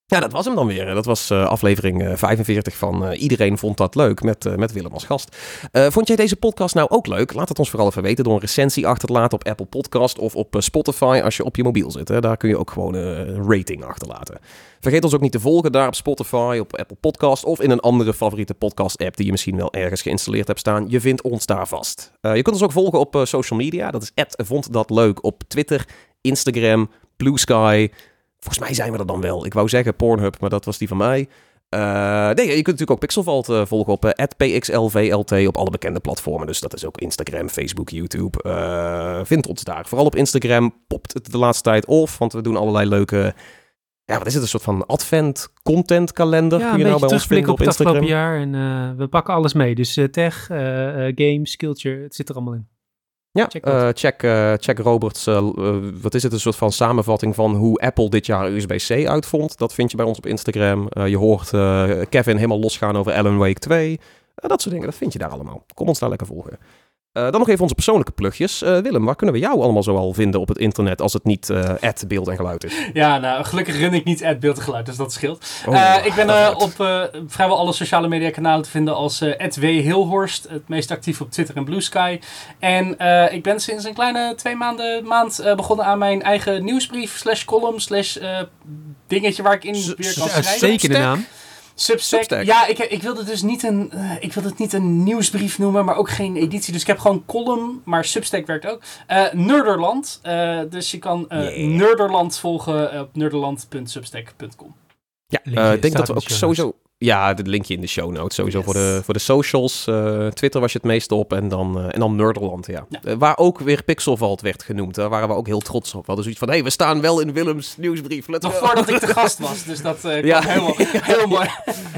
Ja, dat was hem dan weer. Dat was uh, aflevering uh, vijfenveertig van uh, Iedereen Vond Dat Leuk met, uh, met Willem als gast. Uh, vond jij deze podcast nou ook leuk? Laat het ons vooral even weten door een recensie achter te laten op Apple Podcast of op uh, Spotify als je op je mobiel zit. Hè. Daar kun je ook gewoon uh, een rating achterlaten. Vergeet ons ook niet te volgen daar op Spotify, op Apple Podcast of in een andere favoriete podcast app die je misschien wel ergens geïnstalleerd hebt staan. Je vindt ons daar vast. Uh, je kunt ons ook volgen op uh, social media. Dat is at Vond Dat Leuk op Twitter, Instagram, Blue Sky. Volgens mij zijn we er dan wel. Ik wou zeggen Pornhub, maar dat was die van mij. Uh, nee, je kunt natuurlijk ook Pixelvault uh, volgen op uh, at P X L V L T op alle bekende platformen. Dus dat is ook Instagram, Facebook, YouTube. Uh, vind ons daar. Vooral op Instagram popt het de laatste tijd off, want we doen allerlei leuke... Ja, wat is het? Een soort van advent-content kalender. Ja, kun je een nou bij ons vinden op op het Instagram. afgelopen jaar. En uh, we pakken alles mee. Dus uh, tech, uh, uh, games, culture, het zit er allemaal in. Ja, check, uh, check, uh, check Roberts, uh, uh, wat is het, een soort van samenvatting van hoe Apple dit jaar U S B C uitvond. Dat vind je bij ons op Instagram. Uh, je hoort uh, Kevin helemaal losgaan over Alan Wake twee. Uh, dat soort dingen, dat vind je daar allemaal. Kom ons daar lekker volgen. Uh, dan nog even onze persoonlijke plugjes. Uh, Willem, waar kunnen we jou allemaal zoal vinden op het internet als het niet uh, at beeld en geluid is? Ja, nou, gelukkig run ik niet at beeld en geluid, dus dat scheelt. Oh, uh, ik ben uh, op uh, vrijwel alle sociale media kanalen te vinden als uh, at W Hilhorst, het meest actief op Twitter en Blue Sky. En uh, ik ben sinds een kleine twee maanden maand uh, begonnen aan mijn eigen nieuwsbrief slash column slash uh, dingetje waar ik in weer kan schrijven. Uitstekende naam. Substack. Substack. Ja, ik, ik wilde dus niet een, uh, ik wilde het niet een nieuwsbrief noemen, maar ook geen editie. Dus ik heb gewoon column, maar Substack werkt ook. Uh, Nerderland. Uh, dus je kan uh, yeah. Nerderland volgen op nerderland punt substack punt com. Ja, uh, ik denk dat we ook sowieso... Ja, het linkje in de show notes. Sowieso yes. voor, de, voor de socials. Uh, Twitter was je het meest op. En dan, uh, en dan Nerderland, ja. ja. Uh, waar ook weer Pixelvault werd genoemd. Daar waren we ook heel trots op. We hadden zoiets van, hé, hey, we staan wel in Willems nieuwsbrief. Nog voordat ik te gast was. Dus dat uh, ja. kwam helemaal, heel mooi.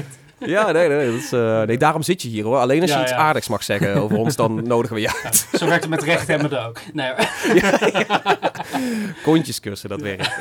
Ja, nee, nee, dat is, uh, nee, daarom zit je hier hoor. Alleen als je ja, iets ja. aardigs mag zeggen over ons, dan nodigen we je uit. Ja, zo werkt het met rechthemmenden ook. Nee, ja, ja. Kontjes kussen, dat werkt.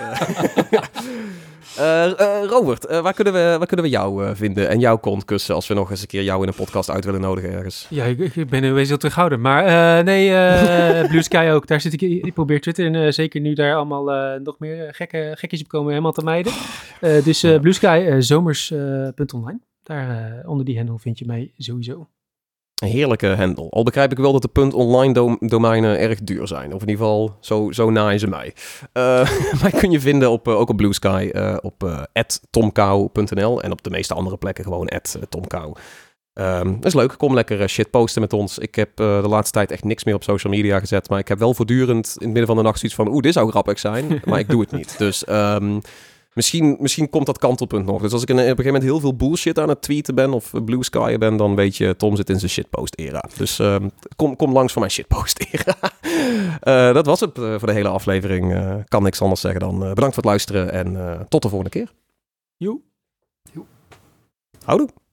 Uh, uh, Robert, uh, waar, kunnen we, waar kunnen we jou uh, vinden en jouw kont kussen als we nog eens een keer jou in een podcast uit willen nodigen ergens? Ja, ik, ik ben nu wees heel terughouden, maar uh, nee, uh, Blue Sky ook. Daar zit ik, ik probeer Twitter en uh, zeker nu daar allemaal uh, nog meer gekke, gekjes op komen helemaal te mijden. Uh, dus uh, Blue Sky, uh, zomers punt online. Daar uh, onder die handle vind je mij sowieso. Een heerlijke handle. Al begrijp ik wel dat de .online dom- domeinen erg duur zijn. Of in ieder geval, zo, zo naaien ze mij. Uh, mij kun je vinden op, uh, ook op Blue Sky, uh, op uh, at tomkou punt n l en op de meeste andere plekken gewoon at uh, tomkou. Um, dat is leuk, kom lekker uh, shit posten met ons. Ik heb uh, de laatste tijd echt niks meer op social media gezet, maar ik heb wel voortdurend in het midden van de nacht zoiets van, oeh, dit zou grappig zijn, maar ik doe het niet. Dus... Um, Misschien, misschien komt dat kantelpunt nog. Dus als ik in, op een gegeven moment heel veel bullshit aan het tweeten ben of Blue Sky ben, dan weet je, Tom zit in zijn shitpost-era. Dus uh, kom, kom langs voor mijn shitpost-era. uh, dat was het uh, voor de hele aflevering. Uh, kan niks anders zeggen dan uh, bedankt voor het luisteren en uh, tot de volgende keer. Joe. Houdoe.